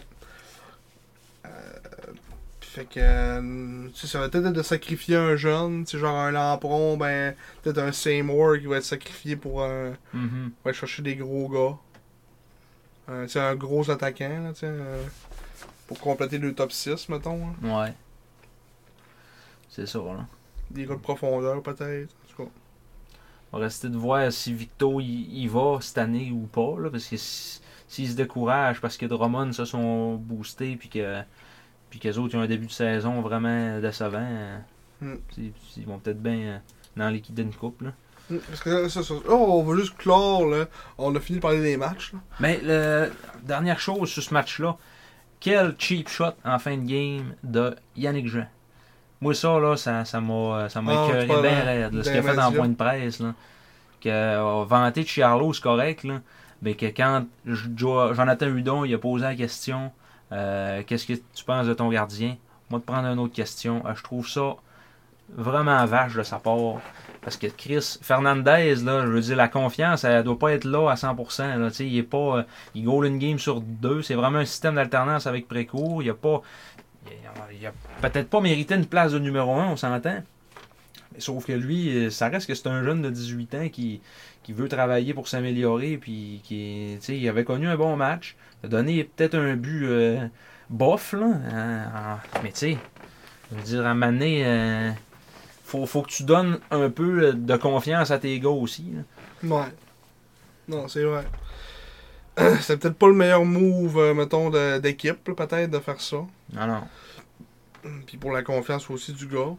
Fait que ça va peut-être être de sacrifier un jeune, genre un Lampron, ben peut-être un Seymour qui va être sacrifié pour un. Va chercher des gros gars. Un gros attaquant, là, pour compléter le top 6, mettons. Hein. Ouais. C'est ça, là. Des gars de profondeur, peut-être. En tout cas. On va rester de voir si Victo il va cette année ou pas, là, parce que s'il se décourage parce que Drummond se sont boostés puis qu'eux autres ils ont un début de saison vraiment décevant, ils vont peut-être bien dans l'équipe d'une coupe. Là. Parce que ça, on va juste clore, là. On a fini de parler des matchs. Là. Mais dernière chose sur ce match-là, quel cheap shot en fin de game de Yannick Jean. Moi, ça, là, ça m'a écœuré bien raide. Là, ce qu'il a fait dans le point de presse. Là, que vanté de Chiarlo, c'est correct. Là, mais que quand Jonathan Hudon il a posé la question qu'est-ce que tu penses de ton gardien? Moi, de prendre une autre question. Je trouve ça vraiment vache de sa part. Parce que Chris Fernandez, là, je veux dire, la confiance, elle doit pas être là à 100%. Là, il est pas. Il goal une game sur 2. C'est vraiment un système d'alternance avec Précourt. Il a pas. Il a peut-être pas mérité une place de numéro 1, on s'entend. Mais sauf que lui, ça reste que c'est un jeune de 18 ans qui veut travailler pour s'améliorer. Puis il avait connu un bon match. Il a donné peut-être un but bof, là. Mais tu sais, je veux dire, à un moment donné, faut que tu donnes un peu de confiance à tes gars aussi. Là. Ouais. Non, c'est vrai. C'est peut-être pas le meilleur move, mettons, d'équipe, là, peut-être, de faire ça. Non. Puis pour la confiance aussi du gars.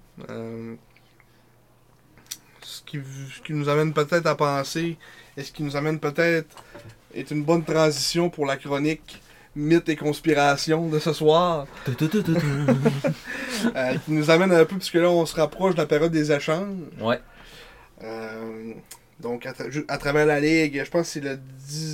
Ce qui nous amène peut-être à penser, et ce qui nous amène peut-être est une bonne transition pour la chronique mythe et conspiration de ce soir. Qui nous amène un peu, puisque là on se rapproche de la période des échanges. Ouais. Donc à travers la ligue, je pense que c'est le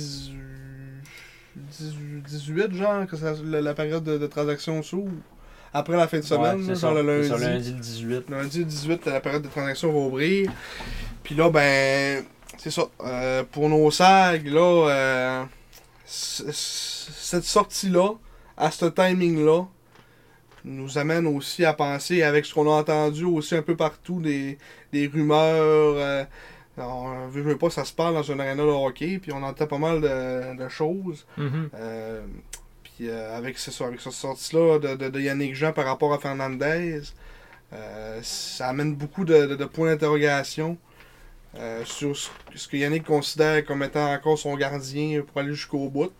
18 genre que la période de transaction s'ouvre. Après la fin de semaine, ouais, genre le lundi. C'est lundi le 18. Lundi le 18, la période de transaction va ouvrir. Puis là, ben, c'est ça. Pour nos SAG, là, cette sortie-là, à ce timing-là, nous amène aussi à penser, avec ce qu'on a entendu aussi un peu partout, des rumeurs, On veut pas, ça se parle dans une arena de hockey, puis on entend pas mal de choses. Puis avec cette sortie-là de Yannick Jean par rapport à Fernandez, ça amène beaucoup de points d'interrogation sur ce que Yannick considère comme étant encore son gardien pour aller jusqu'au bout.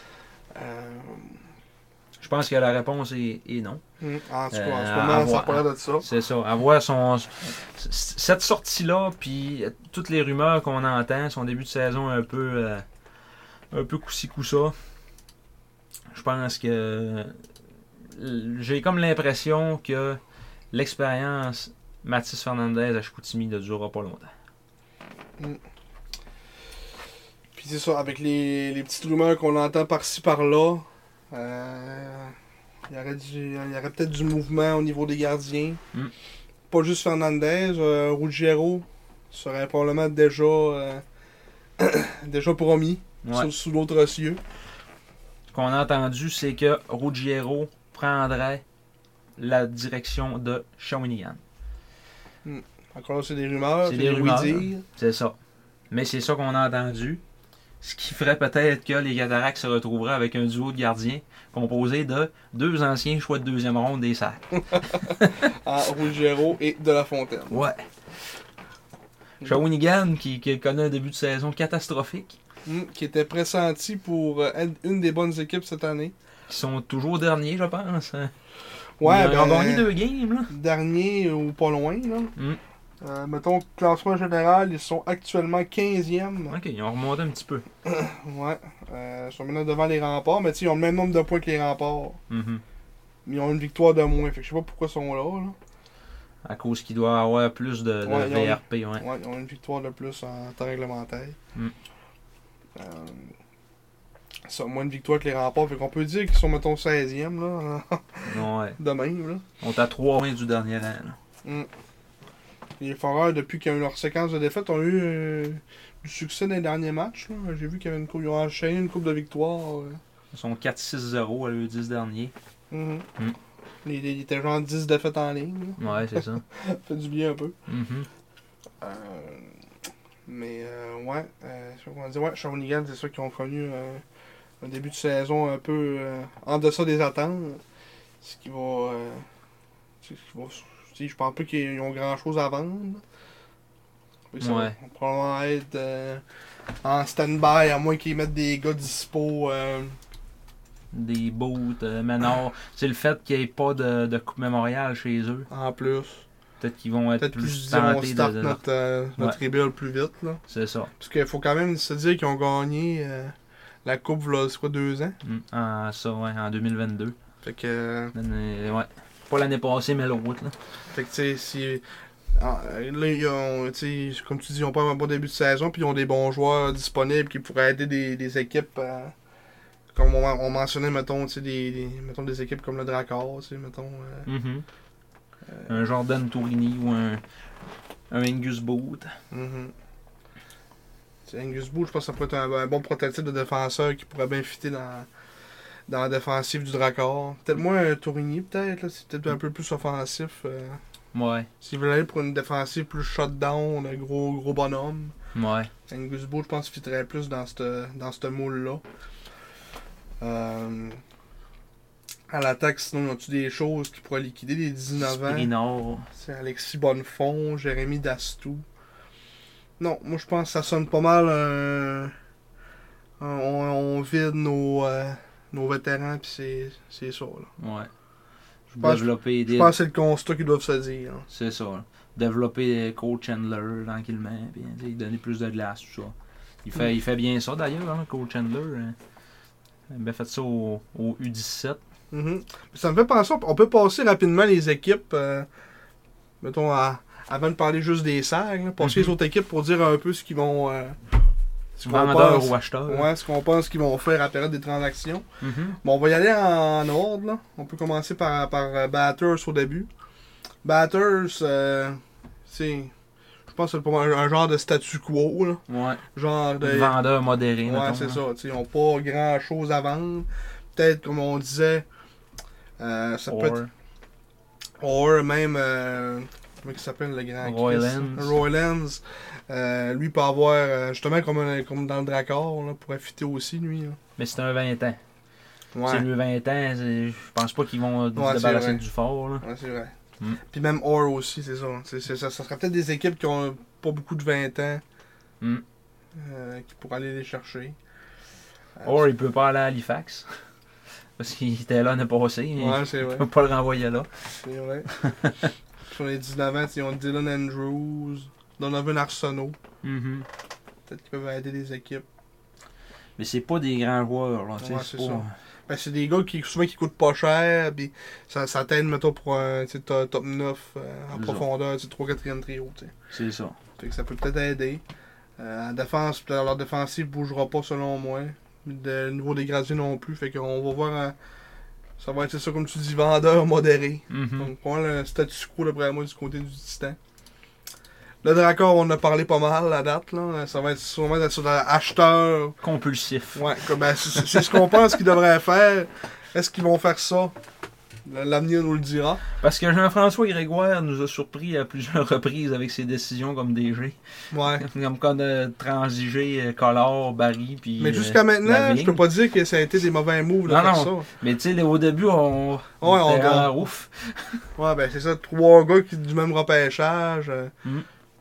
Je pense que la réponse est non. En tout cas, en ce moment, ça parle de ça. C'est ça. Avoir cette sortie-là, puis toutes les rumeurs qu'on entend, son début de saison un peu coup-ci coup-ça, je pense que j'ai comme l'impression que l'expérience Mathis Fernandez à Chicoutimi ne durera pas longtemps. Puis c'est ça, avec les petites rumeurs qu'on entend par-ci par-là, il y aurait peut-être du mouvement au niveau des gardiens. Pas juste Fernandez, Ruggiero serait probablement déjà promis sous d'autres cieux. Ce qu'on a entendu, c'est que Ruggiero prendrait la direction de Shawinigan. Encore là, c'est des rumeurs. C'est des rumeurs. C'est ça. Mais c'est ça qu'on a entendu. Ce qui ferait peut-être que les Cataractes se retrouveraient avec un duo de gardiens composé de 2 anciens choix de deuxième ronde des Sacs. Ruggiero et De La Fontaine. Ouais. Shawinigan qui connaît un début de saison catastrophique. Qui était pressenti pour être une des bonnes équipes cette année. Qui sont toujours derniers, je pense. Ouais, ils ont gagné 2 games. Là. Dernier ou pas loin. Là. Mettons, classement général, ils sont actuellement 15e. Ok, ils ont remonté un petit peu. Ouais. Ils sont maintenant devant les Remparts, mais ils ont le même nombre de points que les Remparts. Mais ils ont une victoire de moins. Fait que je sais pas pourquoi ils sont là. À cause qu'il doit avoir plus de VRP. Ouais, ils ont une victoire de plus en temps réglementaire. Ça, moins de victoires que les Remparts. Fait qu'on peut dire qu'ils sont, mettons, 16e. Là, ouais. De même. Là. On est à 3 points du dernier an. Les Foreurs, depuis qu'ils ont eu leur séquence de défaites, ont eu du succès dans les derniers matchs. Là. J'ai vu qu'ils ont enchaîné une coupe de victoires. Ils sont 4-6-0 à le 10 dernier. Il était genre 10 défaites en ligne. Là. Ouais, c'est ça. Ça fait du bien un peu. Mais ouais, Shawinigan, c'est ça qu'ils ont connu un début de saison un peu en deçà des attentes. Ce qui va... je pense pas qu'ils ont grand chose à vendre. Ça va probablement être en stand-by, à moins qu'ils mettent des gars dispo. Des boots, Ménard. C'est le fait qu'il n'y ait pas de Coupe Mémoriale chez eux. En plus. Peut-être qu'ils vont être plus tentés de notre rebuild plus vite. Là. C'est ça. Parce qu'il faut quand même se dire qu'ils ont gagné la Coupe, là, c'est quoi, 2 ans? En 2022. Fait que... ouais. Pas l'année passée, mais l'autre. Là. Fait que, tu sais, si... là, ils ont, comme tu dis, ils ont pas un bon début de saison, puis ils ont des bons joueurs disponibles qui pourraient aider des équipes, comme on mentionnait, mettons, mettons des équipes comme le Drakkar, mettons... un Jordan Tourini ou un Angus Booth. Angus Booth, je pense que ça pourrait être un bon prototype de défenseur qui pourrait bien fitter dans la défensive du Drakkar. Peut-être moins un Tourini, peut-être. Là, c'est peut-être un peu plus offensif. Ouais. S'ils veulent aller pour une défensive plus shutdown, un gros bonhomme. Ouais. Angus Booth, je pense, fitterait plus dans ce moule-là. À l'attaque, sinon, ont-tu des choses qui pourraient liquider des 19 ans? C'est Alexis Bonnefond, Jérémy Dastou. Non, moi je pense que ça sonne pas mal. On vide nos vétérans, puis c'est ça. Là. Ouais. Je pense que c'est le constat qu'ils doivent se dire. Hein. C'est ça. Là. Développer Coach Chandler tranquillement, puis donner plus de glace, tout ça. Il fait bien ça d'ailleurs, hein, Coach Chandler. Il a bien fait ça au U17. Ça me fait penser, on peut passer rapidement les équipes, mettons, avant de parler juste des Sags, passer les autres équipes pour dire un peu ce qu'ils vont... vendeurs ou acheteurs. Ouais, ce qu'on pense qu'ils vont faire à la période des transactions. Bon, on va y aller en ordre. Là. On peut commencer par Batters au début. Batters, c'est... Je pense que c'est un genre de statu quo. Là. Ouais. Genre de... Vendeur modéré. Ouais, c'est ça. Ils n'ont pas grand chose à vendre. Peut-être, comme on disait... ça peut être... Or même comment il s'appelle le grand Roy Chris? Lenz. Roy Lenz. Lui peut avoir, justement, comme dans le Dracor, là, pourrait fitter aussi, lui. Là. Mais c'est un 20 ans. Ouais. C'est le 20 ans, je pense pas qu'ils vont se Ouais, débarrasser c'est vrai. du fort. Là. Ouais, c'est vrai. Mm. Puis même Orr aussi, c'est ça. Ça serait peut-être des équipes qui ont pas beaucoup de 20 ans Mm. qui pourraient aller les chercher. Or, il peut pas aller à Halifax. Parce qu'il était là l'année passée. Ouais, c'est Il vrai. peut pas le renvoyer là. C'est vrai. Sur les 19 ans, ils ont Dylan Andrews, Donovan Arsenault. Mhm. Peut-être qu'ils peuvent aider les équipes. Mais c'est pas des grands joueurs. Là, tu sais, Ouais, c'est c'est pas... ça. Ben, c'est des gars qui souvent qui coûtent pas cher, puis ça t'aide, mettons, pour un top 9 en C'est profondeur, 3-4e trio. T'sais. C'est ça. Fait que ça peut peut-être aider. En défense, peut-être leur défensive bougera pas selon moi. Le niveau des gardiens non plus. Fait qu'on va voir. Ça va être c'est ça, comme tu dis, vendeur modéré. Mhm. Donc, pour le statu quo, d'après moi, du côté du Titan. Le Dracor, on en a parlé pas mal, la date. Là. Ça va être sûrement d'être sur acheteur. Compulsif. Ouais, ben, c'est ce qu'on pense qu'ils devraient faire. Est-ce qu'ils vont faire ça? L'avenir nous le dira. Parce que Jean-François Grégoire nous a surpris à plusieurs reprises avec ses décisions comme DG. Ouais. Comme quand de transiger Collard, Barry, puis. Mais jusqu'à maintenant, Lavigne. je peux pas dire que ça a été des mauvais moves de Non, faire non. Mais tu sais, au début, on on était gagne. ouf. ça. Ouais, ben c'est ça, 3 gars qui du même repêchage. Mm.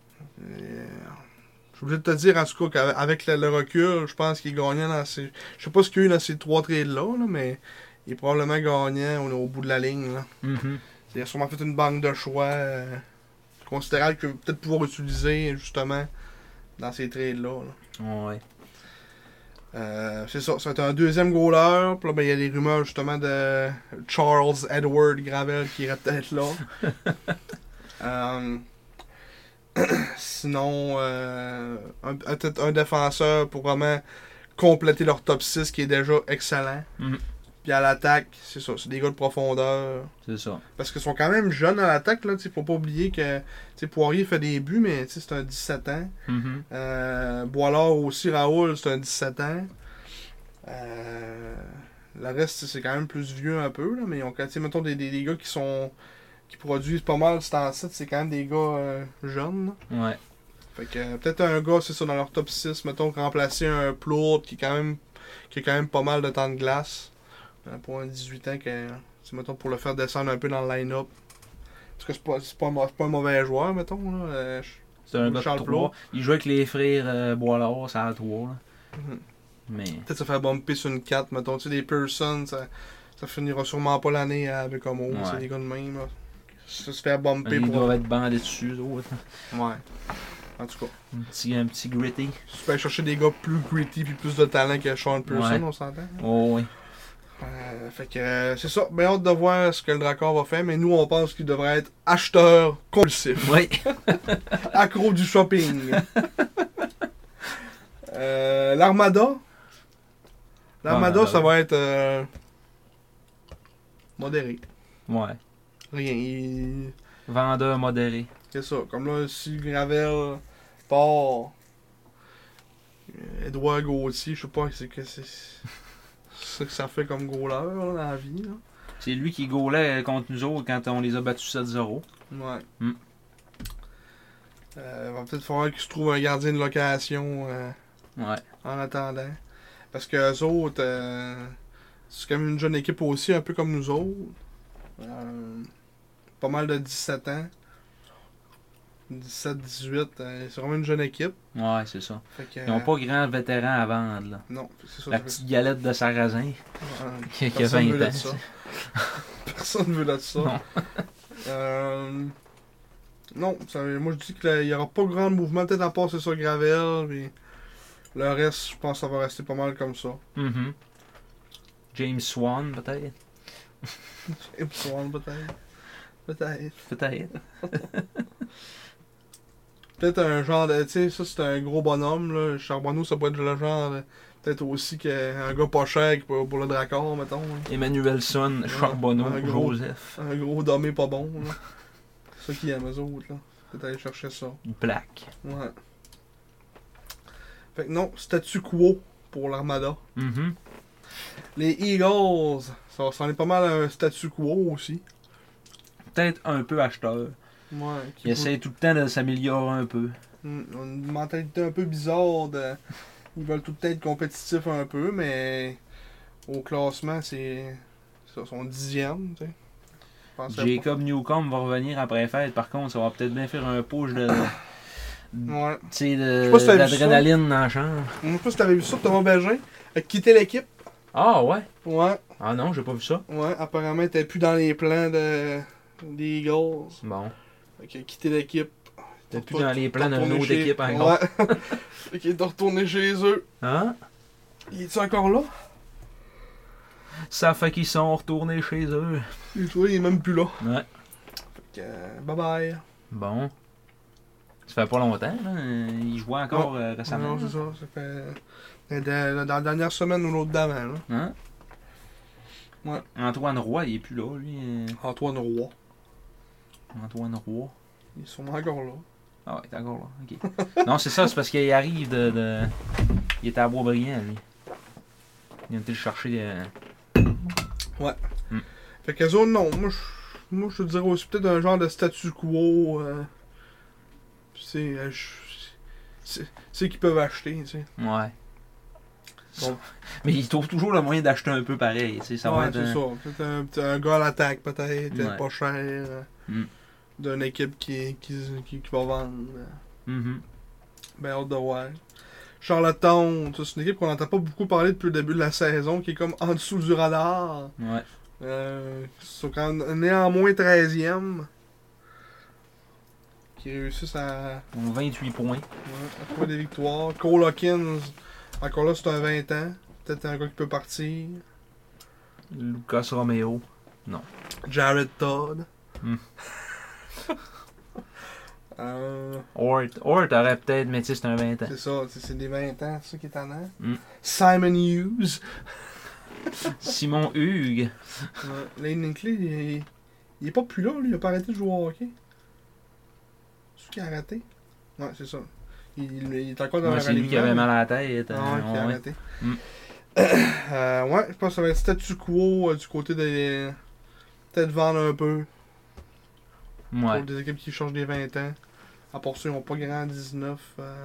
Je suis obligé de te dire, en tout cas, qu'avec le recul, je pense qu'il gagnait dans ces. Je sais pas ce qu'il y a eu dans ces 3 trades-là, là, mais il est probablement gagnant au bout de la ligne. Là. Mhm. Il a sûrement fait une banque de choix considérable qu'il va peut-être pouvoir utiliser justement dans ces trades-là. Là. Ouais. C'est ça, ça va être un deuxième goaler. Puis là, ben, il y a des rumeurs justement de Charles Edward Gravel qui irait peut-être là. Sinon, peut-être un défenseur pour vraiment compléter leur top 6 qui est déjà excellent. Mhm. Puis à l'attaque, c'est ça, c'est des gars de profondeur. C'est ça. Parce qu'ils sont quand même jeunes à l'attaque, là. Faut pas oublier que Poirier fait des buts, mais c'est un 17 ans. Mhm. Boilard aussi, Raoul, c'est un 17 ans. Le reste, c'est quand même plus vieux un peu, là, mais ils ont quand mettons des gars qui produisent pas mal ce temps-ci, c'est quand même des gars jeunes. Là. Ouais. Fait que peut-être un gars, c'est ça, dans leur top 6, mettons, remplacer un Plourde qui a quand même pas mal de temps de glace. Pour un 18 ans, mettons, pour le faire descendre un peu dans le line-up. Parce que c'est pas un mauvais joueur, mettons. Là. C'est un gars Charles de 3. Plourde. Il joue avec les frères Boilard, ça a 3. Là. Mhm. Mais. Peut-être se faire bumper sur une 4, mettons. Tu sais, des Pearson, ça finira sûrement pas l'année avec Homo. Ouais. C'est des gars de même. Là. Ça se faire bumper Ils pour. doivent être bandés dessus, eux autres. Ouais. En tout cas, Un petit gritty. tu peux aller chercher des gars plus gritty puis plus de talent que Sean Pearson, Ouais. on s'entend. Oh oui. Fait que c'est ça. Bien hâte de voir ce que le Dracor va faire, mais nous on pense qu'il devrait être acheteur compulsif. Oui. Accro du shopping. L'Armada. L'Armada, Armada, ça va être modéré. Ouais. Rien. Vendeur modéré. C'est ça. Comme là, si Gravel part, Edouard Gauthier, je sais pas c'est ça que ça fait comme goaler là, dans la vie. Là. C'est lui qui gaulait contre nous autres quand on les a battus 7-0. Ouais. Mm. Va peut-être falloir qu'il se trouve un gardien de location Ouais. en attendant. Parce que eux autres, c'est quand même une jeune équipe aussi, un peu comme nous autres. Pas mal de 17 ans. 17-18, c'est vraiment une jeune équipe. Ouais, c'est ça. Fait que, Ils n'ont pas grand vétéran à vendre, là. Non, c'est ça. La petite galette de sarrasin qui a Personne 20 veut de ans. ça. Personne veut de ça. Non. Non, moi je dis qu'il n'y aura pas grand mouvement, peut-être à part c'est sur Gravel, mais le reste, je pense que ça va rester pas mal comme ça. Mhm. James Swan, peut-être. Et Swan, peut-être. Peut-être. Peut-être. Peut-être un genre de. Tu sais, ça c'est un gros bonhomme, là. Charbonneau, ça peut être le genre. Peut-être aussi qu'un gars pas cher pour le Dracor, mettons. Là. Emmanuelson, Charbonneau, un gros- Joseph. Un gros dommé pas bon, là. C'est ça qui aime eux autres, là. Peut-être aller chercher ça. Une plaque. Ouais. Fait que non, statu quo pour l'Armada. Mhm. Les Eagles, ça en est pas mal un statu quo aussi. Peut-être un peu acheteur. Ouais, Il essaie tout le temps de s'améliorer un peu. Une mentalité un peu bizarre. Ils veulent tout le temps être compétitifs un peu, mais au classement, c'est son 10e. Tu sais. Jacob Newcomb va revenir après fête. Par contre, ça va peut-être bien faire un push de. Ouais. Tu sais, d'adrénaline dans la chambre. Je sais pas si t'avais vu ça, Thomas Bergin a quitté l'équipe. Ah ouais? Ouais. Ah non, j'ai pas vu ça. Ouais, apparemment, il était plus dans les plans des Eagles. Bon. Fait qu'il a quitté l'équipe. T'es plus dans les plans d'une autre équipe encore. Ouais. Fait qu'il est retourné chez eux. Hein? Il est encore là? Ça fait qu'ils sont retournés chez eux. Et toi, il est même plus là. Ouais. Fait que, bye bye. Bon. Ça fait pas longtemps, là. Il jouait encore récemment. Non, c'est ça. Ça fait. Dans la dernière semaine ou l'autre d'avant, là. Hein? Ouais. Antoine Roy, il est plus là, lui. Antoine Roy. Antoine Roy. Ils sont encore là. Ah ouais, il est encore là. Ok. Non, c'est ça, c'est parce qu'il arrive de. Il était à Boisbriand, lui. Il a été le chercher. Ouais. Fait qu'eux autres, non. Moi, je te dirais aussi peut-être un genre de statu quo. C'est qu'ils peuvent acheter, tu sais. Ouais. Bon. Mais ils trouvent toujours le moyen d'acheter un peu pareil. Tu sais, ça va Ouais, être c'est ça. Peut-être un gars à l'attaque, peut-être. Ouais. Pas cher. D'une équipe qui va vendre. Mm-hmm. Ben, hâte de voir. Charlottetown, c'est une équipe qu'on n'entend pas beaucoup parler depuis le début de la saison, qui est comme en dessous du radar. Ouais. Ils sont quand même néanmoins 13e. Qui réussissent à 28 points. à trouver des victoires. Cole Hawkins, encore là, c'est un 20 ans. Peut-être un gars qui peut partir. Lucas Romeo. Non. Jared Todd. Ort aurait peut-être, mais tu sais, c'est un 20 ans. C'est ça, c'est des 20 ans, c'est ça qui est tannant. Simon Hughes. Simon Hugues. Lane Hinkley, il est pas plus là, lui, il a pas arrêté de jouer au hockey. C'est qui a arrêté? Ouais, c'est ça. Il est encore dans Ouais, le c'est lui qui avait mal à la tête. qui a arrêté. Ouais. Ouais, je pense que ça va être statu quo du côté des. Peut-être vendre un peu. Ouais. Pour des équipes qui changent des 20 ans. À part ça, ils n'ont pas grand 19.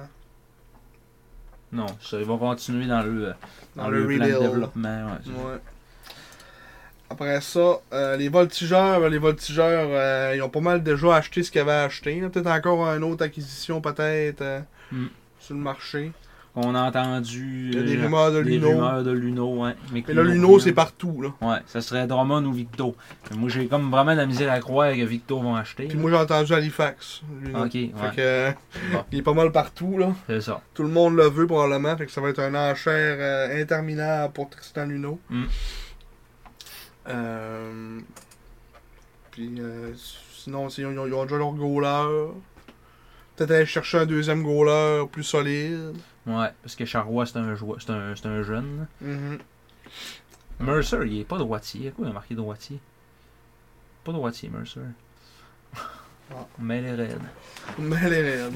Non, ça, ils vont continuer dans le Dans le le plan de rebuild. développement. Ouais, c'est ça. Ouais. Après ça, les voltigeurs, ils ont pas mal déjà acheté ce qu'ils avaient acheté. Peut-être encore une autre acquisition, peut-être, sur le marché. On a entendu Il y a des rumeurs de Luno. Des rumeurs de Luno, ouais. Mais là, Luno, c'est partout, là. Ouais, ça serait Drummond ou Victo. Mais moi, j'ai comme vraiment de la misère à croire que Victo vont acheter. Puis moi, j'ai entendu Halifax, Luno. Ok, ouais. Fait que, Bon. il est pas mal partout, là. C'est ça. Tout le monde le veut, probablement. Fait que ça va être un enchère interminable pour Tristan Luno. Puis, sinon, ils ont déjà leur goaler. Peut-être aller chercher un deuxième goaler plus solide. Ouais, parce que Charrois, c'est un jeune. Mm-hmm. Mercer, il est pas droitier. Quoi, il a marqué droitier? Pas droitier, Mercer. Mais les raids. Mais les raids.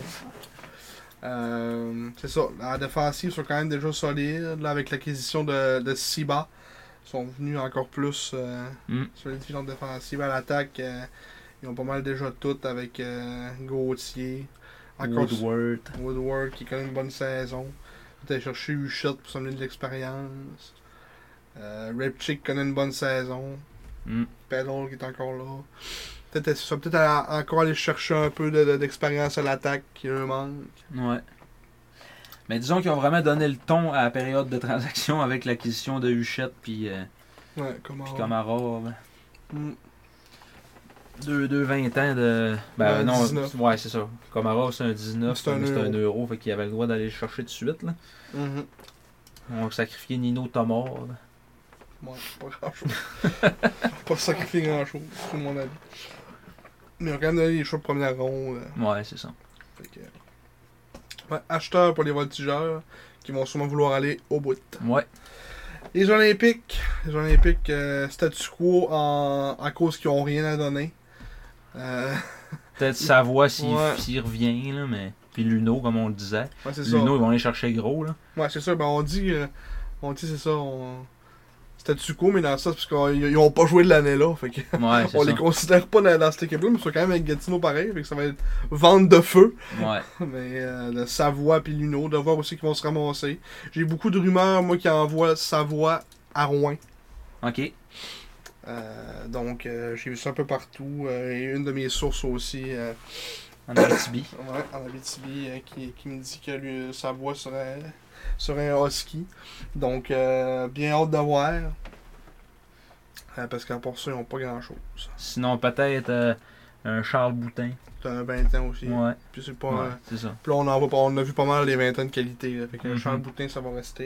C'est ça. La défensive sont quand même déjà solides. Là, avec l'acquisition de Siba. Ils sont venus encore plus sur les divisions défensives. À l'attaque, ils ont pas mal déjà toutes avec Gauthier. Woodward qui connaît une bonne saison. Peut-être chercher Huchette pour s'amener de l'expérience. Repchick connaît une bonne saison. Pedal qui est encore là. Peut-être encore aller chercher un peu d'expérience à l'attaque qui leur manque. Ouais. Mais disons qu'ils ont vraiment donné le ton à la période de transaction avec l'acquisition de Huchette puis Komarov. 2 20 ans de. Ben non, 19. Ouais, c'est ça. Komarov, c'est un 19, C'est un euro. Fait qu'il avait le droit d'aller le chercher tout de suite. Là. On va sacrifier Nino Tomor. Là. Ouais, pas grand-chose. Pas sacrifier grand-chose, c'est mon avis. Mais on a quand même donné les choix de première ronde. Ouais, c'est ça. Fait que, ouais, acheteurs pour les voltigeurs qui vont sûrement vouloir aller au bout. Ouais. Les Olympiques, statu quo à cause qu'ils n'ont rien à donner. Peut-être Savoie s'il revient, là, mais. Puis Luno, comme on le disait. Ouais, c'est Luno, ça. ils vont aller chercher gros, là. Ouais, c'est ça. Ben, on dit c'est ça. statu quo, mais dans ça, parce qu'ils n'ont pas joué de l'année là. Fait que Ouais, c'est on ça. les considère pas dans cette équipe-là, mais ils sont quand même avec Gatineau pareil. Fait que ça va être vente de feu. Ouais. Mais de Savoie puis Luno, de voir aussi qu'ils vont se ramasser. J'ai beaucoup de rumeurs, moi, qui envoient Savoie à Rouen. OK. Donc, j'ai vu ça un peu partout. Et une de mes sources aussi, En Abitibi. ouais, en Abitibi, qui me dit que lui, Savoie serait un husky. Donc, bien hâte de voir. Parce qu'en pour ça, ils n'ont pas grand-chose. Sinon, peut-être un Charles Boutin. T'as un 20 ans aussi. Ouais. Puis c'est pas... Ouais, c'est ça. Puis là, on a vu pas mal les 20 ans de qualité. Là. Fait que Mhm. Charles Boutin, ça va rester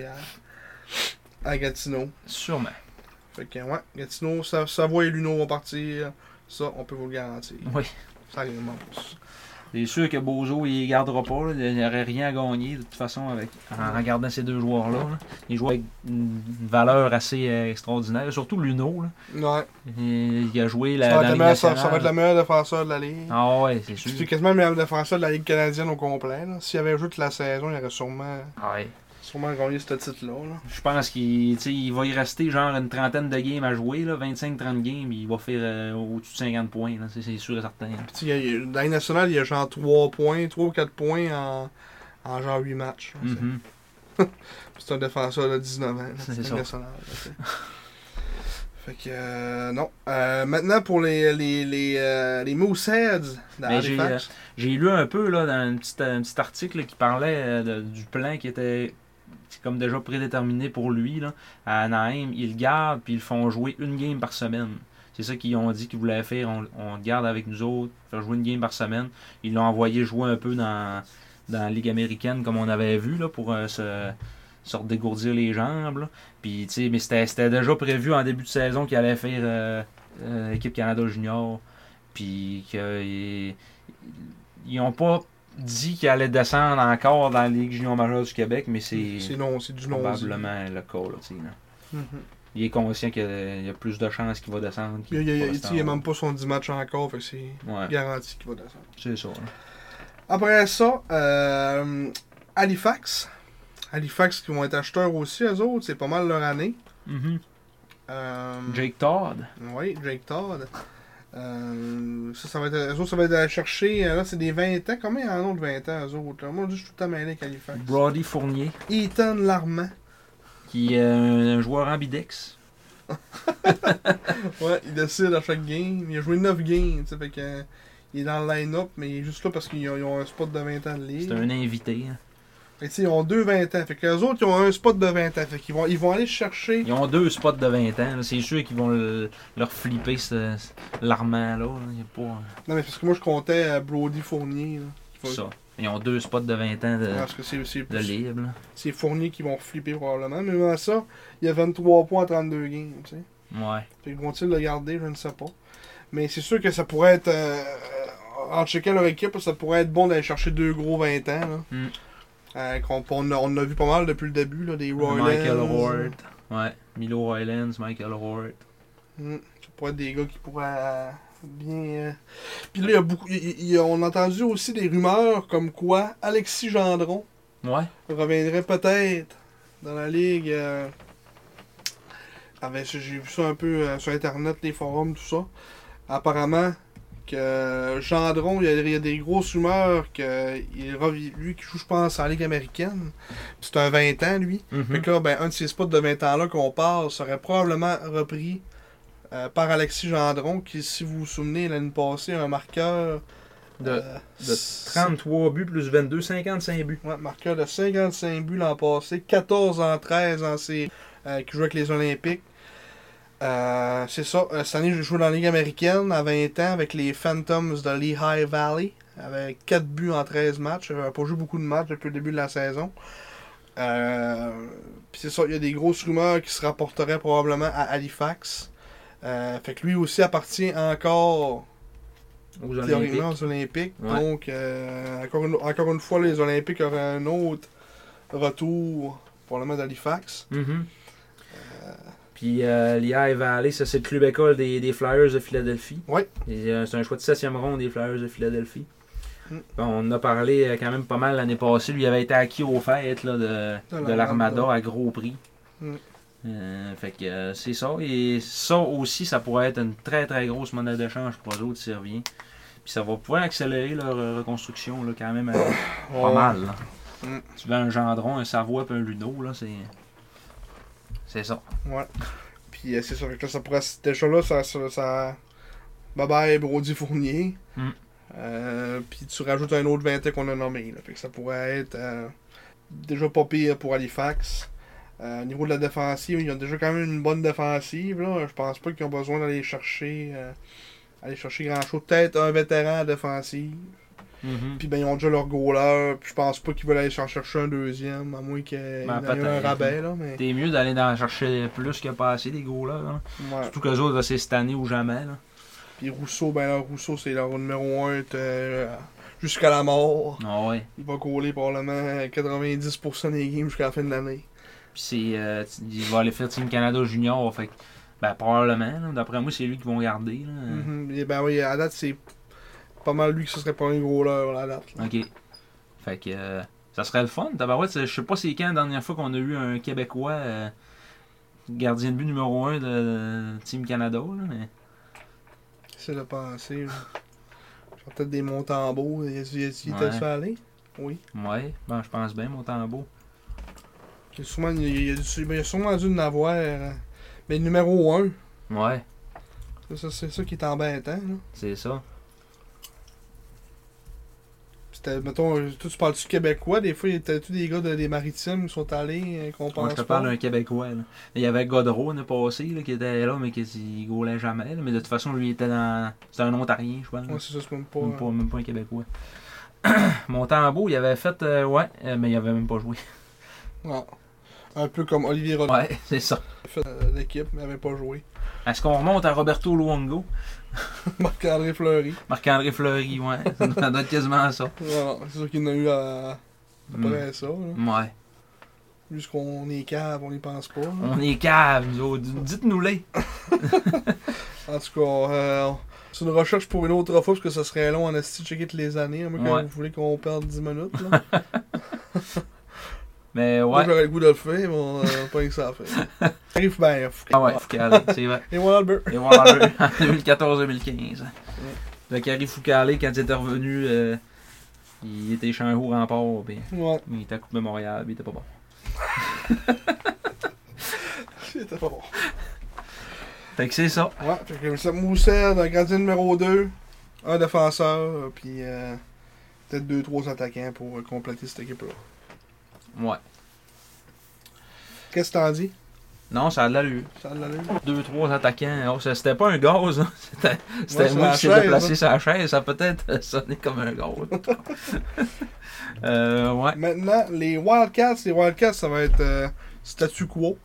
à Gatineau. Sûrement. Fait que, ouais, Gatineau, Savoie et Luno vont partir. Ça, on peut vous le garantir. Oui. Ça immense. C'est sûr que Bozo, il ne gardera pas. Là. Il n'y aurait rien à gagner de toute façon en regardant ces deux joueurs-là. Là. Ils jouent avec une valeur assez extraordinaire. Surtout Luno. Là. Ouais. Il a joué Ça la va être Ligue ça nationale. va être le meilleur défenseur de la Ligue. Ah ouais, c'est sûr. C'est quasiment le meilleur défenseur de la Ligue canadienne au complet. là. S'il avait joué toute la saison, il aurait sûrement gagné ce titre-là. Là. Je pense qu'il va y rester genre une trentaine de games à jouer, là, 25-30 games, il va faire au-dessus de 50 points, là, c'est sûr et certain. Là. Puis, dans la Ligue nationale, il y a genre 3 ou 4 points en genre 8 matchs. là, Mhm. C'est un défenseur de 19 ans. là, C'est Ligue ça. nationale. Là, t'sais. Fait que, non. Maintenant, pour les Mooseheads Mais d'Halifax. j'ai lu un peu là, dans un petit article là, qui parlait du plan qui était comme déjà prédéterminé pour lui. Là. À Anaheim, ils le gardent puis ils le font jouer une game par semaine. C'est ça qu'ils ont dit qu'ils voulaient faire. On le garde avec nous autres, faire jouer une game par semaine. Ils l'ont envoyé jouer un peu dans la Ligue américaine comme on avait vu là, pour se redégourdir les jambes. Là. Puis, mais c'était déjà prévu en début de saison qu'il allait faire équipe Canada Junior. Puis qu'ils n'ont pas dit qu'il allait descendre encore dans la Ligue junior majeure du Québec, mais c'est C'est du non probablement le cas. Là, là. Mhm. Il est conscient qu'il y a plus de chances qu'il va descendre. Il n'y a même pas son 10 matchs encore, fait que c'est Ouais, garanti qu'il va descendre. c'est ça. Là. Après ça, Halifax. Halifax qui vont être acheteurs aussi, eux autres. C'est pas mal leur année. Mhm. Euh, Jake Todd. Oui, Jake Todd. Ça va être, eux autres, ça va être à chercher. Là, c'est des 20 ans. Combien en ont de 20 ans, eux autres? Là? Moi, je suis tout le temps mêlé avec Halifax. Brody Fournier, Ethan Larmand. qui est un joueur ambidex. Ouais, il décide à chaque game. Il a joué 9 games. Tu sais, fait que, il est dans le line-up, mais il est juste là parce qu'ils ont un spot de 20 ans de ligue. C'est un invité. Hein. Fait que, tu sais, ils ont 20 ans. Fait que les autres, ils ont un spot de 20 ans. Fait qu'ils ils vont aller chercher. Ils ont 2 spots de 20 ans. là. C'est sûr qu'ils vont leur flipper l'armand là. Il y a pas Non, mais parce que moi, je comptais Brody Fournier. Là, qui va- ça. Ils ont 2 spots de 20 ans Parce que de libre. Là. c'est Fournier qui vont flipper probablement. Mais même à ça, il y a 23 points en 32 games. Tu sais. Ouais. Fait que vont-ils le garder, je ne sais pas. Mais c'est sûr que ça pourrait être. En checkant leur équipe, ça pourrait être bon d'aller chercher 2 gros 20 ans. Là. Mm. On a vu pas mal depuis le début, là, des Royals. Michael Hort. Ouais. Milo Roylands, Michael Hort. Ça pourrait être des gars qui pourraient bien. Puis là, il y a beaucoup. On a entendu aussi des rumeurs comme quoi Alexis Gendron Ouais. reviendrait peut-être dans la ligue. J'ai vu ça un peu sur internet, les forums, tout ça. Apparemment que Gendron, il y a des grosses rumeurs que lui qui joue, je pense, en Ligue américaine. C'est un 20 ans, lui. Fait que là, ben, un de ces spots de 20 ans-là qu'on parle serait probablement repris par Alexis Gendron, qui, si vous vous souvenez, l'année passée, un marqueur De 33 buts plus 22, 55 buts. Ouais, marqueur de 55 buts l'an passé, 14 en 13 en série, qui joue avec les Olympiques. C'est ça, cette année, je joue dans la Ligue américaine à 20 ans avec les Phantoms de Lehigh Valley, avec 4 buts en 13 matchs. J'avais pas joué beaucoup de matchs depuis le début de la saison. Puis c'est ça, il y a des grosses rumeurs qui se rapporteraient probablement à Halifax. Fait que lui aussi appartient encore Aux théoriquement Olympiques. aux Olympiques. Ouais. Donc, encore une fois, les Olympiques auraient un autre retour probablement d'Halifax. Mhm. Puis Lehigh Valley, ça c'est le club école des Flyers de Philadelphie. Oui. Et, c'est un choix de 7e ronde des Flyers de Philadelphie. Mm. Bon, on en a parlé quand même pas mal l'année passée. Lui avait été acquis aux fêtes là, de l'Armada à gros prix. Mm. Fait que c'est ça. Et ça aussi, ça pourrait être une très très grosse monnaie d'échange pour eux autres s'ils reviennent. Puis ça va pouvoir accélérer leur reconstruction là, quand même pas mal. Là. Tu veux un Gendron, un Savoie et un Luno, là, c'est ça. Ouais. Puis c'est ça. Fait que là, ça pourrait. Déjà là, ça... Bye bye Brody Fournier. Puis tu rajoutes un autre 20 qu'on a nommé. Là. Fait que ça pourrait être déjà pas pire pour Halifax. Au niveau de la défensive, ils ont déjà quand même une bonne défensive. Là. Je pense pas qu'ils ont besoin d'aller chercher grand chose. Peut-être un vétéran à défensive. Puis ben ils ont déjà leur goaler. Puis je pense pas qu'ils veulent aller s'en chercher un deuxième, à moins qu'il y ait un rabais. Là, mais... T'es mieux d'aller en chercher plus que pas assez des goalers. Là. Ouais. Surtout qu'eux autres, c'est cette année ou jamais. Là. Puis Rousseau, Rousseau c'est leur numéro 1 jusqu'à la mort. Ah ouais. Il va goaler probablement 90% des games jusqu'à la fin de l'année. Puis il va aller faire Team Canada Junior. Fait ben probablement. Là. D'après moi, c'est lui qu'ils vont garder. Là. Et ben oui, à date, c'est pas mal lui que ce serait pas un gros leurre à date. Là. Ok. Fait que ça serait le fun. Je sais pas c'est quand la dernière fois qu'on a eu un Québécois gardien de but numéro 1 de Team Canada. Là, mais... C'est de penser. J'ai peut-être des Montembeault. Il était fait aller? Oui. Ouais, ben je pense bien Montembeault. Il y a sûrement dû en avoir. Mais numéro 1. Ouais. C'est ça qui est embêtant. Là. C'est ça. C'était, mettons, tu parles du Québécois, des fois, il y a tous des gars des Maritimes qui sont allés, qu'on pense. Moi, je te parle d'un Québécois. Là. Il y avait Godreau, l'année passée, là, qui était là, mais qui ne gaulait jamais. Là. Mais de toute façon, lui, il était dans. C'était un Ontarien, je pense. Ouais, c'est ça, c'est même pas un Québécois. Montembeault, il avait fait. Mais il avait même pas joué. Ouais. Un peu comme Olivier Rodin. Ouais, c'est ça. Il a fait l'équipe, mais il n'avait pas joué. Est-ce qu'on remonte à Roberto Luongo? Marc-André Fleury. Marc-André Fleury, ouais. Ça doit être quasiment ça. Ouais, c'est sûr qu'il en a eu après ça. Là. Ouais. Puisqu'on est cave, on n'y pense pas. Là. On est cave, nous autres. Dites-nous-les. En tout cas, c'est une recherche pour une autre fois, parce que ça serait long en esti de checker toutes les années. À moins que vous voulez qu'on perde 10 minutes. Là. Mais ouais. Moi, j'aurais le goût de le faire, mais pas que ça a fait. Arrive bien, Ah ouais, Foucalé, c'est vrai. Et voilà le Et voilà le en 2014-2015. Le Carré Foucalé, quand il était revenu, il était chez un haut rempart, puis il était à Coupe Mémorial, puis il était pas bon. Il était pas bon. Fait que c'est ça. Ouais, fait que ça Moussel, un gardien numéro 2, un défenseur, puis peut-être 2-3 attaquants pour compléter cette équipe-là. Ouais. Qu'est-ce que t'en dis? Non, ça a de l'allure. Ça a de l'allure. 2-3 attaquants. Oh, c'était pas un gaz, hein. C'était moi qui s'est déplacé sur la chaise. Ça a peut-être sonné comme un gaz. Ouais. Maintenant, les Wildcats, ça va être statu quo.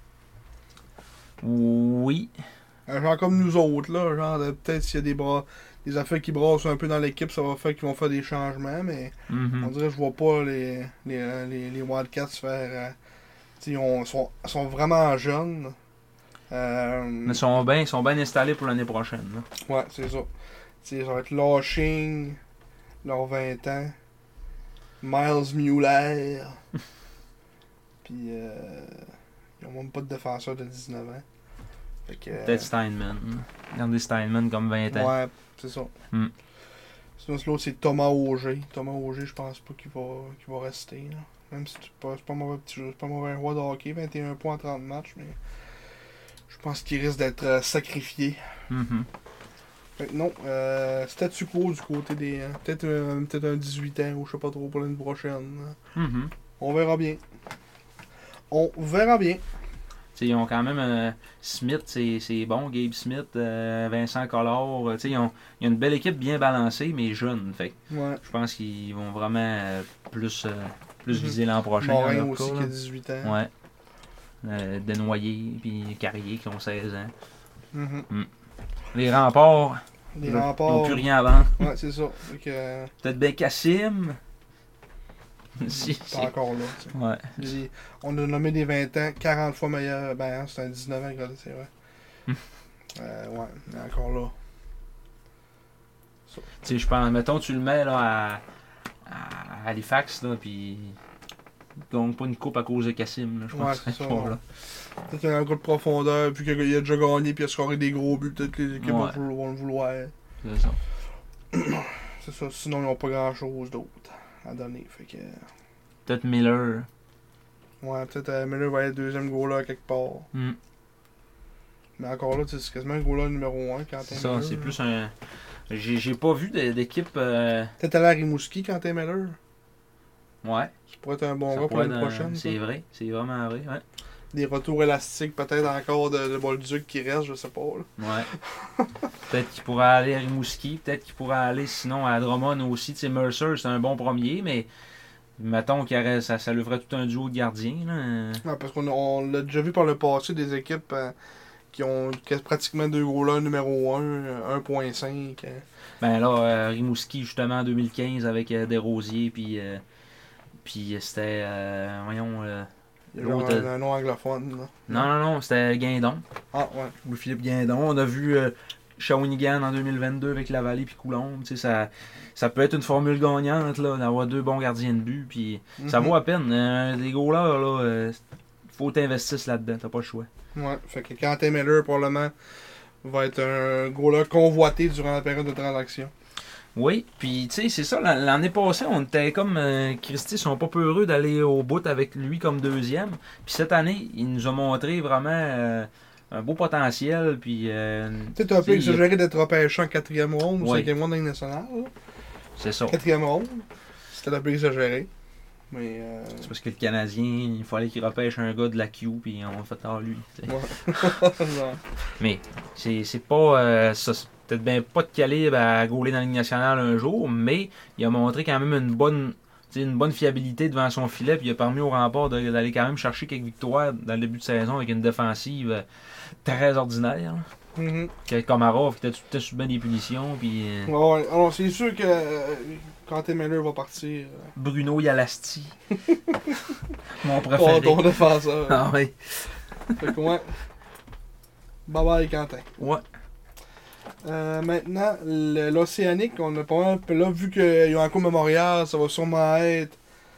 Oui. Genre comme nous autres, là. Genre, peut-être s'il y a des affaires qui brassent un peu dans l'équipe, ça va faire qu'ils vont faire des changements, mais on dirait que je vois pas les Wildcats faire... ils sont vraiment jeunes. Mais ils sont bien installés pour l'année prochaine. Là. Ouais, c'est ça. Ça va être Lashing, leur 20 ans. Miles Mueller. Puis, ils ont même pas de défenseur de 19 ans. Peut-être Steinman. Regardez Steinman comme 20 ans. Ouais, c'est ça. Sinon, l'autre, c'est Thomas Auger. Thomas Auger, je pense pas qu'il va rester. Là. Même si c'est pas mauvais roi de hockey, 21 points en 30 matchs, mais je pense qu'il risque d'être sacrifié. Fait que non, statu quo du côté des... peut-être un 18 ans ou je sais pas trop pour l'année prochaine. On verra bien. T'sais, ils ont quand même Smith, c'est bon, Gabe Smith, Vincent Collard. Ils ont une belle équipe bien balancée, mais jeune. Fait je pense qu'ils vont vraiment plus viser l'an prochain. Morin aussi qui a 18 ans. Ouais. Desnoyers, puis Carrier qui ont 16 ans. Les remparts, ils n'ont plus rien à vendre. Ouais, c'est ça. Peut-être Bécassim. C'est encore là. T'sais. Ouais. On a nommé des 20 ans, 40 fois meilleur. Ben, c'est un 19 ans, regardez, c'est vrai. Ouais, mais encore là. Tu sais, je pense, mettons, tu le mets là à Halifax, là, puis gagne pas une coupe à cause de Cassim, là, je pense. Ouais, c'est ça. Peut-être qu'il y a un gros de profondeur, puis qu'il a déjà gagné, puis il a scoré des gros buts. Peut-être que les équipes vont le vouloir. C'est ça. C'est ça. Sinon, ils n'ont pas grand-chose d'autre à donner. Fait que... Peut-être Miller. Ouais, peut-être Miller va être deuxième goaler quelque part. Mais encore là, c'est quasiment un goaler numéro 1 quand c'est ça, Miller. C'est plus un... J'ai pas vu d'équipe... Peut-être aller à Rimouski quand t'es Miller. Ouais. Qui pourrait être un bon gars pour l'année prochaine. C'est vrai, c'est vraiment vrai, ouais. Des retours élastiques, peut-être encore de Bolduc qui reste, je sais pas. Là. Ouais. Peut-être qu'il pourrait aller à Rimouski, peut-être qu'il pourrait aller sinon à Drummond aussi. Tu sais, Mercer, c'est un bon premier, mais mettons que ça lui ferait tout un duo de gardiens. Là. Ouais, parce qu'on l'a déjà vu par le passé, des équipes qui ont pratiquement deux goalers numéro 1, 1.5. Ben là, Rimouski, justement, en 2015, avec Desrosiers, puis c'était, Il y a un nom anglophone. Là. Non, c'était Guindon. Ah, ouais. Louis-Philippe Guindon. On a vu Shawinigan en Shawinigan avec Lavallée puis Coulombe. Ça peut être une formule gagnante là, d'avoir deux bons gardiens de but. Puis ça vaut à peine. Des goalers, là, faut t'investir là-dedans. T'as pas le choix. Ouais, fait que Quentin Miller, probablement, va être un goaler convoité durant la période de transaction. Oui, puis tu sais, c'est ça, l'année passée, on était comme Christy, sont pas peureux d'aller au bout avec lui comme deuxième. Puis cette année, il nous a montré vraiment un beau potentiel. Puis tu un peu exagéré d'être repêché en 4e ronde ou 5e ronde dans la Ligue nationale. Là. C'est ça. 4e ronde, c'était un peu exagéré. Mais c'est parce que le Canadien, il fallait qu'il repêche un gars de la Q, puis on a fait lui. Ouais. Mais c'est pas ça. Peut-être bien pas de calibre à gauler dans la Ligue nationale un jour, mais il a montré quand même une bonne fiabilité devant son filet, puis il a permis au rempart d'aller quand même chercher quelques victoires dans le début de saison avec une défensive très ordinaire. Komarov qui était sur bien des punitions. Puis, ouais, alors c'est sûr que Quentin Miller va partir. Bruno Yalasti. Mon préféré. Ton défenseur. Ah oui. Fait que ouais. Bye bye Quentin. Ouais. Maintenant, l'Océanique, on a pas mal. Là, vu qu'il y a un coup Memorial, ça va sûrement être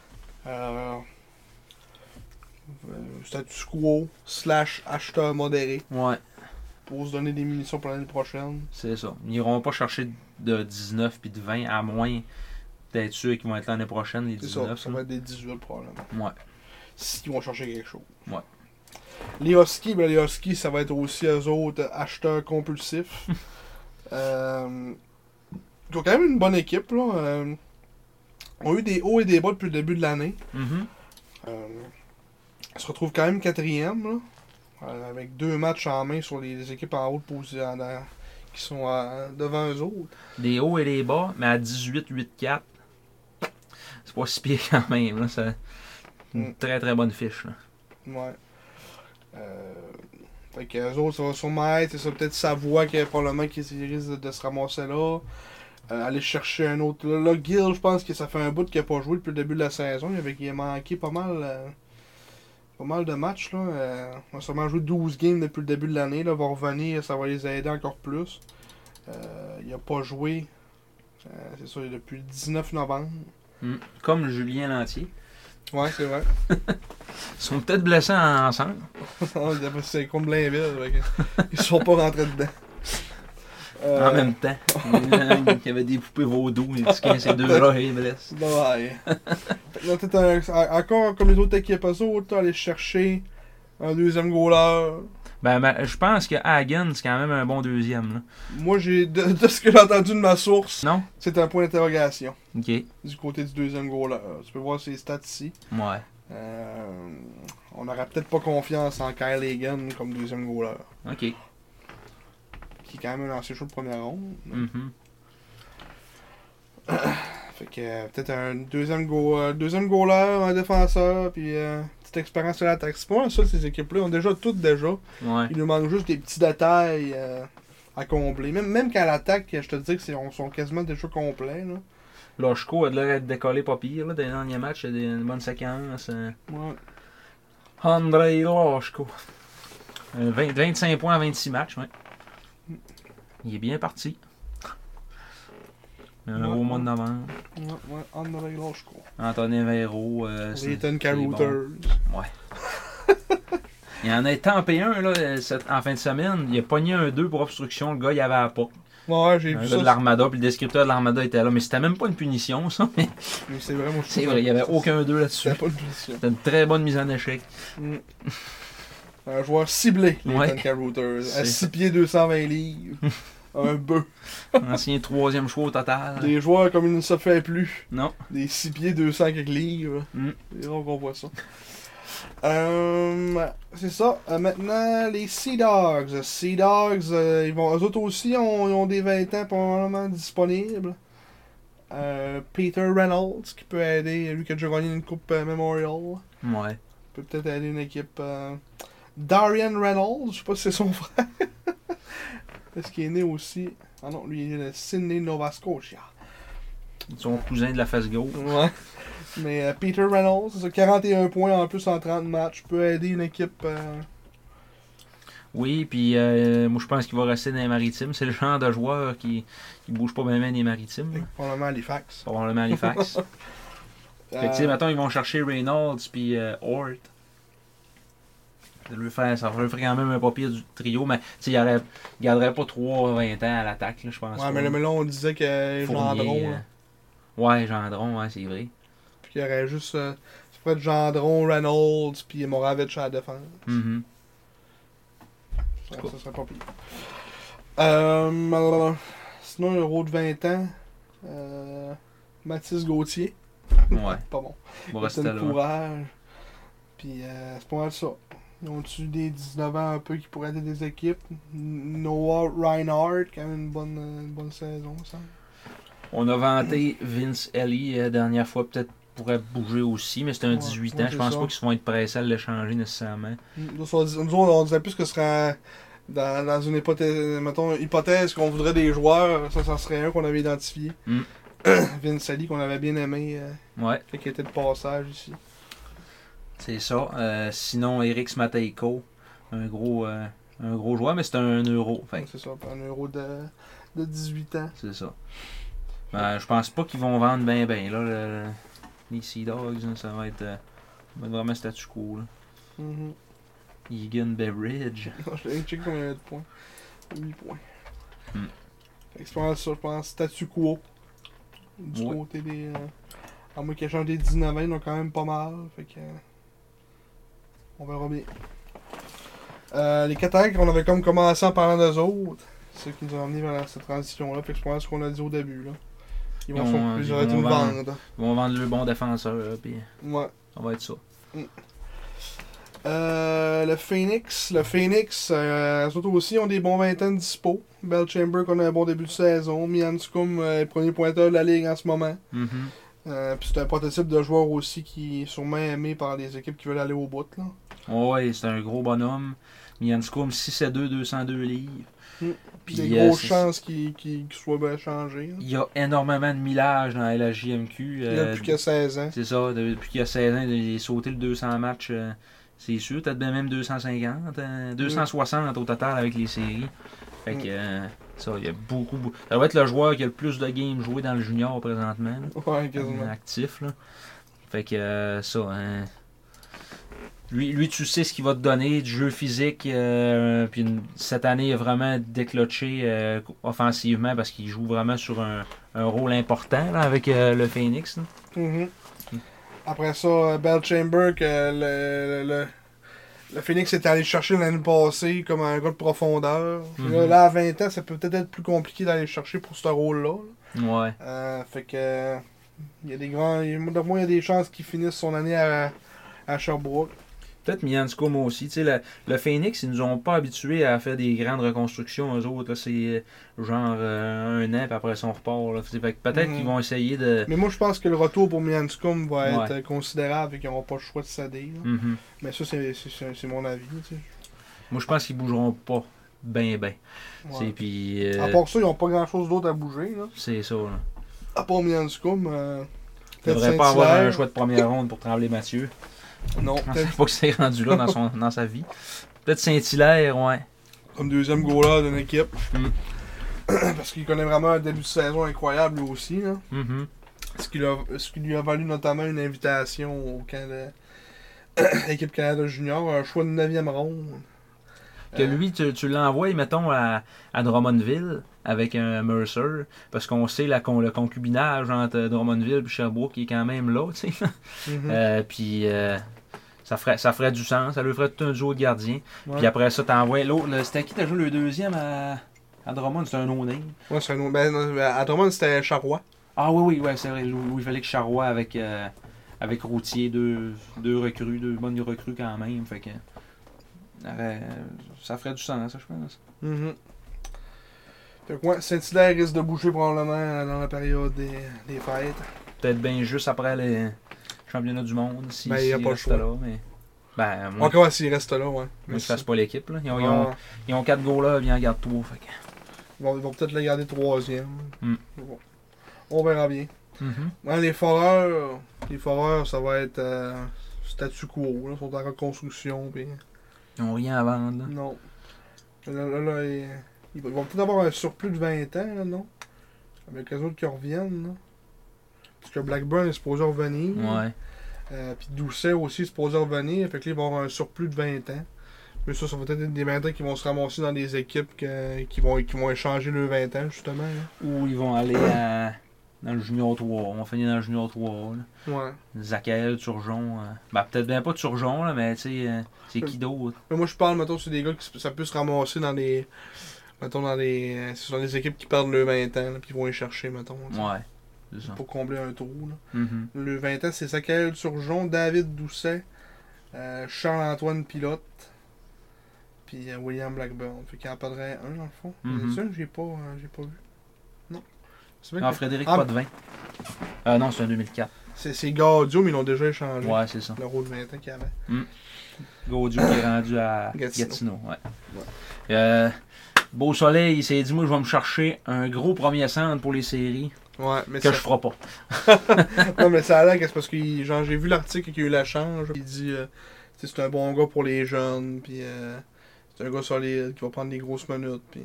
status quo / acheteur modéré. Ouais. Pour se donner des munitions pour l'année prochaine. C'est ça. Ils n'iront pas chercher de 19 puis de 20, à moins d'être sûr qu'ils vont être l'année prochaine, les 19. Ça va être des 18 probablement. Ouais. S'ils vont chercher quelque chose. Ouais. Les Huskies, ça va être aussi eux autres acheteurs compulsifs. Ils ont quand même une bonne équipe. Là. Ils ont eu des hauts et des bas depuis le début de l'année. Ils se retrouvent quand même 4e. Là, avec 2 matchs en main sur les équipes en haute position qui sont devant eux autres. Des hauts et des bas, mais à 18-8-4. C'est pas si pire quand même. Là. C'est une très très bonne fiche. Là. Ouais. Fait que eux autres, ça va sûrement être, c'est peut-être Savoie qui probablement qui risque de se ramasser là. Aller chercher un autre. Là, Gill, je pense que ça fait un bout qu'il n'a pas joué depuis le début de la saison. Il a manqué pas mal de matchs. Là. On a sûrement joué 12 games depuis le début de l'année. Là. Va revenir, ça va les aider encore plus. Il n'a pas joué. C'est ça, depuis le 19 novembre. Comme Julien Lantier. Ouais, c'est vrai. Ils sont peut-être blessés ensemble. C'est contre Blainville. Ils ne sont pas rentrés dedans. En même temps. Il y avait des poupées vaudou. Il dit que ces deux-là, ils blessent. Ouais. Encore comme les autres équipes, autres, aller chercher un deuxième goaler. Ben, je pense que Hagen, c'est quand même un bon deuxième. Là. Moi, de ce que j'ai entendu de ma source, non? C'est un point d'interrogation. OK. Du côté du deuxième goaler. Tu peux voir ses stats ici. Ouais. On n'aurait peut-être pas confiance en Kyle Hagen comme deuxième goaler. OK. Qui est quand même un ancien chaud de première ronde. Fait que peut-être un deuxième goaler, un défenseur, puis petite expérience sur l'attaque. C'est pas mal ça, ces équipes-là. Ils ont déjà toutes déjà. Ouais. Il nous manque juste des petits détails à combler. Même qu'à l'attaque, je te dis qu'ils sont quasiment déjà complets. Là. Loshko a de l'air d'être décollé pas pire. Là. Dans les derniers matchs, il y a une bonne séquence. Ouais. Andrei Loshko. 25 points en 26 matchs, ouais. Il est bien parti. Un gros mois de novembre. Ouais, Andrei Loshko. Antonin Véro. Leighton Carothers. Bon. Ouais. Il y en a tempé un là, en fin de semaine. Il a pogné un 2 pour obstruction. Le gars, il avait pas. Ouais, j'ai Un vu gars ça. de l'Armada, puis le descripteur de l'Armada était là. Mais c'était même pas une punition, ça. Mais Mais c'est vrai, moi je c'est trouve vrai, il n'y avait ça- aucun 2 là-dessus. C'était pas de punition. C'était une très bonne mise en échec. Un joueur ciblé, Leighton Ouais. Carothers. C'est À ça. 6 pieds 220 livres. Un bœuf. Ancien 3e choix au total. Des joueurs comme il ne se fait plus. Non. Des 6 pieds 200 quelques livres. C'est rare qu'on voit ça. C'est ça. Maintenant, les Sea Dogs. Sea Dogs, eux autres aussi, ils ont des vêtements probablement disponibles. Peter Reynolds, qui peut aider, lui qui a déjà gagné une coupe Memorial. Ouais. Peut peut-être aider une équipe. Darian Reynolds, je sais pas si c'est son frère. Est-ce qu'il est né aussi? Ah non, lui il est de Sydney, Nova Scotia. Son cousin de la face gauche. Ouais. Mais Peter Reynolds, c'est ça, 41 points en plus en 30 matchs, peut aider une équipe. Oui, puis moi je pense qu'il va rester dans les maritimes. C'est le genre de joueur qui bouge pas bien les maritimes. Là. Probablement Halifax. Probablement Halifax. Fait que tu sais, mettons, ils vont chercher Reynolds puis Hort. Ça va lui faire quand même un pas pire du trio, mais tu sais, il garderait pas 3-20 ans à l'attaque, là, je pense. Ouais, mais là, on disait que Gendron, là. Ouais, Gendron, ouais, c'est vrai. Puis il y aurait juste. Ça ferait Gendron, Reynolds, puis Moravec à la défense. Mm-hmm. Ça serait pas pire. Sinon, un Euro de 20 ans. Mathis Gauthier. Ouais. Pas bon. On va rester C'est là. le courage. Puis c'est pas mal ça. Ils ont-tu des 19 ans un peu qui pourraient aider des équipes? Noah Reinhardt, quand même une bonne saison, ça. On a vanté Vince Ellie dernière fois, peut-être pourrait bouger aussi, mais c'est un 18 ans. ouais, Je pense c'est pas ça. qu'ils vont être pressés à l'échanger nécessairement. Nous, on disait plus que ce serait dans une hypothèse qu'on voudrait des joueurs, ça serait un qu'on avait identifié. Mm. Vince Ali, qu'on avait bien aimé, Ouais, qui était de passage ici. c'est ça. Sinon, Eric Smatejko, un gros joueur, mais c'est un euro. Fait que C'est ça, un Euro de 18 ans. c'est ça. Je pense pas qu'ils vont vendre bien là. Les Sea Dogs, hein, ça va être vraiment statu quo. Là. Mhm. Egan Beveridge. Je l'ai checké combien il y avait de points. 8 points. Mm. Fait que c'est pas mal ça, je pense, statu quo. Du Ouais. côté des. À moins qu'ils changent des 19 ans, ils ont quand même pas mal. Fait que. On verra bien. Les Cataractes, on avait comme commencé en parlant d'eux autres. C'est ce qui nous a amené vers cette transition-là. Fait que je pense ce qu'on a dit au début. Là. Ils vont Ils faire vont une vendre. vente. Ils vont vendre le bon défenseur, là, puis Ouais. ça va être ça. Le Phoenix, eux autres aussi ont des bons 20 ans de dispo. Belchamber qu'on a un bon début de saison. Mianscum, premier pointeur de la ligue en ce moment. Mm-hmm. Puis c'est un prototype de joueur aussi qui est sûrement aimé par les équipes qui veulent aller au bout. Là. Ouais, c'est un gros bonhomme. Mianscum 6'2", 202 livres. Puis, Des grosses chances qu'il soit bien changé. Là. Il y a énormément de millage dans la LHJMQ. Depuis qu'il a 16 ans. C'est ça, depuis qu'il a 16 ans, il a sauté le 200 matchs, c'est sûr. Peut-être bien même 250, 260 au total avec les séries. Fait que ça, il y a beaucoup. Ça va être le joueur qui a le plus de games joués dans le junior présentement. Là. Ouais, quasiment. Actif. Là. Fait que ça, hein. Lui, tu sais ce qu'il va te donner, du jeu physique. Puis cette année, il a vraiment déclenché offensivement parce qu'il joue vraiment sur un rôle important là, avec le Phoenix. Là. Mhm. Après ça, Belchamber, que le Phoenix est allé chercher l'année passée comme un gars de profondeur. Là, à 20 ans, ça peut peut-être être plus compliqué d'aller chercher pour ce rôle-là. Là. Ouais. Fait que il y a des grands. Il y a des chances qu'il finisse son année à Sherbrooke. Peut-être Mianscum aussi. Tu sais, le Phoenix, ils nous ont pas habitués à faire des grandes reconstructions, eux autres. Là, c'est genre 1 an, puis après ça, on repart. Là. Fait que peut-être qu'ils vont essayer de. Mais moi, je pense que le retour pour Mianscum va être Ouais. considérable et qu'ils n'auront pas le choix de céder. Là. Mhm. Mais ça, c'est mon avis. Tu sais. Moi, je pense qu'ils bougeront pas ben. Ouais. Puis, À part ça, ils n'ont pas grand-chose d'autre à bouger. Là. c'est ça. Là. À part Mianscum, Il devrait pas avoir un choix de première ronde pour Tremblay Mathieu. Non, Je pense peut-être pas que c'est rendu là dans sa vie. Peut-être Saint-Hilaire, ouais. comme deuxième goaler d'une équipe. Mm. Parce qu'il connaît vraiment un début de saison incroyable lui aussi. Là. Mhm. Ce qui lui a valu notamment une invitation au camp de l'équipe Canada Junior, un choix de 9e ronde. Que lui, tu l'envoies, mettons, à Drummondville avec un Mercer, parce qu'on sait le concubinage entre Drummondville et Sherbrooke qui est quand même là, tu sais. Puis ça ferait du sens, ça lui ferait tout un duo de gardiens. Ouais. Puis après ça, t'envoies l'autre. C'était qui t'as joué le deuxième à Drummond? C'était un no-name. Ouais, c'est un autre. Ben, à Drummond, c'était Charrois. Ah oui, c'est vrai. Louis-Félix Charrois avec Routier, deux recrues, deux bonnes recrues quand même. Fait que ça ferait du sens, ça, je pense. Fait que ouais, Saint-Hilaire risque de bouger probablement dans la période des fêtes. Peut-être bien juste après les championnats du monde, si Ben, il n'y a pas le choix. là, mais... Ben, moi, Encore s'il reste là, ouais. moi Mais je fasse pas l'équipe, là. Ah. Ils ont 4 goals là, ils en gardent 3, fait que... Ils vont peut-être le garder 3e. Mm. Bon. On verra bien. Ouais, les foreurs, ça va être statu quo. Là, ils sont en reconstruction. Pis... Ils ont rien à vendre, là. Non. Là, ils vont peut-être avoir un surplus de 20 ans, là, non? Avec les autres qui reviennent, là. Parce que Blackburn est supposé revenir. Ouais. Puis Doucet aussi est supposé revenir. Fait que là, ils vont avoir un surplus de 20 ans. Mais ça va peut-être être des 20 ans qui vont se ramasser dans des équipes qui vont échanger le 20 ans, justement. Là. Ou ils vont aller dans le Junior 3. On va finir dans le Junior 3, là. Ouais. Zachary, Turgeon. Ben, peut-être bien pas Turgeon, là, mais tu sais, c'est qui d'autre? Mais moi, je parle, mettons, c'est des gars qui ça peut se ramasser dans des... Mettons, ce sont des équipes qui perdent le 20 ans, là, puis ils vont les chercher, mettons. T'sais, Ouais, c'est ça. pour combler un trou, là. Mhm. Le 20 ans, c'est Zachary Turgeon, David Doucet, Charles-Antoine Pilote, puis William Blackburn. Fait qu'il en perdrait un, dans le fond. Mhm. C'est ça que j'ai pas vu. Non. C'est vrai Ah, que- Frédéric Ah, Potvin. Non, c'est un 2004. c'est Gaudio, mais ils l'ont déjà échangé. Ouais, c'est ça. Le rôle de 20 ans qu'il avait. Gaudio qui est rendu à Gatineau. Gatineau. Ouais. Beau Soleil, il s'est dit, moi, je vais me chercher un gros premier centre pour les séries Ouais, mais que je ferai pas. Non, mais ça a l'air que c'est parce que genre, j'ai vu l'article qu'il y a eu la change. Il dit c'est un bon gars pour les jeunes, puis c'est un gars solide qui va prendre des grosses minutes, puis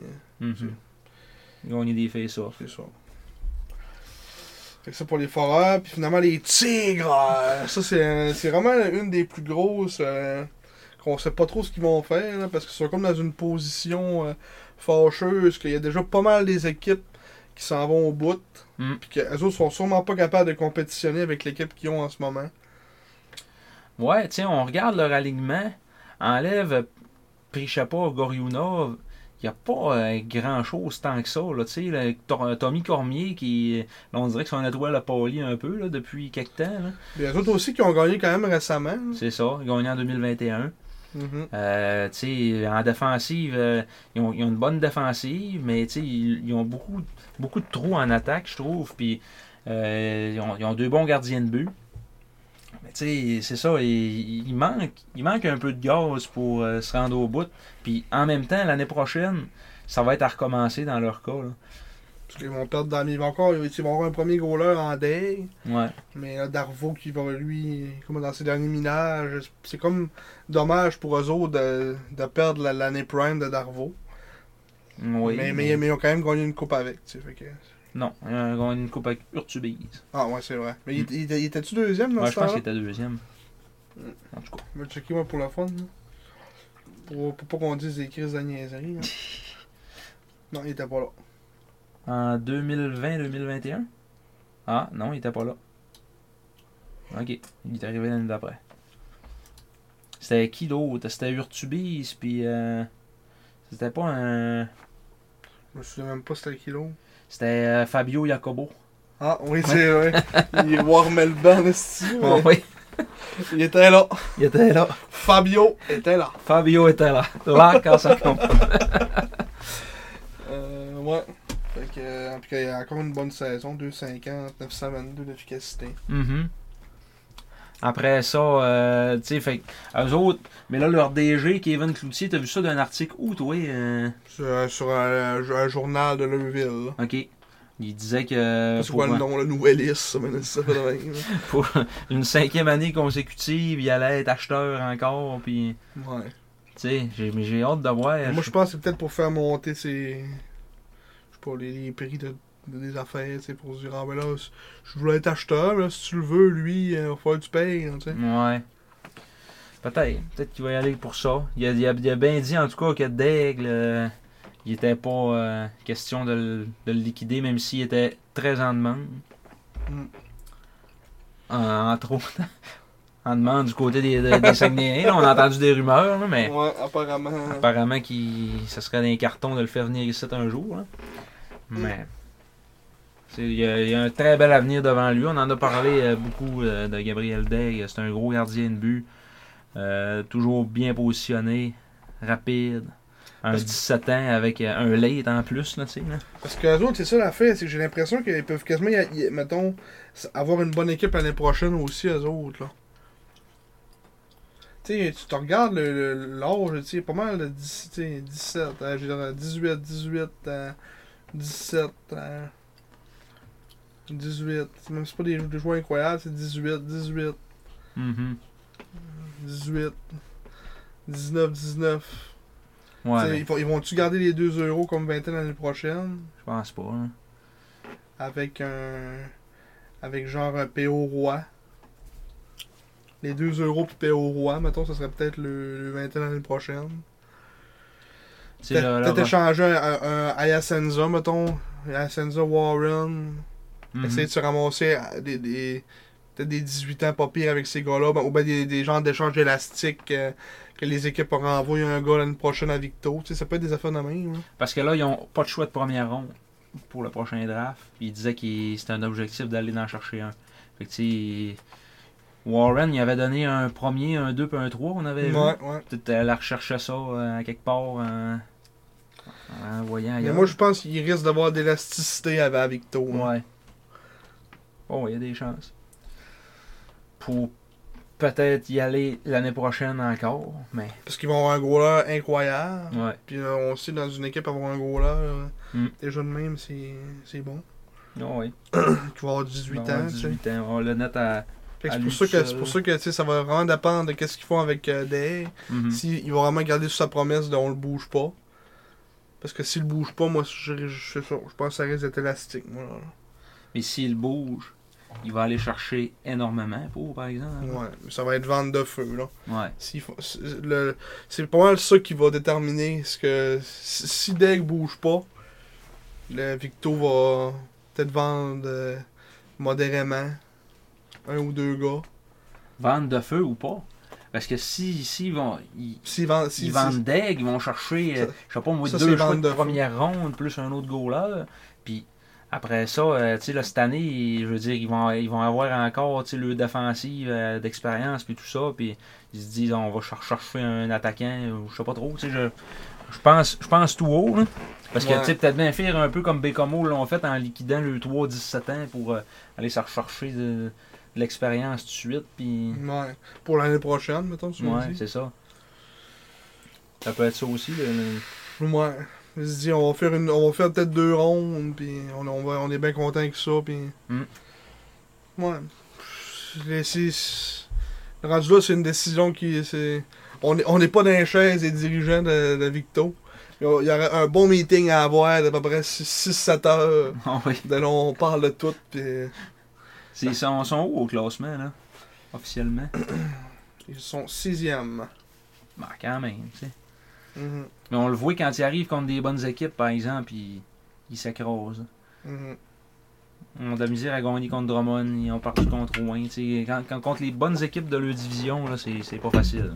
Gagner des face-off. c'est ça. Fait que ça pour les foreurs, puis finalement les tigres. Ça, c'est vraiment une des plus grosses qu'on sait pas trop ce qu'ils vont faire, là, parce qu'ils sont comme dans une position fâcheuse, qu'il y a déjà pas mal des équipes qui s'en vont au bout. Puis qu'eux autres sont sûrement pas capables de compétitionner avec l'équipe qu'ils ont en ce moment. Ouais, tiens, on regarde leur alignement. Enlève Prichapa, Goriounov. Il n'y a pas grand-chose tant que ça. Là, Tommy Cormier, qui là, on dirait que son étoile a pâli un peu là, depuis quelques temps. Là. Il y a eux autres aussi qui ont gagné quand même récemment. Là. C'est ça, ils ont gagné en 2021. En défensive, ils ont une bonne défensive, mais ils ont beaucoup de trous en attaque, je trouve. Puis ils ont 2 bons gardiens de but. Mais c'est ça, il manque un peu de gaz pour se rendre au bout. Puis en même temps, l'année prochaine, ça va être à recommencer dans leur cas. Là. Parce qu'ils vont perdre ils vont avoir un premier goaler en day. Ouais. Mais là, Darvaux qui va, lui, comme dans ses derniers minages, c'est comme dommage pour eux autres de perdre l'année prime de Darvaux. Oui. Mais ils ont quand même gagné une coupe avec. Fait que... Non, ils ont gagné une coupe avec Urtubise. Ah ouais, c'est vrai. Mais il était-tu deuxième dans Ouais, ce je pense temps-là? qu'il était deuxième. En tout cas. Je vais checker moi pour la fun. Là. Pour pas qu'on dise des crises de niaiserie. Là. Non, il était pas là. En 2020-2021? Ah, non, il était pas là. Ok, il est arrivé l'année d'après. C'était qui d'autre? C'était Urtubise, puis c'était pas un... Je me souviens même pas c'était qui l'autre. C'était Fabio Jacobo. Ah oui, c'est vrai. Il est voir Melban ici. Oh, oui, Il était là. il était là. Fabio était là. Fabio était là. Là, quand ça compte. Ouais. Fait que, puis il y a encore une bonne saison, 2,50, 922 d'efficacité. Après ça, tu sais, fait eux autres, mais là, leur DG, Kevin Cloutier, t'as vu ça d'un article où, toi? Sur un journal de Leuville. Là. Ok. Il disait que C'est quoi le nom, le Nouvellis, ça, mais ça fait de même. pour une 5e année consécutive, il allait être acheteur encore, puis... Ouais. Tu sais, j'ai hâte de voir. Moi, je pense que c'est peut-être pour faire monter ses... Je sais pas, les prix de des affaires, tu sais, pour se dire, ah ben là, je voulais être acheteur, mais là, si tu le veux, lui, il va falloir que tu payes, tu sais. Ouais. Peut-être qu'il va y aller pour ça. Il a bien dit en tout cas que Daigle, il était pas question de le liquider, même s'il était très en demande. Entre autres, en demande du côté des Saguenayens. Là, on a entendu des rumeurs, là, mais Ouais, apparemment. apparemment ça serait dans les cartons de le faire venir ici un jour. Là. Mais il y a un très bel avenir devant lui. On en a parlé beaucoup de Gabriel Daigle. C'est un gros gardien de but. Toujours bien positionné, rapide. Un 17 ans avec un late en plus, là, tu sais. Parce que les autres, c'est ça l'affaire, c'est que j'ai l'impression qu'ils peuvent quasiment, mettons, avoir une bonne équipe l'année prochaine aussi, eux autres, là. Tu sais, tu te regardes l'âge, tu sais, pas mal de 17, je dirais 18, 17, 18, même si c'est pas des joueurs incroyables, c'est 18, 18, 19, 19. Ouais, Ils vont-tu garder les 2 euros comme 20 ans l'année prochaine? je pense pas. Hein. Avec genre un PO Roi. Les 2 euros puis PO Roi, mettons, ça serait peut-être le 20 ans l'année prochaine. Peut-être échanger un Ayasenza, mettons. Ayasenza Warren. Essayer de se ramasser peut-être des 18 ans pas pire avec ces gars-là. Ou bien des genres d'échanges élastiques que les équipes auront envoyé un gars l'année prochaine à Victo. Ça peut être des affaires de même. Là. Parce que là, ils n'ont pas de choix de première ronde pour le prochain draft. Puis ils disaient que c'était un objectif d'aller en chercher un. Fait que Warren, il avait donné un premier, un 2 puis un 3, on avait vu. Ouais. Peut-être elle recherchait ça à quelque part en voyant ailleurs. Mais moi, je pense qu'il risque d'avoir d'élasticité avec Victo. Ouais. Bon, il y a des chances. Pour peut-être y aller l'année prochaine encore, mais... Parce qu'ils vont avoir un goaler incroyable. Ouais. Puis on sait, dans une équipe, avoir un goaler, déjà de même, c'est bon. Oh, oui. Qui va avoir 18 ans. 18 ans. On le net à... C'est pour ça que ça va vraiment dépendre de ce qu'ils font avec Day. S'il va vraiment garder sur sa promesse de on le bouge pas. Parce que s'il bouge pas, moi, je pense que ça risque d'être élastique. Moi, là. Mais s'il bouge, il va aller chercher énormément par exemple. Ouais, ça va être vente de feu, là. Ouais. C'est pas mal ça qui va déterminer ce que... Si Deg bouge pas, le Victo va peut-être vendre modérément 1 ou 2 gars. Vendre de feu ou pas? Parce que s'ils vendent Deg, ils vont chercher, je sais pas moi, 2 choix de première ronde plus un autre goaler. Puis après ça, tu sais, là, cette année, je veux dire, ils vont avoir encore, tu sais, le défensive d'expérience puis tout ça. Puis ils se disent, on va chercher un attaquant, je sais pas trop, tu sais, je pense tout haut, là. Parce que, tu sais, peut-être bien faire un peu comme Bécomo l'ont fait en liquidant le 3-17 ans pour aller se rechercher de l'expérience tout de suite. Puis... Ouais. Pour l'année prochaine, mettons, tu ouais, c'est ça. Ça peut être ça aussi. Ouais. Je me dis, on va faire peut-être 2 rondes, puis on est bien content avec ça, puis... Ouais. Le rendu là, c'est une décision qui... On n'est pas dans les chaises des dirigeants de Victo. Il y aurait un bon meeting à avoir d'à peu près 6-7 heures. Oh oui. On parle de tout, puis... Ils sont où au classement, là? Officiellement? Ils sont 6e. Ben, quand même, tu sais. Mais on le voit quand ils arrivent contre des bonnes équipes, par exemple, ils s'écrasent. On a de la misère à gagner contre Drummond, ils ont parti contre Rouen. Quand contre les bonnes équipes de leur division, là, c'est pas facile.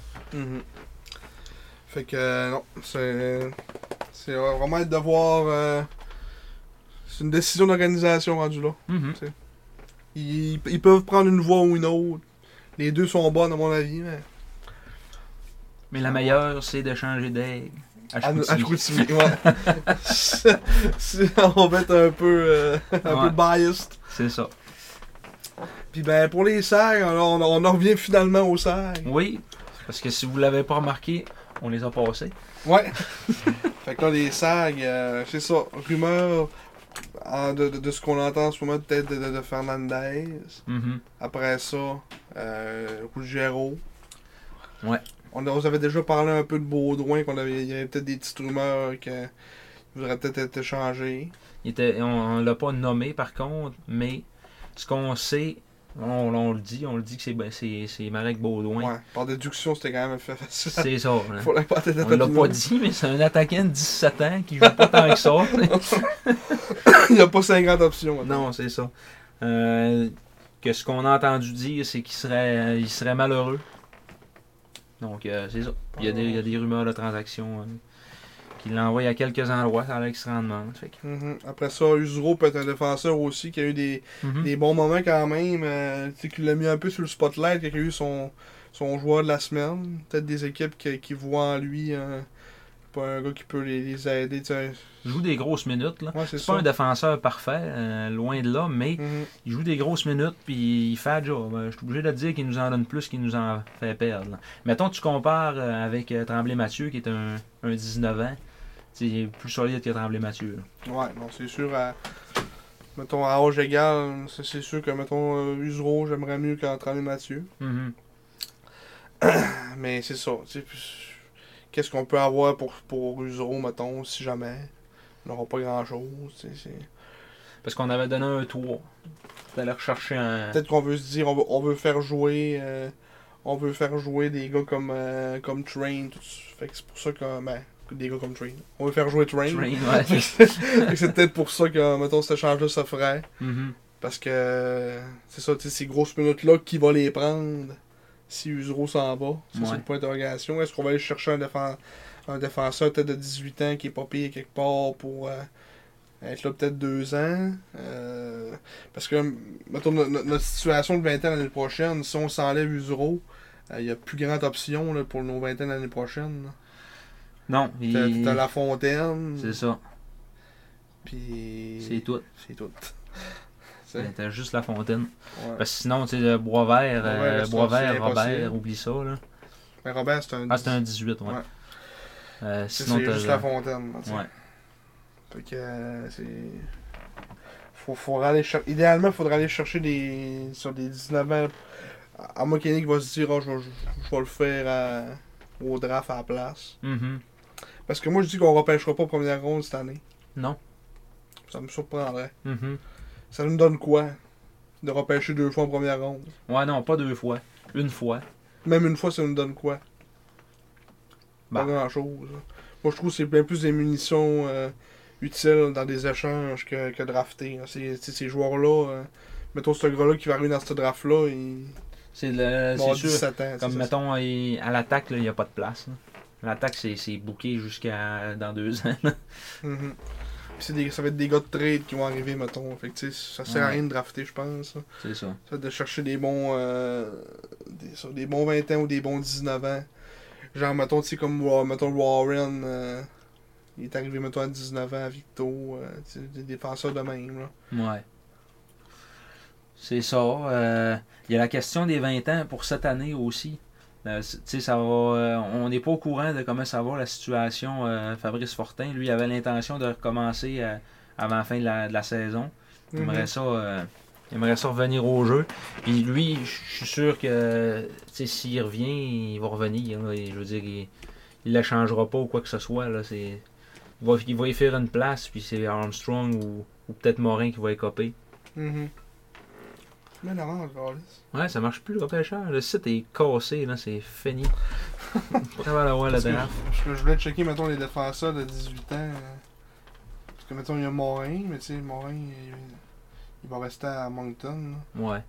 Fait que non, c'est vraiment de voir. C'est une décision d'organisation rendue là. Ils peuvent prendre une voie ou une autre. Les deux sont bonnes à mon avis, mais la meilleure, c'est de changer d'aigle. À Chicoutimi, ouais. On va être un peu biased. C'est ça. Puis ben pour les SAG, on en revient finalement aux SAG. Oui, parce que si vous l'avez pas remarqué, on les a passés. Ouais. Fait que là, les SAG, c'est ça. Rumeur de ce qu'on entend en ce moment, peut-être de Fernandez. Après ça, Ruggiero. Ouais. On avait déjà parlé un peu de Baudouin, il y avait peut-être des petites rumeurs qu'il voudrait peut-être être échangé. On l'a pas nommé par contre, mais ce qu'on sait, on le dit que c'est Marek Baudouin. Ouais, par déduction, c'était quand même facile. C'est ça. Hein. Faut pas On l'a pas dit, mais c'est un attaquant de 17 ans qui joue pas tant que ça. Il n'y a pas 50 options. Maintenant. Non, c'est ça. Que ce qu'on a entendu dire, c'est qu'il serait malheureux. Donc, c'est ça. Il y a des rumeurs de transactions qui l'envoient à quelques endroits, ça a l'air qu'il se rend demande. Après ça, Usuro peut être un défenseur aussi, qui a eu des bons moments quand même. Tu sais, qu'il l'a mis un peu sur le spotlight, qui a eu son joueur de la semaine. Peut-être des équipes qui voient en lui pas un gars qui peut les aider. Il joue des grosses minutes. Là. Ouais, c'est pas un défenseur parfait, loin de là, mais il joue des grosses minutes puis il fait le job. Je suis obligé de te dire qu'il nous en donne plus qu'il nous en fait perdre. Là. Mettons, tu compares avec Tremblay-Mathieu, qui est un 19 ans. C'est plus solide que Tremblay-Mathieu. Ouais, non, c'est sûr. Mettons, à âge égal, c'est sûr que, mettons, Usuro, j'aimerais mieux qu'en Tremblay-Mathieu. Mais c'est ça. Qu'est-ce qu'on peut avoir pour Usuro, mettons, si jamais? On n'aura pas grand-chose. Parce qu'on avait donné un tour. D'aller rechercher un... Peut-être qu'on veut se dire, on veut faire jouer... on veut faire jouer des gars comme Train. Fait que c'est pour ça que... des gars comme Train. On veut faire jouer Train. Ouais. C'est peut-être pour ça que, mettons, cet échange-là se ferait. Parce que, c'est ça, ces grosses minutes-là, qui va les prendre si Usuro s'en va? Ça, c'est le point d'interrogation. Est-ce qu'on va aller chercher un défenseur peut-être de 18 ans qui est pas payé quelque part pour être là peut-être 2 ans? Parce que, mettons, notre situation de 20 ans l'année prochaine, si on s'enlève Usuro, il n'y a plus grande option là, pour nos 20 ans l'année prochaine. Là. Non. T'as La Fontaine. C'est ça. Puis... C'est tout. C'est tout. T'as juste La Fontaine. Ouais. Parce que sinon, tu sais, Boisvert, Robert, impossible. oublie ça. Là. Mais Robert, c'est un... c'est un 18, ouais. Sinon, c'est juste La Fontaine. Ouais. Fait que c'est... Faudra aller chercher... Idéalement, il faudrait aller chercher sur des 19 ans. À moi, Kenny va se dire, je vais le faire au draft à la place. Parce que moi, je dis qu'on ne repêchera pas première ronde cette année. Non. Ça me surprendrait. Ça nous donne quoi? De repêcher 2 fois en première ronde? Ouais, non, pas 2 fois. 1 fois. Même 1 fois, ça nous donne quoi? Pas grand-chose. Moi, je trouve que c'est bien plus des munitions utiles dans des échanges que drafter. Ces joueurs-là, mettons ce gars-là qui va arriver dans ce draft-là, c'est sûr. 17 ans. Comme mettons, à l'attaque, il n'y a pas de place. Là. L'attaque, c'est booké jusqu'à dans 2 ans. Ça va être des gars de trade qui vont arriver, mettons. Fait que, ça sert à rien de drafter, je pense. C'est ça. Ça de chercher des bons des bons 20 ans ou des bons 19 ans. Genre, mettons, tu sais, comme mettons Warren, il est arrivé, mettons, à 19 ans à Victo. Des défenseurs de même, là. Ouais. C'est ça. Il y a la question des 20 ans pour cette année aussi. Ça va, on n'est pas au courant de comment ça va la situation. Fabrice Fortin, lui, avait l'intention de recommencer avant la fin de la saison. Il aimerait ça revenir au jeu. Puis lui, je suis sûr que s'il revient, il va revenir. Là, et je veux dire, il ne la changera pas ou quoi que ce soit. Là, il va y faire une place, puis c'est Armstrong ou peut-être Morin qui va écoper. Mais non, ouais, ça marche plus le repêchage. Le site est cassé, là, c'est fini. Pas avoir la draft. Je voulais checker, mettons, les défenseurs de 18 ans. Parce que, mettons, il y a Morin, mais tu sais, Morin, il va rester à Moncton. Là. Ouais.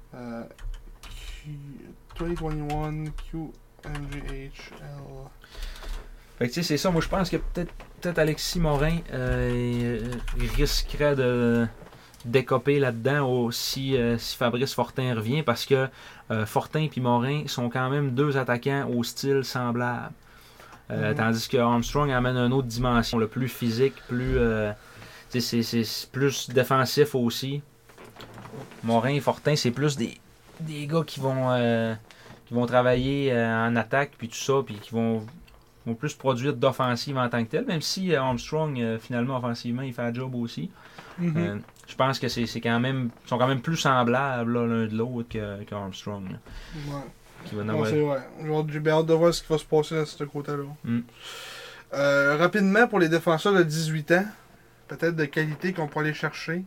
2021 QMGHL. Fait que tu sais, c'est ça. Moi, je pense que peut-être Alexis Morin il risquerait de décoper là-dedans si Fabrice Fortin revient, parce que Fortin et Morin sont quand même 2 attaquants au style semblable. Tandis que Armstrong amène une autre dimension, le plus physique, plus c'est plus défensif aussi. Morin et Fortin, c'est plus des gars qui vont travailler en attaque puis tout ça, puis qui vont plus produire d'offensive en tant que tel, même si Armstrong finalement offensivement il fait un job aussi. Je pense que c'est quand même. Ils sont quand même plus semblables l'un de l'autre qu'Armstrong. Ouais. C'est vrai. J'ai bien hâte de voir ce qui va se passer de ce côté-là. Rapidement, pour les défenseurs de 18 ans, peut-être de qualité qu'on pourrait aller chercher.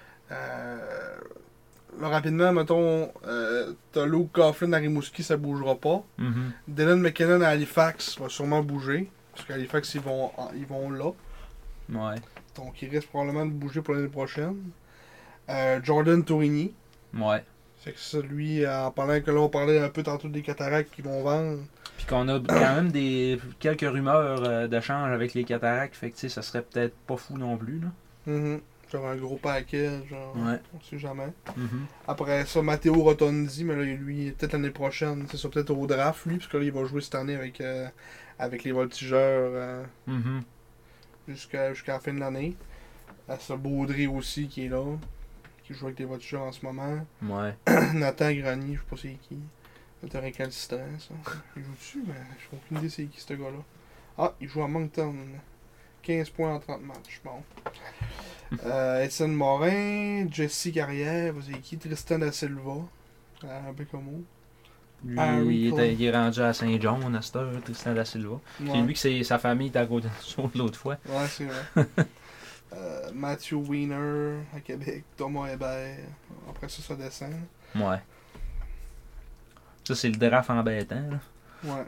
Là, rapidement, mettons, t'as Luke Coughlin à Rimouski, ça bougera pas. Dylan McKinnon à Halifax va sûrement bouger. Parce qu'à Halifax, ils vont là. Ouais. Donc, il risque probablement de bouger pour l'année prochaine. Jordan Tourigny. Ouais. C'est que ça, lui, en parlant que là, on parlait un peu tantôt des cataractes qu'ils vont vendre. Puis qu'on a quand même quelques rumeurs d'échange avec les cataractes. Fait que, tu sais, ça serait peut-être pas fou non plus, là. Genre un gros paquet, genre. Ouais. On sait jamais. Après ça, Matteo Rotondi, mais là, lui, peut-être l'année prochaine. C'est ça, peut-être au draft, lui, parce que là, il va jouer cette année avec les Voltigeurs jusqu'à la fin de l'année. Ça, Baudry aussi, qui est là. Qui joue avec les Voltigeurs en ce moment. Ouais. Nathan Grenier, je sais pas c'est qui. C'est un récalcitrant, ça. Il joue dessus, mais je n'ai aucune idée c'est qui, ce gars-là. Ah, il joue à Moncton. 15 points en 30 matchs. Bon. Étienne Morin, Jesse Carrière, c'est qui? Tristan da Silva, à Bécomo. Lui, il est rendu à Saint-John, à cette heure, Tristan da Silva. Ouais. C'est lui que sa famille était à côté de l'autre fois. Ouais, c'est vrai. Matthew Wiener, à Québec. Thomas Hébert. Après ça, ça descend. Ouais. Ça, c'est le draft embêtant, là. Ouais.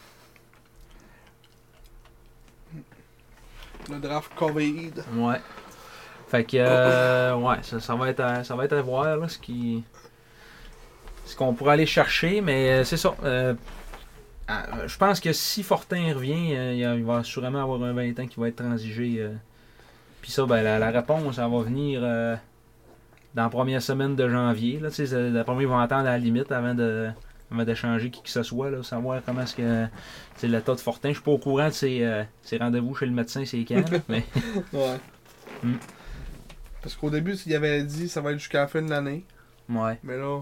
Le draft COVID. Ouais. Fait que, ouais, ça va être à voir, là, ce qu'on pourrait aller chercher, mais c'est ça. Je pense que si Fortin revient, il va sûrement avoir un 20 ans qui va être transigé. Puis ça, ben, la réponse, elle va venir dans la première semaine de janvier. Là, d'après moi, ils vont attendre à la limite avant d'échanger qui que ce soit, là, savoir comment est-ce que l'état de Fortin. Je suis pas au courant de ses rendez-vous chez le médecin, c'est quand, là, mais... Ouais. Parce qu'au début, il avait dit ça va être jusqu'à la fin de l'année. Ouais. Mais là,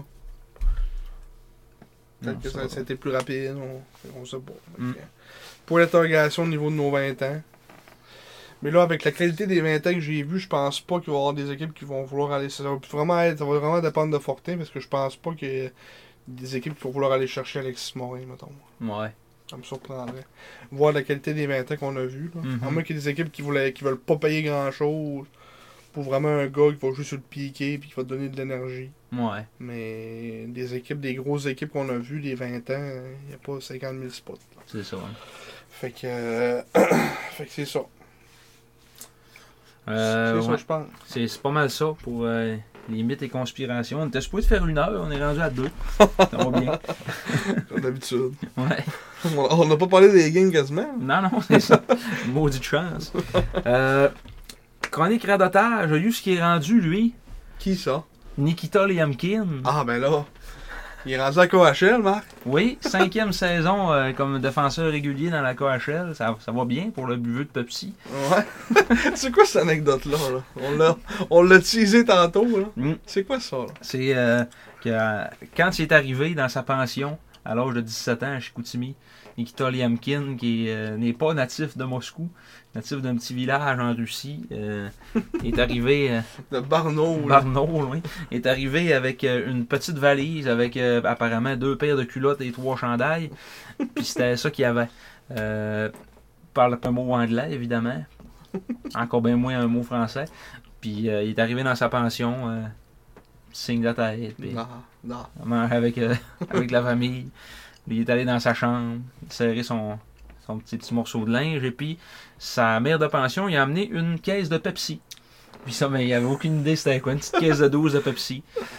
peut-être que ça a été plus rapide, on sait pas. Pour l'interrogation au niveau de nos 20 ans. Mais là, avec la qualité des 20 ans que j'ai vu, je pense pas qu'il va y avoir des équipes qui vont vouloir aller. Ça va vraiment dépendre de Fortin, parce que je pense pas qu'il y ait des équipes qui vont vouloir aller chercher Alexis Morin, mettons. Ouais. Ça me surprendrait. Voir la qualité des 20 ans qu'on a vu. À moins qu'il y ait des équipes qui veulent pas payer grand-chose pour vraiment un gars qui va jouer sur le piqué et qui va te donner de l'énergie. Ouais. Mais des grosses équipes qu'on a vues, des 20 ans, il n'y a pas 50 000 spots. Là. C'est ça. Hein. Fait que c'est ça. C'est ça, je pense. C'est pas mal ça pour les mythes et conspirations. On était supposé faire 1 heure, on est rendu à 2. Ça va bien. Comme d'habitude. Ouais. On n'a pas parlé des games quasiment. Non, c'est ça. Maudite chance. Chronique radotage, il y a eu ce qui est rendu, lui. Qui ça? Nikita Liamkin. Ah, ben là. Il est rendu à KHL, Marc? Oui, 5e saison comme défenseur régulier dans la KHL. Ça va bien pour le buveux de Pepsi. Ouais. C'est quoi cette anecdote-là? Là? On l'a teasé tantôt. Là. C'est quoi ça? Là? C'est que quand il est arrivé dans sa pension à l'âge de 17 ans à Chicoutimi, Nikita Liamkin, qui n'est pas natif de Moscou, natif d'un petit village en Russie, est arrivé... de Barnault. Oui. Est arrivé avec une petite valise avec apparemment 2 paires de culottes et 3 chandails. Puis c'était ça qu'il y avait. Parle pas un mot anglais, évidemment. Encore bien moins un mot français. Puis il est arrivé dans sa pension, signe de tête. Puis, avec la famille. Il est allé dans sa chambre, serrer son petit morceau de linge, et puis sa mère de pension, il a amené une caisse de Pepsi. Puis ça, mais il avait aucune idée c'était quoi, une petite caisse de 12 de Pepsi.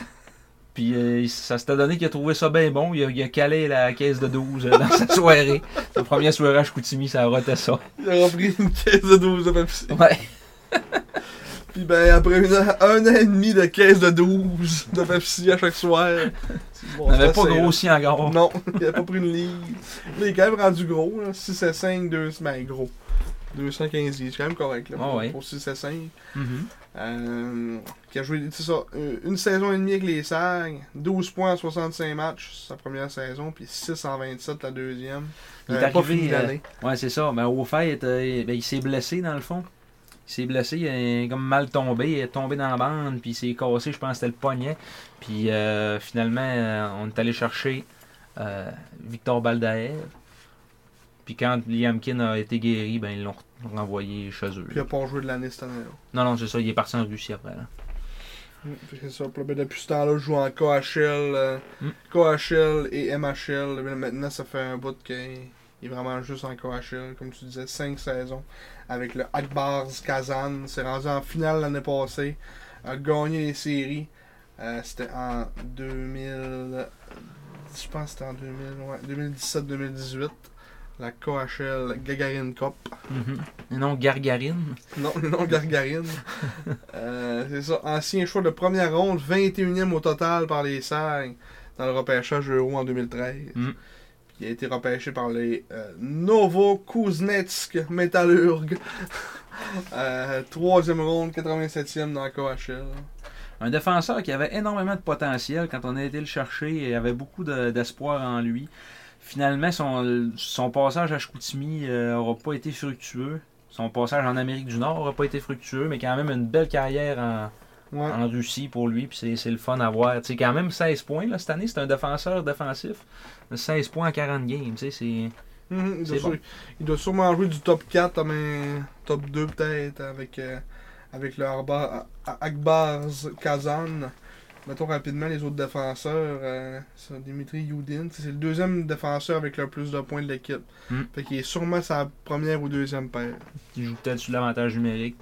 Puis ça s'était donné qu'il a trouvé ça bien bon, il a calé la caisse de 12 dans sa soirée. Sa première soirée à Chicoutimi, ça a roté ça. Il a repris une caisse de 12 de Pepsi. Ouais. Puis ben après 1 an et demi de caisse de 12 de Pepsi à chaque soir. Bon, il n'avait pas grossi encore. Non, il n'avait pas pris une livre. Là, il est quand même rendu gros. Là. 6 à 5, 2 semaines gros. 215 livres, c'est quand même correct là, pour 6 à 5. Qui a joué ça, une saison et demie avec les Sags, 12 points en 65 matchs sa première saison, puis 6 en 27 la deuxième. Il est arrivé, ouais, c'est ça. Ben, au fait, il s'est blessé dans le fond. Il s'est blessé, il est comme mal tombé, il est tombé dans la bande, puis il s'est cassé, je pense que c'était le poignet. Puis finalement, on est allé chercher Victor Baldaev. Puis quand Liamkin a été guéri, ben ils renvoyé chez eux. Puis il a pas joué de l'année cette année. Non, c'est ça, il est parti en Russie après. Là. C'est ça. Puis ben, depuis ce temps-là, je joue en KHL, KHL et MHL. Mais maintenant, ça fait un bout qu'il est vraiment juste en KHL. Comme tu disais, 5 saisons avec le Akbars Kazan. C'est rendu en finale l'année passée. A gagné les séries. C'était en 2000. Je pense que c'était en 2017-2018. La KHL Gagarin Cup. Et non Gargarine. Non, Gargarine. C'est ça. Ancien choix de première ronde, 21e au total par les Sags dans le repêchage Euro en 2013. Puis il a été repêché par les Novokuznetsk Metallurg. 3e ronde, 87e dans la KHL. Un défenseur qui avait énormément de potentiel quand on a été le chercher. Il y avait beaucoup d'espoir en lui. Finalement, son passage à Chicoutimi n'aura pas été fructueux. Son passage en Amérique du Nord n'aura pas été fructueux, mais quand même une belle carrière en Russie pour lui. Puis c'est le fun à voir. T'sais, quand même 16 points là, cette année, c'est un défenseur défensif. 16 points en 40 games. C'est bon. Il doit sûrement jouer du top 4, mais top 2 peut-être avec le Akbars Kazan. Mettons rapidement les autres défenseurs. C'est Dimitri Youdin. C'est le deuxième défenseur avec le plus de points de l'équipe. Fait qu'il est sûrement sa première ou deuxième paire. Il joue peut-être sur l'avantage numérique.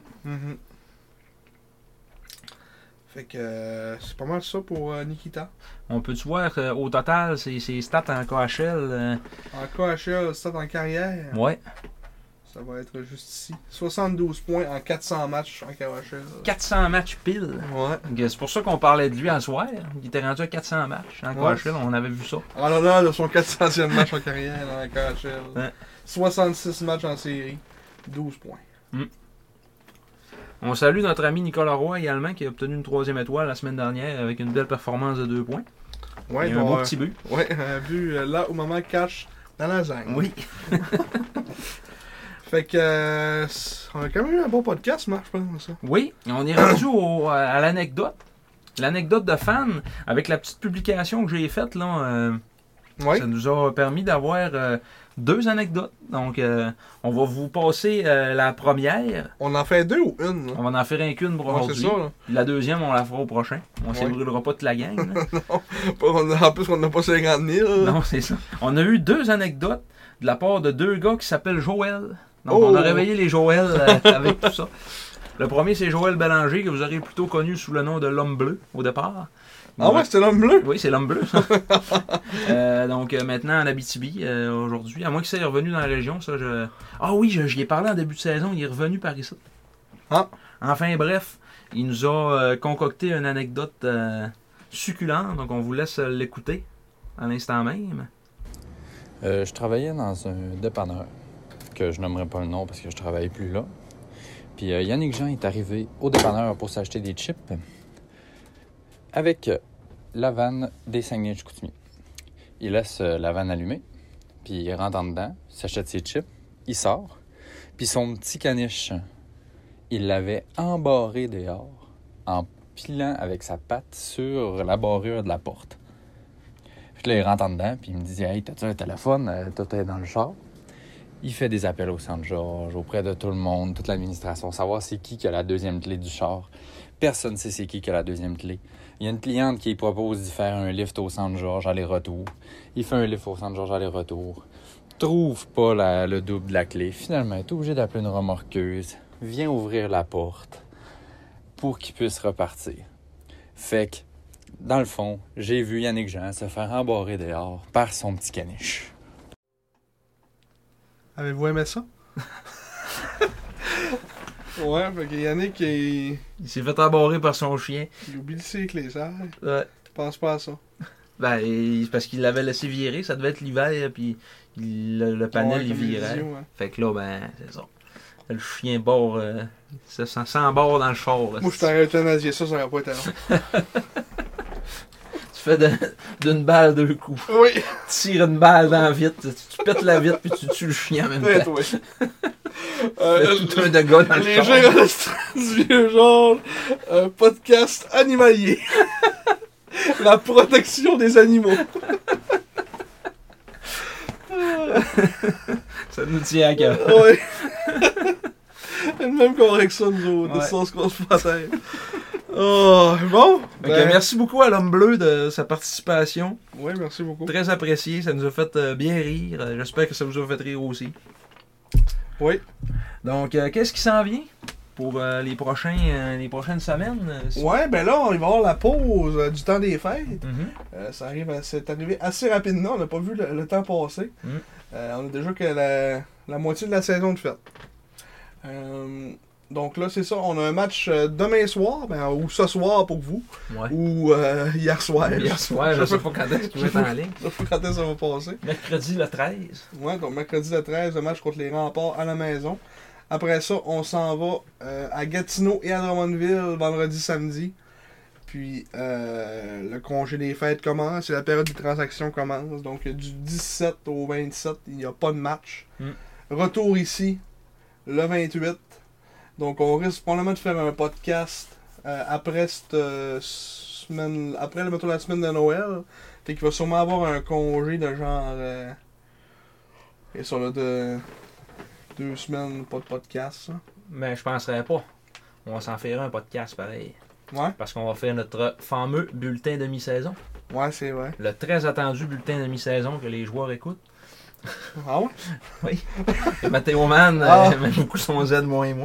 Fait que c'est pas mal ça pour Nikita. On peut-tu voir au total ses stats en KHL? En KHL, stats en carrière? Ouais. Ça va être juste ici. 72 points en 400 matchs en KHL. 400 matchs pile. Ouais. C'est pour ça qu'on parlait de lui en soir. Il était rendu à 400 matchs en KHL. On avait vu ça. En l'honneur de son 400e match en carrière dans la KHL. Ouais. 66 matchs en série. 12 points. On salue notre ami Nicolas Roy également qui a obtenu une 3e étoile la semaine dernière avec une belle performance de 2 points. Ouais, un beau petit but. Ouais, un but là où maman cache dans la zingue. Oui. Fait que on a quand même eu un bon podcast, Marc, je pense. Ça. Oui, on est rendu à l'anecdote. L'anecdote de fan, avec la petite publication que j'ai faite, là, ça nous a permis d'avoir 2 anecdotes. Donc, on va vous passer la première. On en fait 2 ou une? Là? On va en faire un qu'une pour aujourd'hui. C'est ça, là. La deuxième, on la fera au prochain. On ne s'ébrûlera pas toute la gang. Non, en plus, on n'a pas 50 000. Non, c'est ça. On a eu 2 anecdotes de la part de 2 gars qui s'appellent Joël. Donc, on a réveillé les Joël avec tout ça. Le premier, c'est Joël Bélanger, que vous aurez plutôt connu sous le nom de l'Homme Bleu, au départ. Ouais, c'était l'Homme Bleu? Oui, c'est l'Homme Bleu. Donc, maintenant, en Abitibi, aujourd'hui. À moins qu'il soit revenu dans la région, ça, Ah oui, j'y ai parlé en début de saison, il est revenu par ici. Enfin, bref, il nous a concocté une anecdote succulente, donc on vous laisse l'écouter à l'instant même. Je travaillais dans un dépanneur, que je nommerai pas le nom parce que je travaille plus là. Puis Yannick Jean est arrivé au dépanneur pour s'acheter des chips avec la vanne des Saguenay-Chicoutimi. Il laisse la vanne allumée, puis il rentre en dedans, s'achète ses chips, il sort, puis son petit caniche, il l'avait embarré dehors en pilant avec sa patte sur la barrure de la porte. Puis là, il rentre en dedans, puis il me dit « Hey, t'as-tu un téléphone? Tout est dans le char. » Il fait des appels au Saint-Georges, auprès de tout le monde, toute l'administration, savoir c'est qui a la deuxième clé du char. Personne ne sait c'est qui a la deuxième clé. Il y a une cliente qui propose d'y faire un lift au Saint-Georges aller-retour. Il fait un lift au Saint-Georges aller-retour. Trouve pas le double de la clé. Finalement, il est obligé d'appeler une remorqueuse. Vient ouvrir la porte pour qu'il puisse repartir. Fait que, dans le fond, j'ai vu Yannick Jean se faire embarrer dehors par son petit caniche. Avez-vous aimé ça? Ouais, fait que Yannick, il s'est fait embarrer par son chien. Il oublie ses clés, ça. Ouais. Je pense pas à ça. Ben, parce qu'il l'avait laissé virer, ça devait être l'hiver, puis le panel, il virait. Fait que là, ben, c'est ça. Le chien bord, ça s'embarre dans le char. Moi, je t'aurais euthanasié ça aurait pas été long. Tu fais d'une balle 2 coups. Oui. Tu tires une balle dans la vitre, tu pètes la vitre puis tu tues le chien en même temps. Oui. Tout un dégât dans le les gens du vieux genre, podcast animalier. La protection des animaux. Ça nous tient à cœur. Oui. C'est le même qu'on règle ça, nous autres. Ouais. De ça, on se casse pas la tête. Oh, bon. Fait que merci beaucoup à l'homme bleu de sa participation. Oui, merci beaucoup. Très apprécié. Ça nous a fait bien rire. J'espère que ça vous a fait rire aussi. Oui. Donc, qu'est-ce qui s'en vient pour les prochaines semaines? Ouais, ben là, il va y avoir la pause du temps des fêtes. Mhm. Ça arrive, c'est arrivé assez rapidement. On n'a pas vu le temps passer. Mhm. On a déjà que la moitié de la saison de fête. Donc là, c'est ça. On a un match demain soir, ou ce soir pour vous, Ouais. ou hier soir. Hier soir, je sais pas quand est-ce qu'il va être en ligne. Je sais pas quand est-ce que ça va passer. Mercredi le 13. Ouais, donc mercredi le 13, le match contre les Remparts à la maison. Après ça, on s'en va à Gatineau et à Drummondville vendredi, samedi. Puis le congé des fêtes commence et la période des transactions commence. Donc du 17 au 27, il n'y a pas de match. Retour ici le 28. Donc on risque probablement de faire un podcast après cette semaine, après mettons, la semaine de Noël. Fait qu'il va sûrement avoir un congé de genre et ça là de 2 semaines, pas de podcast. Ça. Mais je penserais pas. On va s'en faire un podcast pareil. Ouais. Parce qu'on va faire notre fameux bulletin de mi-saison. Ouais, c'est vrai. Le très attendu bulletin de mi-saison que les joueurs écoutent. Ah ouais? Oui. Et Matteo Mann met beaucoup son Z moins et moins.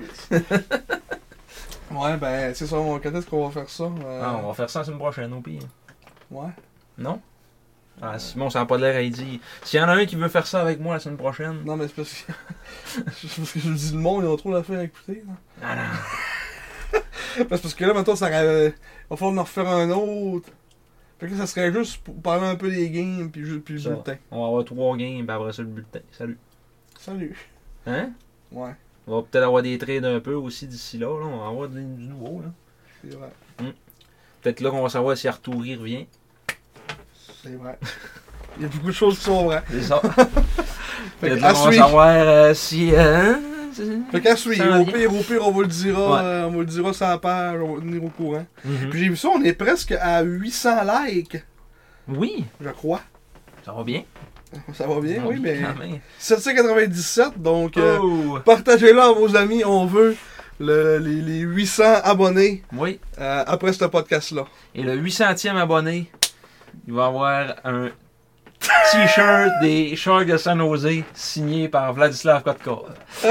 Ouais, ben c'est ça. Quand est-ce qu'on va faire ça? On va faire ça la semaine prochaine au pire. Ouais. Non? Ah, Simon, ça n'a pas l'air à y dire. S'il y en a un qui veut faire ça avec moi la semaine prochaine. Non, mais c'est parce que. c'est parce que je dis le monde, ils ont trop l'affaire à écouter. Là. Ah non. parce que là, maintenant, ça il va falloir en refaire un autre. Fait que là, ça serait juste pour parler un peu des games, puis le Ça, bulletin. on va avoir 3 games, puis après ça, le bulletin. Salut. Salut. Hein? Ouais, On va peut-être avoir des trades un peu aussi d'ici là. On va avoir du nouveau. Là. c'est vrai. Peut-être là qu'on va savoir si Arturi revient. C'est vrai. Il y a beaucoup de choses qui sont vraies. C'est ça. Fait Peut-être qu'à là qu'on va suivre. savoir si... Fait qu'à suivre. Ça en Au vient. pire, on vous le dira. Ouais. On vous le dira sur la page, on va tenir au courant. Mhm. Puis j'ai vu ça, on est presque à 800 likes, Oui, je crois. ça va bien. Ça va bien, oui, mais quand même. 797, donc Oh! partagez-le à vos amis, on veut les 800 abonnés Oui. après ce podcast-là. Et le 800e abonné, il va avoir un t-shirt des Sharks de San Jose signé par Vladislav Kotkov.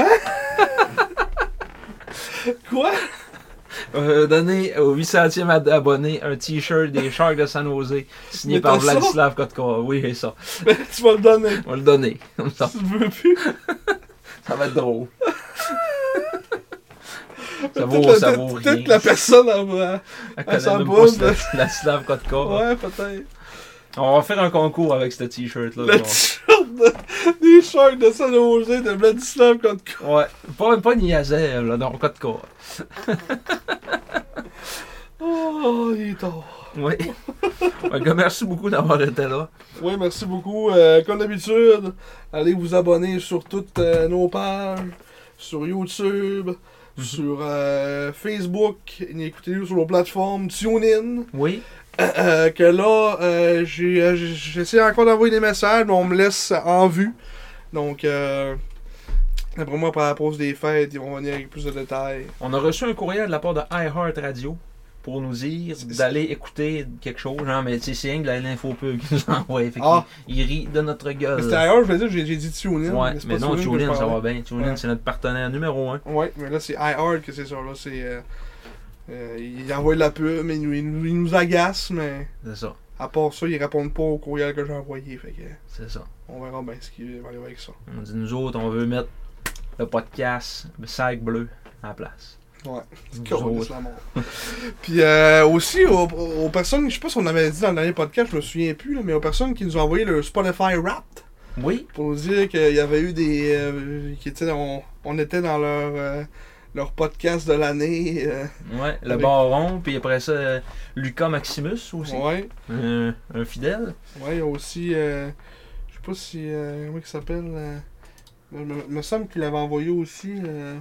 Quoi? Donner au 800e abonné un t-shirt des Sharks de San Jose signé Mais par t'as ça? Vladislav Kotkov. Oui, c'est ça. Ben, tu vas le donner. On va le donner. Comme ça. Tu le veux plus. Ça va être drôle. Ça Peut-être vaut, ça vaut peut-être rien. que la personne elle va. Elle elle s'en connaît même bosse, pas là. Vladislav Kotkov. Ouais, peut-être. On va faire un concours avec ce t-shirt-là. Le t-shirt des Sharks de San Jose de Vladislav Kotkov. Ouais, pas Niazev, là, non, Kotkov. Oh, il est tard. Oui. Ouais, gars, merci beaucoup d'avoir été là. Oui, merci beaucoup. Comme d'habitude, allez vous abonner sur toutes nos pages, sur YouTube, sur Facebook, et écoutez-nous sur nos plateformes TuneIn. Oui. Que là, j'essaie encore d'envoyer des messages, mais on me laisse en vue. Donc, après moi, par la pause des fêtes, ils vont venir avec plus de détails. On a reçu un courriel de la part de iHeartRadio pour nous dire d'aller écouter quelque chose. Genre, mais c'est rien que l'infopub qui nous envoie. Fait il rit de notre gueule. Mais c'était ailleurs, je veux dire, j'ai dit TuneIn. Ouais, c'est mais pas non, TuneIn que je TuneIn, ça parlais. va bien. TuneIn, Ouais. c'est notre partenaire numéro 1. Ouais, mais là, c'est iHeart que c'est ça. Là, c'est. Il envoie de la pub, mais il nous agace, mais C'est ça. à part ça, ils répondent pas au courriel que j'ai envoyé. Fait que C'est ça. on verra bien ce qui va arriver avec ça. On dit, nous autres, on veut mettre le podcast, le sac bleu, à la place. Ouais, Nous c'est autres. la mort. Puis aussi, aux personnes, je sais pas si on avait dit dans le dernier podcast, je me souviens plus, là, mais aux personnes qui nous ont envoyé le Spotify Wrapped Oui. pour nous dire qu'il y avait eu des. Qui étaient on était dans leur podcast de l'année. Ouais, le Avec- baron, puis après ça, Lucas Maximus aussi. Ouais. Un fidèle. Ouais, il y a aussi. Je sais pas si. Comment il s'appelle me semble qu'il l'avait envoyé aussi.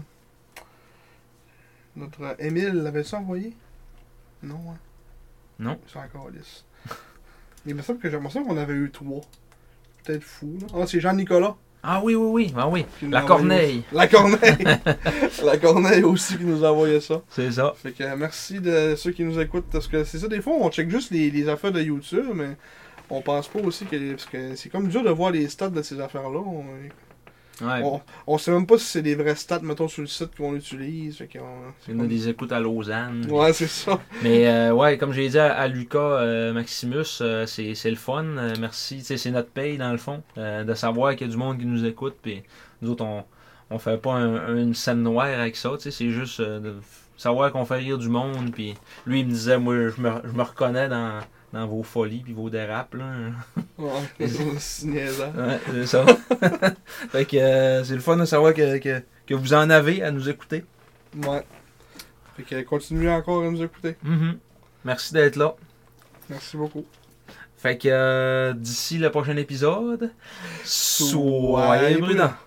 Notre Émile l'avait-tu envoyé? Non, hein? Non. C'est encore lisse. Mais il me semble qu'on avait eu 3. Peut-être fou, là. Ah, c'est Jean-Nicolas. Ah oui. Ah oui. Qui nous La a envoyé corneille. aussi. La corneille! La corneille aussi qui nous a envoyé ça. C'est ça. Fait que merci de ceux qui nous écoutent, parce que c'est ça, des fois on check juste les affaires de YouTube, mais on pense pas aussi que... Parce que c'est comme dur de voir les stats de ces affaires-là. Ouais. On sait même pas si c'est des vrais stats, mettons, sur le site qu'on utilise. Fait qu'on, c'est Il y en a des écoutes à Lausanne. Ouais, c'est ça. Mais ouais, comme j'ai dit à Lucas Maximus, c'est le fun. Merci. T'sais, c'est notre paye dans le fond. De savoir qu'il y a du monde qui nous écoute. Puis nous autres, on fait pas une scène noire avec ça. C'est juste de savoir qu'on fait rire du monde. Puis lui, il me disait, moi, je me reconnais dans vos folies puis vos dérapes. Là. Ouais, c'est niaisant. Ouais, c'est ça. Fait que c'est le fun de savoir que vous en avez à nous écouter. Ouais. Fait que continuez encore à nous écouter. Merci d'être là. Merci beaucoup. Fait que d'ici le prochain épisode, soyez Soyez prudents.